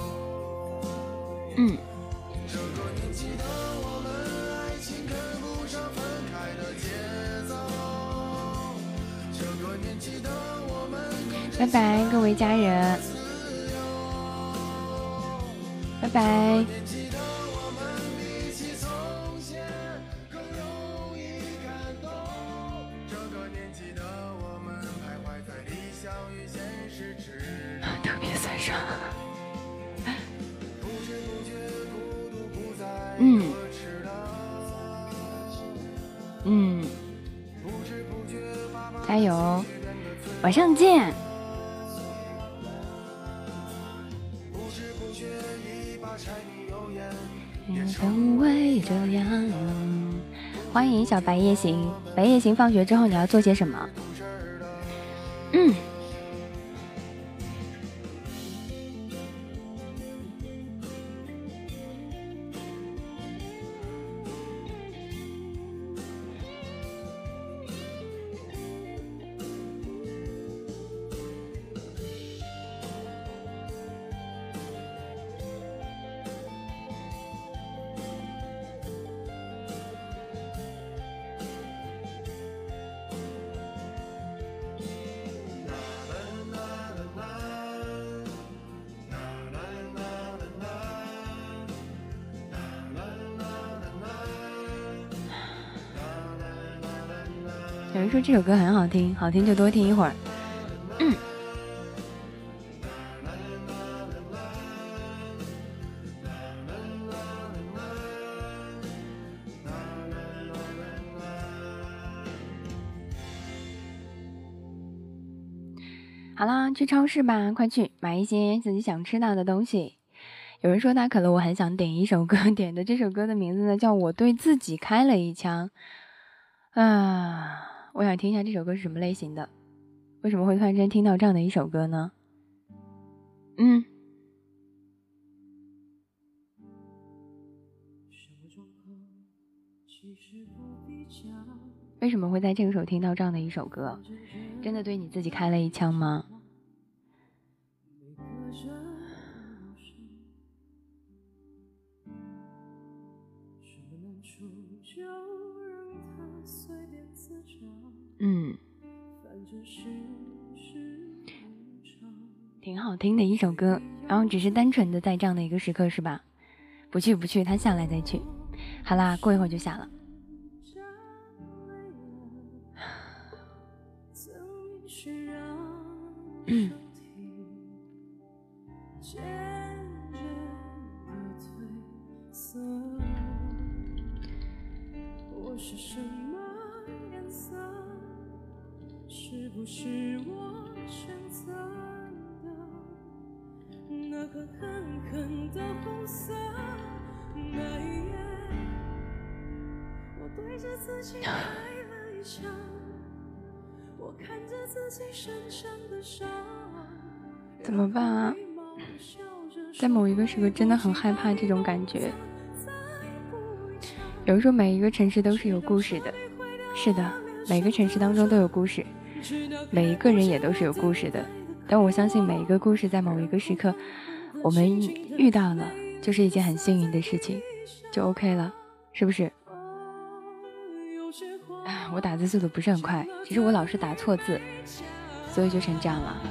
Speaker 5: 这个年纪的我们，爱情跟不上分开的节奏。这个年纪的我们，
Speaker 1: 拜拜各位家人，拜拜。特别酸爽。加油，晚上见。氛围这样。欢迎小白夜行，白夜行放学之后你要做些什么？有人说这首歌很好听，好听就多听一会儿。好啦，去超市吧，快去买一些自己想吃到的东西。有人说大可乐，我很想点一首歌，点的这首歌的名字呢叫《我对自己开了一枪》啊。我想听一下这首歌是什么类型的，为什么会突然间听到这样的一首歌呢？为什么会在这个时候听到这样的一首歌？真的对你自己开了一枪吗？挺好听的一首歌，然后只是单纯的在这样的一个时刻是吧？不去，他下来再去。好啦，过一会儿就下了。
Speaker 2: 我是什么颜色？是不是我选择的那个狠狠的红色？那一夜，我对着自己开了一枪，我看着自己身上的伤。
Speaker 1: 怎么办啊？在某一个时刻真的很害怕这种感觉。有人说每一个城市都是有故事的，是的，每个城市当中都有故事，每一个人也都是有故事的。但我相信每一个故事在某一个时刻我们遇到了，就是一件很幸运的事情，就 OK 了，是不是？我打字速度不是很快，其实我老是打错字，所以就成这样了。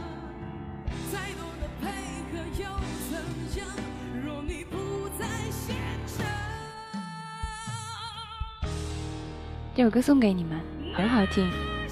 Speaker 1: 这首歌送给你们，很好听。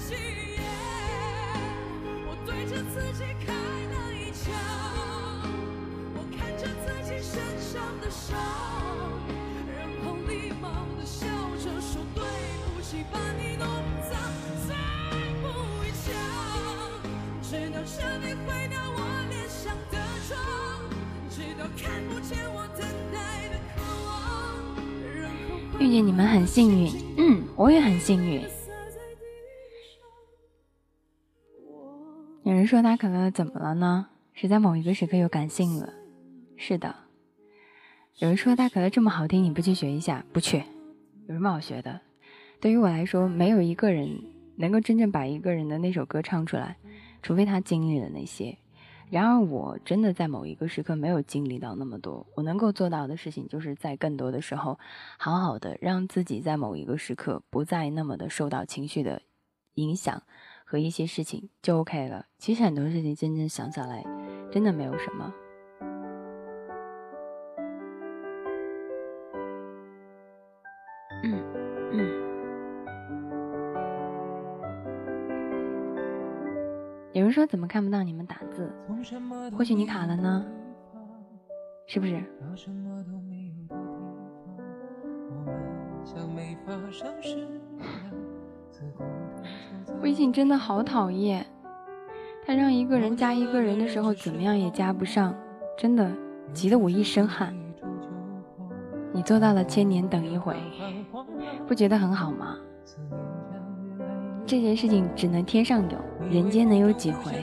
Speaker 1: 遇见你们很幸运，我也很幸运。有人说他可乐怎么了呢？ 是在某一个时刻有感性了。是的，有人说大可乐这么好听，你不去学一下？不去，有什么好学的？对于我来说，没有一个人能够真正把一个人的那首歌唱出来，除非他经历了那些。然而我真的在某一个时刻没有经历到那么多，我能够做到的事情就是在更多的时候好好的让自己在某一个时刻不再那么的受到情绪的影响和一些事情就 OK 了。其实很多事情真正想下来真的没有什么。有人说怎么看不到你们打字？或许你卡了呢，是不是？微信真的好讨厌，它让一个人加一个人的时候怎么样也加不上，真的急得我一身汗。你做到了千年等一回，不觉得很好吗？这件事情只能天上有，人间能有几回？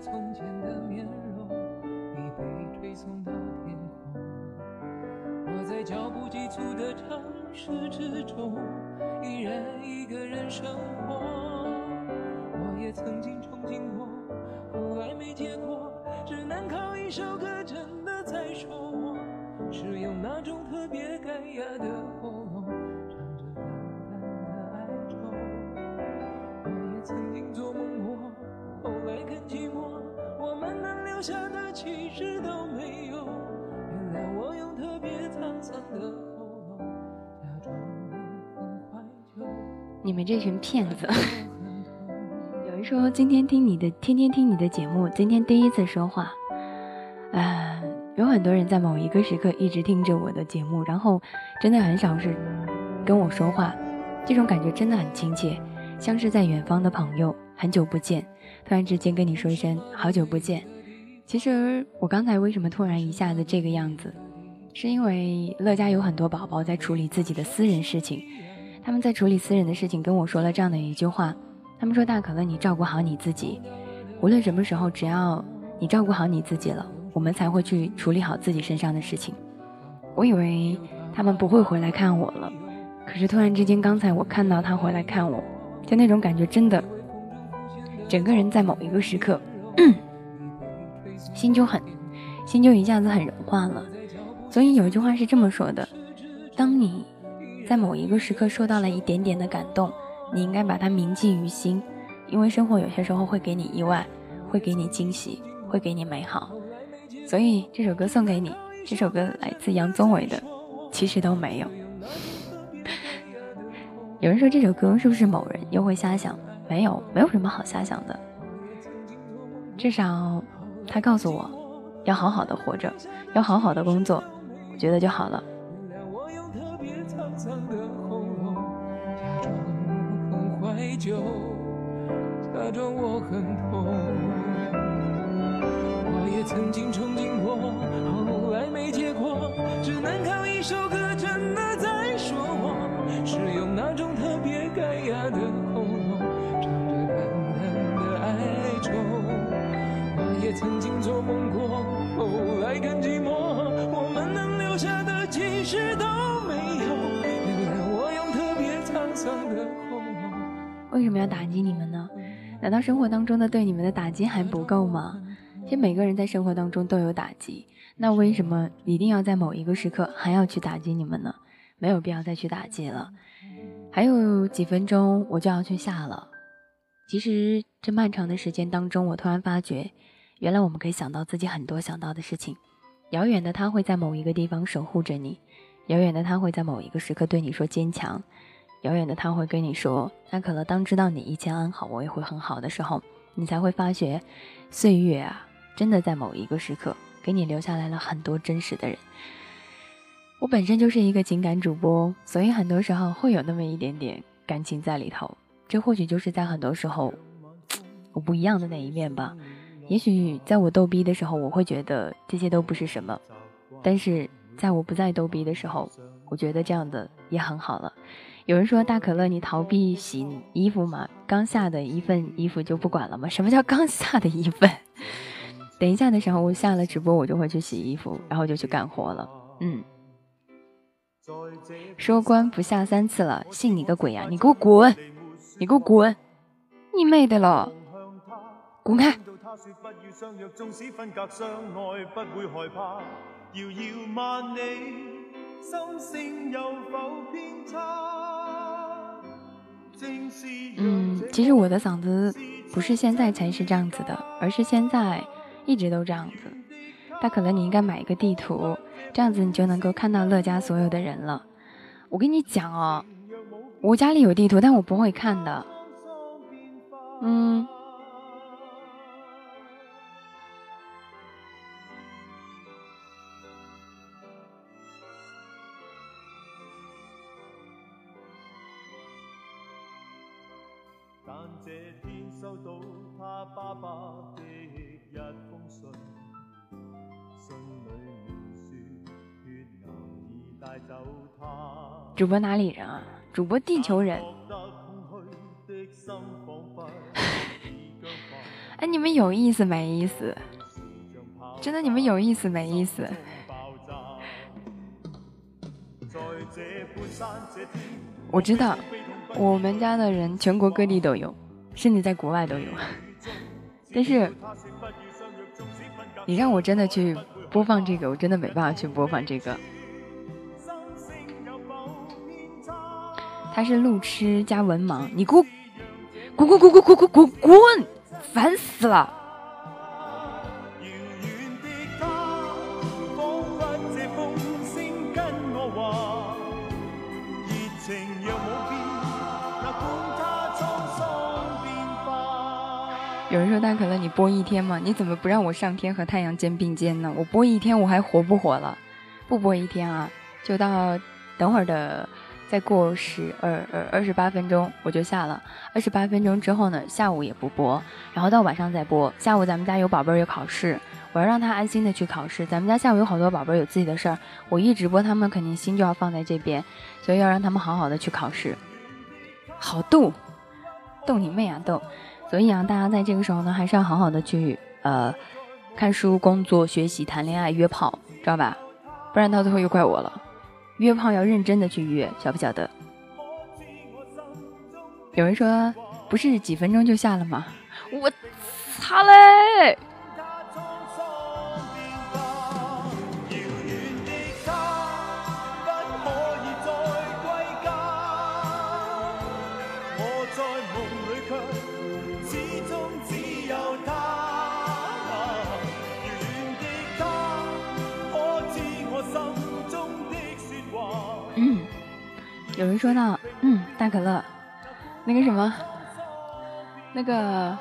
Speaker 3: 我在脚步急促的城市之中，依然一个人生活。我也曾经憧憬过，后来没结果，只能靠一首歌真的在说我，是用那种特别干哑的喉咙唱着淡淡的哀愁。我也曾经做梦过，后来更寂寞，我们能留下的其实都没有。原来我用特别沧桑的喉咙假装我很怀旧。
Speaker 1: 你们这群骗子！有人说今天听你的，天天听你的节目，今天第一次说话。有很多人在某一个时刻一直听着我的节目，然后真的很少是跟我说话，这种感觉真的很亲切，像是在远方的朋友，很久不见，突然之间跟你说一声好久不见。其实我刚才为什么突然一下子这个样子，是因为乐嘉有很多宝宝在处理自己的私人事情，他们在处理私人的事情跟我说了这样的一句话，他们说大可乐你照顾好你自己，无论什么时候只要你照顾好你自己了，我们才会去处理好自己身上的事情。我以为他们不会回来看我了，可是突然之间刚才我看到他回来看我，就那种感觉真的整个人在某一个时刻心就一下子很融化了。所以有一句话是这么说的，当你在某一个时刻受到了一点点的感动，你应该把它铭记于心，因为生活有些时候会给你意外，会给你惊喜，会给你美好。所以这首歌送给你，这首歌来自杨宗纬的其实都没有。有人说这首歌是不是某人又会瞎想？没有什么好瞎想的，至少他告诉我要好好的活着，要好好的工作，我觉得就好了。
Speaker 3: 我用特别沧桑的喉咙假装我很怀旧，假装我很痛。我也曾经憧憬过，后来没结果，只能靠一首歌真的在说我，是用那种特别干哑的喉咙唱着淡淡的哀愁。我也曾经做梦过，后来更寂寞，我们能留下的其实都没有。原来我用特别沧桑的喉咙。
Speaker 1: 为什么要打击你们呢？难道生活当中的对你们的打击还不够吗？其实每个人在生活当中都有打击，那为什么一定要在某一个时刻还要去打击你们呢？没有必要再去打击了。还有几分钟我就要去下了。其实这漫长的时间当中，我突然发觉，原来我们可以想到自己很多想到的事情。遥远的他会在某一个地方守护着你，遥远的他会在某一个时刻对你说坚强，遥远的他会跟你说，那可能当知道你一切安好，我也会很好的时候，你才会发觉岁月啊，真的在某一个时刻给你留下来了很多真实的人。我本身就是一个情感主播，所以很多时候会有那么一点点感情在里头，这或许就是在很多时候我不一样的那一面吧。也许在我逗逼的时候，我会觉得这些都不是什么，但是在我不再逗逼的时候，我觉得这样的也很好了。有人说大可乐你逃避洗衣服吗？刚下的一份衣服就不管了吗？什么叫刚下的一份？ 等一下的时候我下了直播，我就会去洗衣服，然后就去干活了。说关不下3次了，信你个鬼呀！你给我滚！你给我滚！你妹的了！滚开！其实我的嗓子不是现在才是这样子的，而是现在一直都这样子。大可乐，你应该买一个地图，这样子你就能够看到乐家所有的人了。我跟你讲哦，我家里有地图，但我不会看的。
Speaker 3: 但這天收到他爸爸的一封信，信裏面說血癌已帶走他。
Speaker 1: 主播哪里人啊？主播地球人。哎，你们有意思没意思？真的，你们有意思没意思？我知道。我们家的人全国各地都有，甚至在国外都有。但是你让我真的去播放这个，我真的没办法去播放这个。他是路痴加文盲，你给我滚！烦死了！有人说大可乐你播1天吗？你怎么不让我上天和太阳肩并肩呢？我播1天我还活不活了？不播1天啊，就到等会儿的再过28分钟我就下了。28分钟之后呢，下午也不播，然后到晚上再播。下午咱们家有宝贝儿有考试，我要让他安心的去考试。咱们家下午有好多宝贝儿有自己的事儿，我一直播他们肯定心就要放在这边，所以要让他们好好的去考试。好逗你妹啊逗！所以啊，大家在这个时候呢，还是要好好的去看书、工作、学习、谈恋爱、约炮，知道吧？不然到最后又怪我了。约炮要认真的去约，晓不晓得？有人说不是几分钟就下了吗？我擦嘞！有人说到，大可乐，那个什么，那个，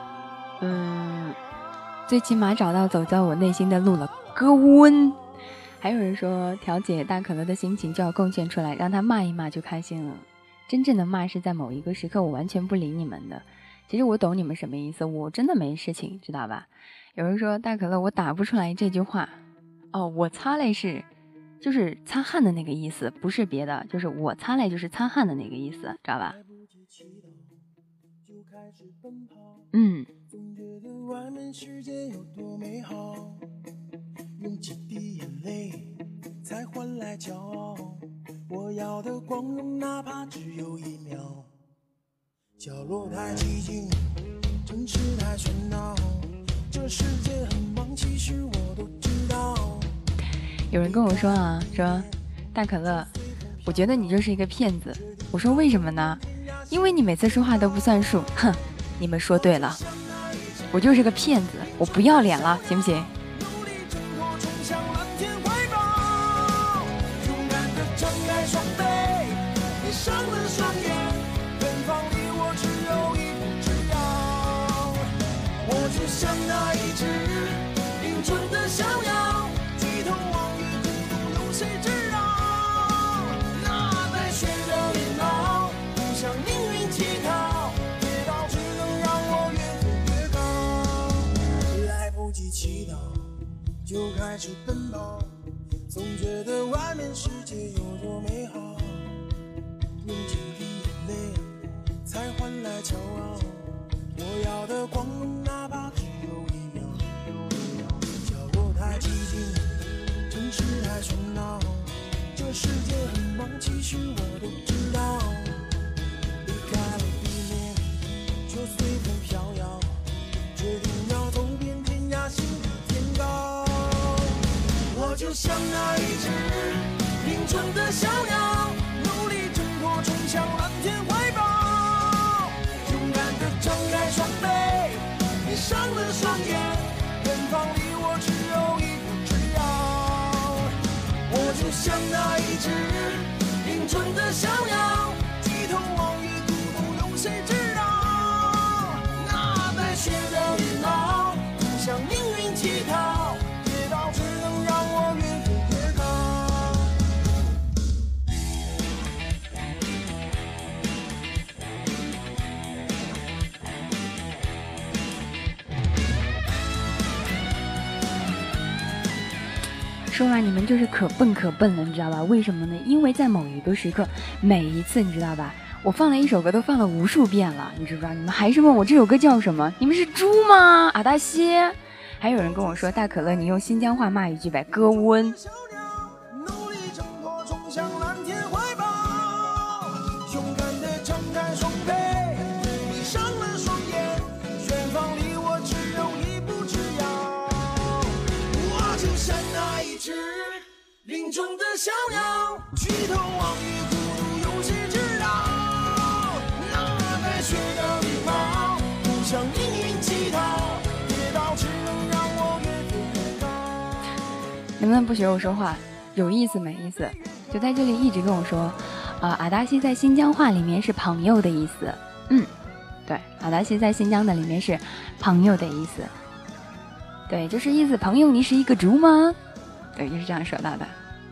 Speaker 1: 最起码找到走在我内心的路了，哥温。还有人说，调节大可乐的心情就要贡献出来，让他骂一骂就开心了。真正的骂是在某一个时刻，我完全不理你们的。其实我懂你们什么意思，我真的没事情，知道吧？有人说大可乐，我打不出来这句话。哦，我擦嘞就是擦汗的那个意思，不是别的，就是我擦嘞就是擦汗的那个意思，知道吧？用几滴眼泪才换来骄傲，我要的光荣哪怕只有1秒。角落太寂静，城市太喧闹，这世界很忙，其实我都知道。有人跟我说啊，说大可乐，我觉得你就是一个骗子。我说为什么呢？因为你每次说话都不算数。哼，你们说对了，我就是个骗子，我不要脸了，行不行？像那一只迎春的小鸟，低头望月，孤独有谁知道？那带血的脸庞，不向命运乞讨，跌倒只能让我越走越高。来不及祈祷，就开始奔跑，总觉得外面世界有多美好，用几滴眼泪才换来骄傲。我要的光荣哪怕只有1秒。
Speaker 3: 许我都知道，离开了地面，就随风飘摇，决定要走遍天涯心底天高。我就像那一只迎春的小鸟，努力挣脱冲向蓝天怀抱，勇敢地张开双臂，闭上了双眼，远方离我只有一步之遥。我就像那一只迎春的小鸟，低头望月，孤独有谁知道？那白雪的羽毛，不向命运乞讨，跌倒只能让我越飞越高。
Speaker 1: 说完你们就是可笨了，你知道吧？为什么呢？因为在某一个时刻，每一次你知道吧，我放了一首歌都放了无数遍了，你知不知道？你们还是问我这首歌叫什么？你们是猪吗？阿达西。还有人跟我说，大可乐，你用新疆话骂一句呗，哥温。
Speaker 3: 努力挣脱冲向蓝天怀抱，勇敢地张开双臂，闭上了双眼，远方离我只有一步之遥。我就像那一只林中的小鸟，举头望月，孤独有谁知道？那白雪的羽毛，不向命运乞讨，跌倒只能让我越飞越高。
Speaker 1: 能不能不学我说话？有意思没意思？就在这里一直跟我说，阿达西在新疆话里面是朋友的意思。对，阿达西在新疆的里面是朋友的意思。对，就是意思，朋友，你是一个猪吗？对，就是这样说到的。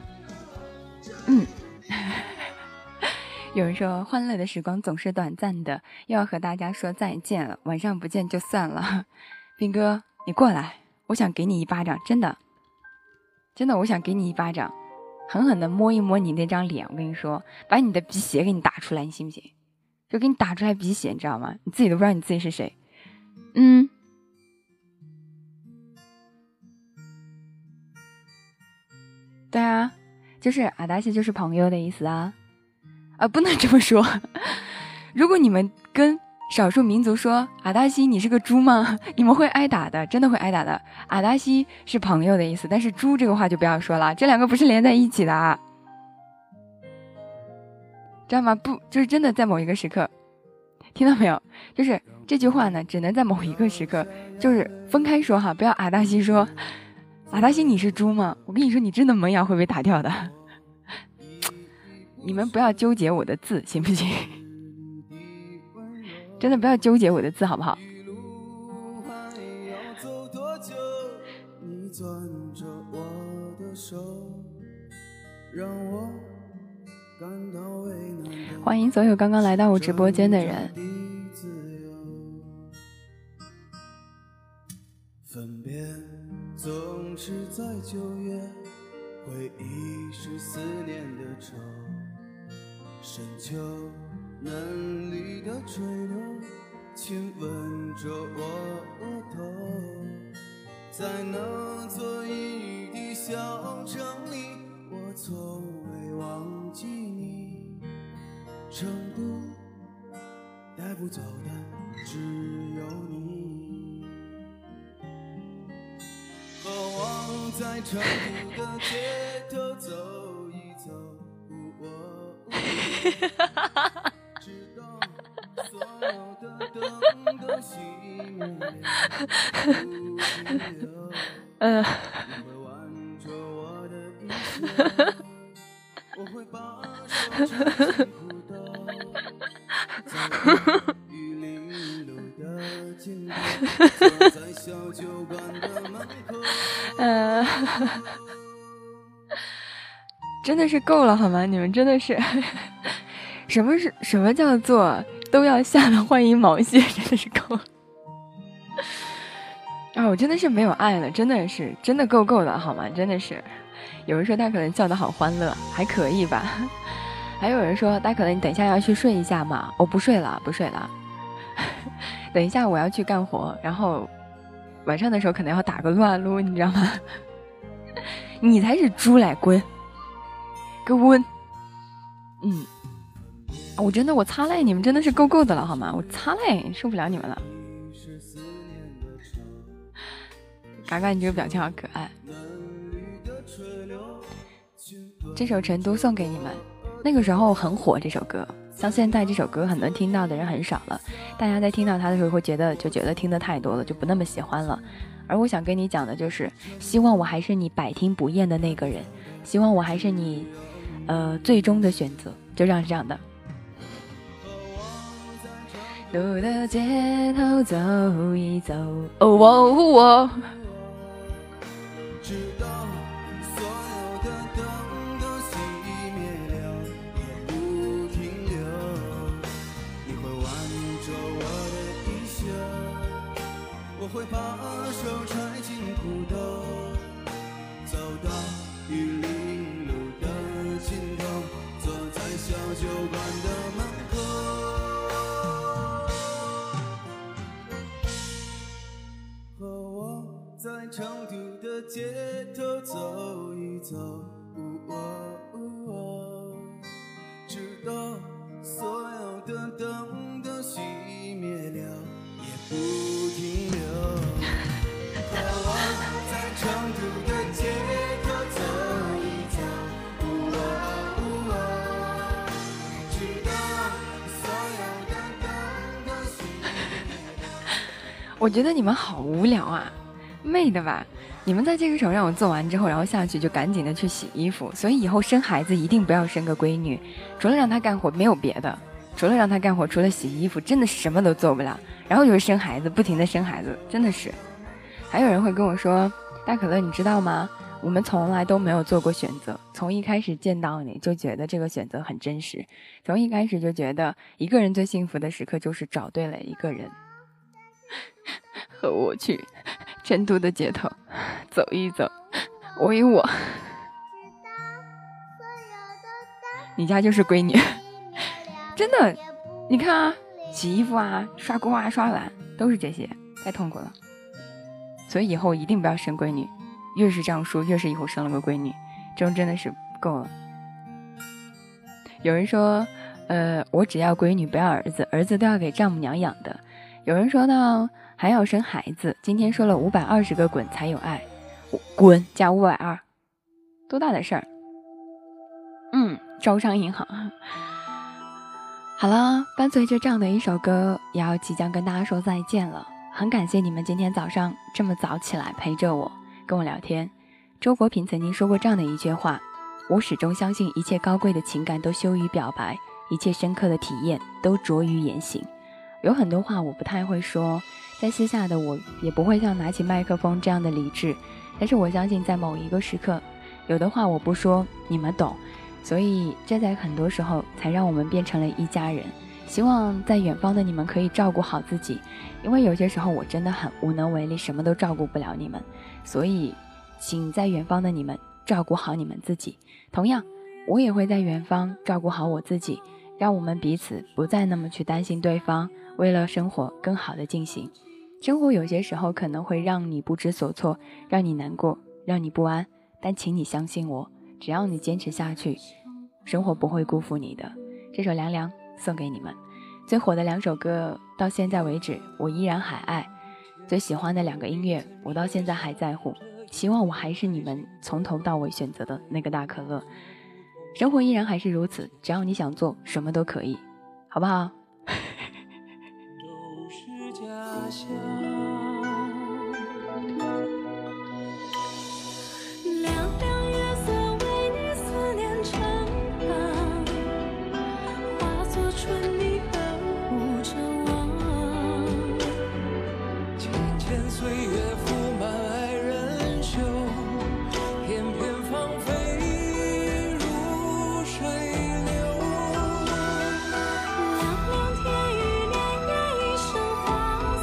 Speaker 1: 有人说，欢乐的时光总是短暂的，又要和大家说再见了，晚上不见就散了。斌哥，你过来，我想给你一巴掌，真的，我想给你一巴掌，狠狠的摸一摸你那张脸，我跟你说，把你的鼻血给你打出来，你信不信？就给你打出来鼻血，你知道吗？你自己都不知道你自己是谁。对啊，就是阿达西就是朋友的意思啊，不能这么说。如果你们跟少数民族说阿达西你是个猪吗？你们会挨打的，真的会挨打的。阿达西是朋友的意思，但是猪这个话就不要说了，这两个不是连在一起的啊，知道吗？不，就是真的在某一个时刻，听到没有？就是这句话呢，只能在某一个时刻，就是分开说哈，不要阿达西说。阿达西你是猪吗？我跟你说，你真的门牙会被打掉的。你们不要纠结我的字，行不行？真的不要纠结我的字，好不好？欢迎所有刚刚来到我直播间的人。
Speaker 3: 分别总是在9月，回忆是思念的愁，深秋嫩绿的垂柳亲吻着我额头，在那座阴雨的小城里，我从未忘记你。成都带不走的只有你，渴望在成都的街头走一走，直到所有的灯都熄灭，你会挽着我的衣袖，我会把手掌心扑倒，在雨淋路的尽头，坐在小酒馆的门口。
Speaker 1: 真的是够了好吗？你们真的是什么叫做都要下了换一毛线，真的是够了啊！我真的是没有爱了，真的够了好吗？真的是。有人说他可能笑得好欢乐，还可以吧。还有人说他可能你等一下要去睡一下嘛，我不睡了等一下我要去干活，然后晚上的时候可能要打个撸啊撸，你知道吗？你才是猪来滚，给我温！ 我真的我擦泪，你们真的是够的了好吗？我擦泪，受不了你们了。嘎嘎，你这个表情好可爱。这首《成都》送给你们。那个时候很火这首歌，像现在这首歌很多听到的人很少了，大家在听到它的时候会觉得听得太多了，就不那么喜欢了。而我想跟你讲的就是，希望我还是你百听不厌的那个人，希望我还是你最终的选择，就这样的。路的街头走一走，
Speaker 5: 直到所有的灯都熄灭了，也不停留。你会挽着我的衣袖，我会把手揣进裤兜，走到玉林路的尽头，坐在小酒馆的门口。和我在成都的街头走一走，直到所有的灯都熄灭了，也不停留。和我在成都的街头走一走，直到所有的灯都熄灭了。
Speaker 1: 我觉得你们好无聊啊，妹的吧？你们在这个时候让我做完之后，然后下去就赶紧的去洗衣服，所以以后生孩子一定不要生个闺女，除了让她干活没有别的，除了让她干活，除了洗衣服，真的什么都做不了。然后就是生孩子，不停的生孩子，真的是。还有人会跟我说，大可乐你知道吗？我们从来都没有做过选择，从一开始见到你就觉得这个选择很真实，从一开始就觉得一个人最幸福的时刻就是找对了一个人。和我去成都的街头走一走，我与我。你家就是闺女，真的，你看啊，洗衣服啊，刷锅啊，刷碗都是这些，太痛苦了。所以以后一定不要生闺女，越是这样说，越是以后生了个闺女，这种真的是不够了。有人说，我只要闺女不要儿子，儿子都要给丈母娘养的。有人说到还要生孩子，今天说了520个滚才有爱，滚加520，多大的事儿？招商银行。好了，伴随着这样的一首歌，也要即将跟大家说再见了。很感谢你们今天早上这么早起来陪着我，跟我聊天。周国平曾经说过这样的一句话：我始终相信一切高贵的情感都羞于表白，一切深刻的体验都拙于言行。有很多话我不太会说，在私下的我也不会像拿起麦克风这样的理智，但是我相信在某一个时刻，有的话我不说，你们懂，所以这在很多时候才让我们变成了一家人。希望在远方的你们可以照顾好自己，因为有些时候我真的很无能为力，什么都照顾不了你们，所以请在远方的你们照顾好你们自己。同样，我也会在远方照顾好我自己，让我们彼此不再那么去担心对方，为了生活更好的进行。生活有些时候可能会让你不知所措，让你难过，让你不安，但请你相信我，只要你坚持下去，生活不会辜负你的。这首凉凉送给你们。最火的2首歌到现在为止我依然还爱，最喜欢的2个音乐我到现在还在乎，希望我还是你们从头到尾选择的那个大可乐。生活依然还是如此，只要你想做什么都可以，好不好？
Speaker 3: 都是假象，
Speaker 2: 凉凉月色为你思念成行，化作春泥呵护着我。
Speaker 3: 浅浅岁月铺满爱人袖，片片芳菲如水流。
Speaker 2: 凉凉天与莲叶一生花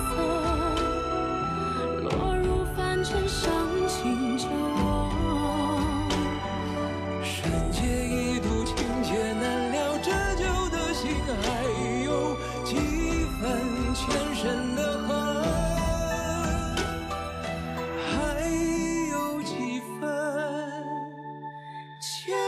Speaker 2: 色，落入凡尘伤情着我。
Speaker 3: 深夜一度情结难了，这旧的心还有几分前生的恨，还有几分前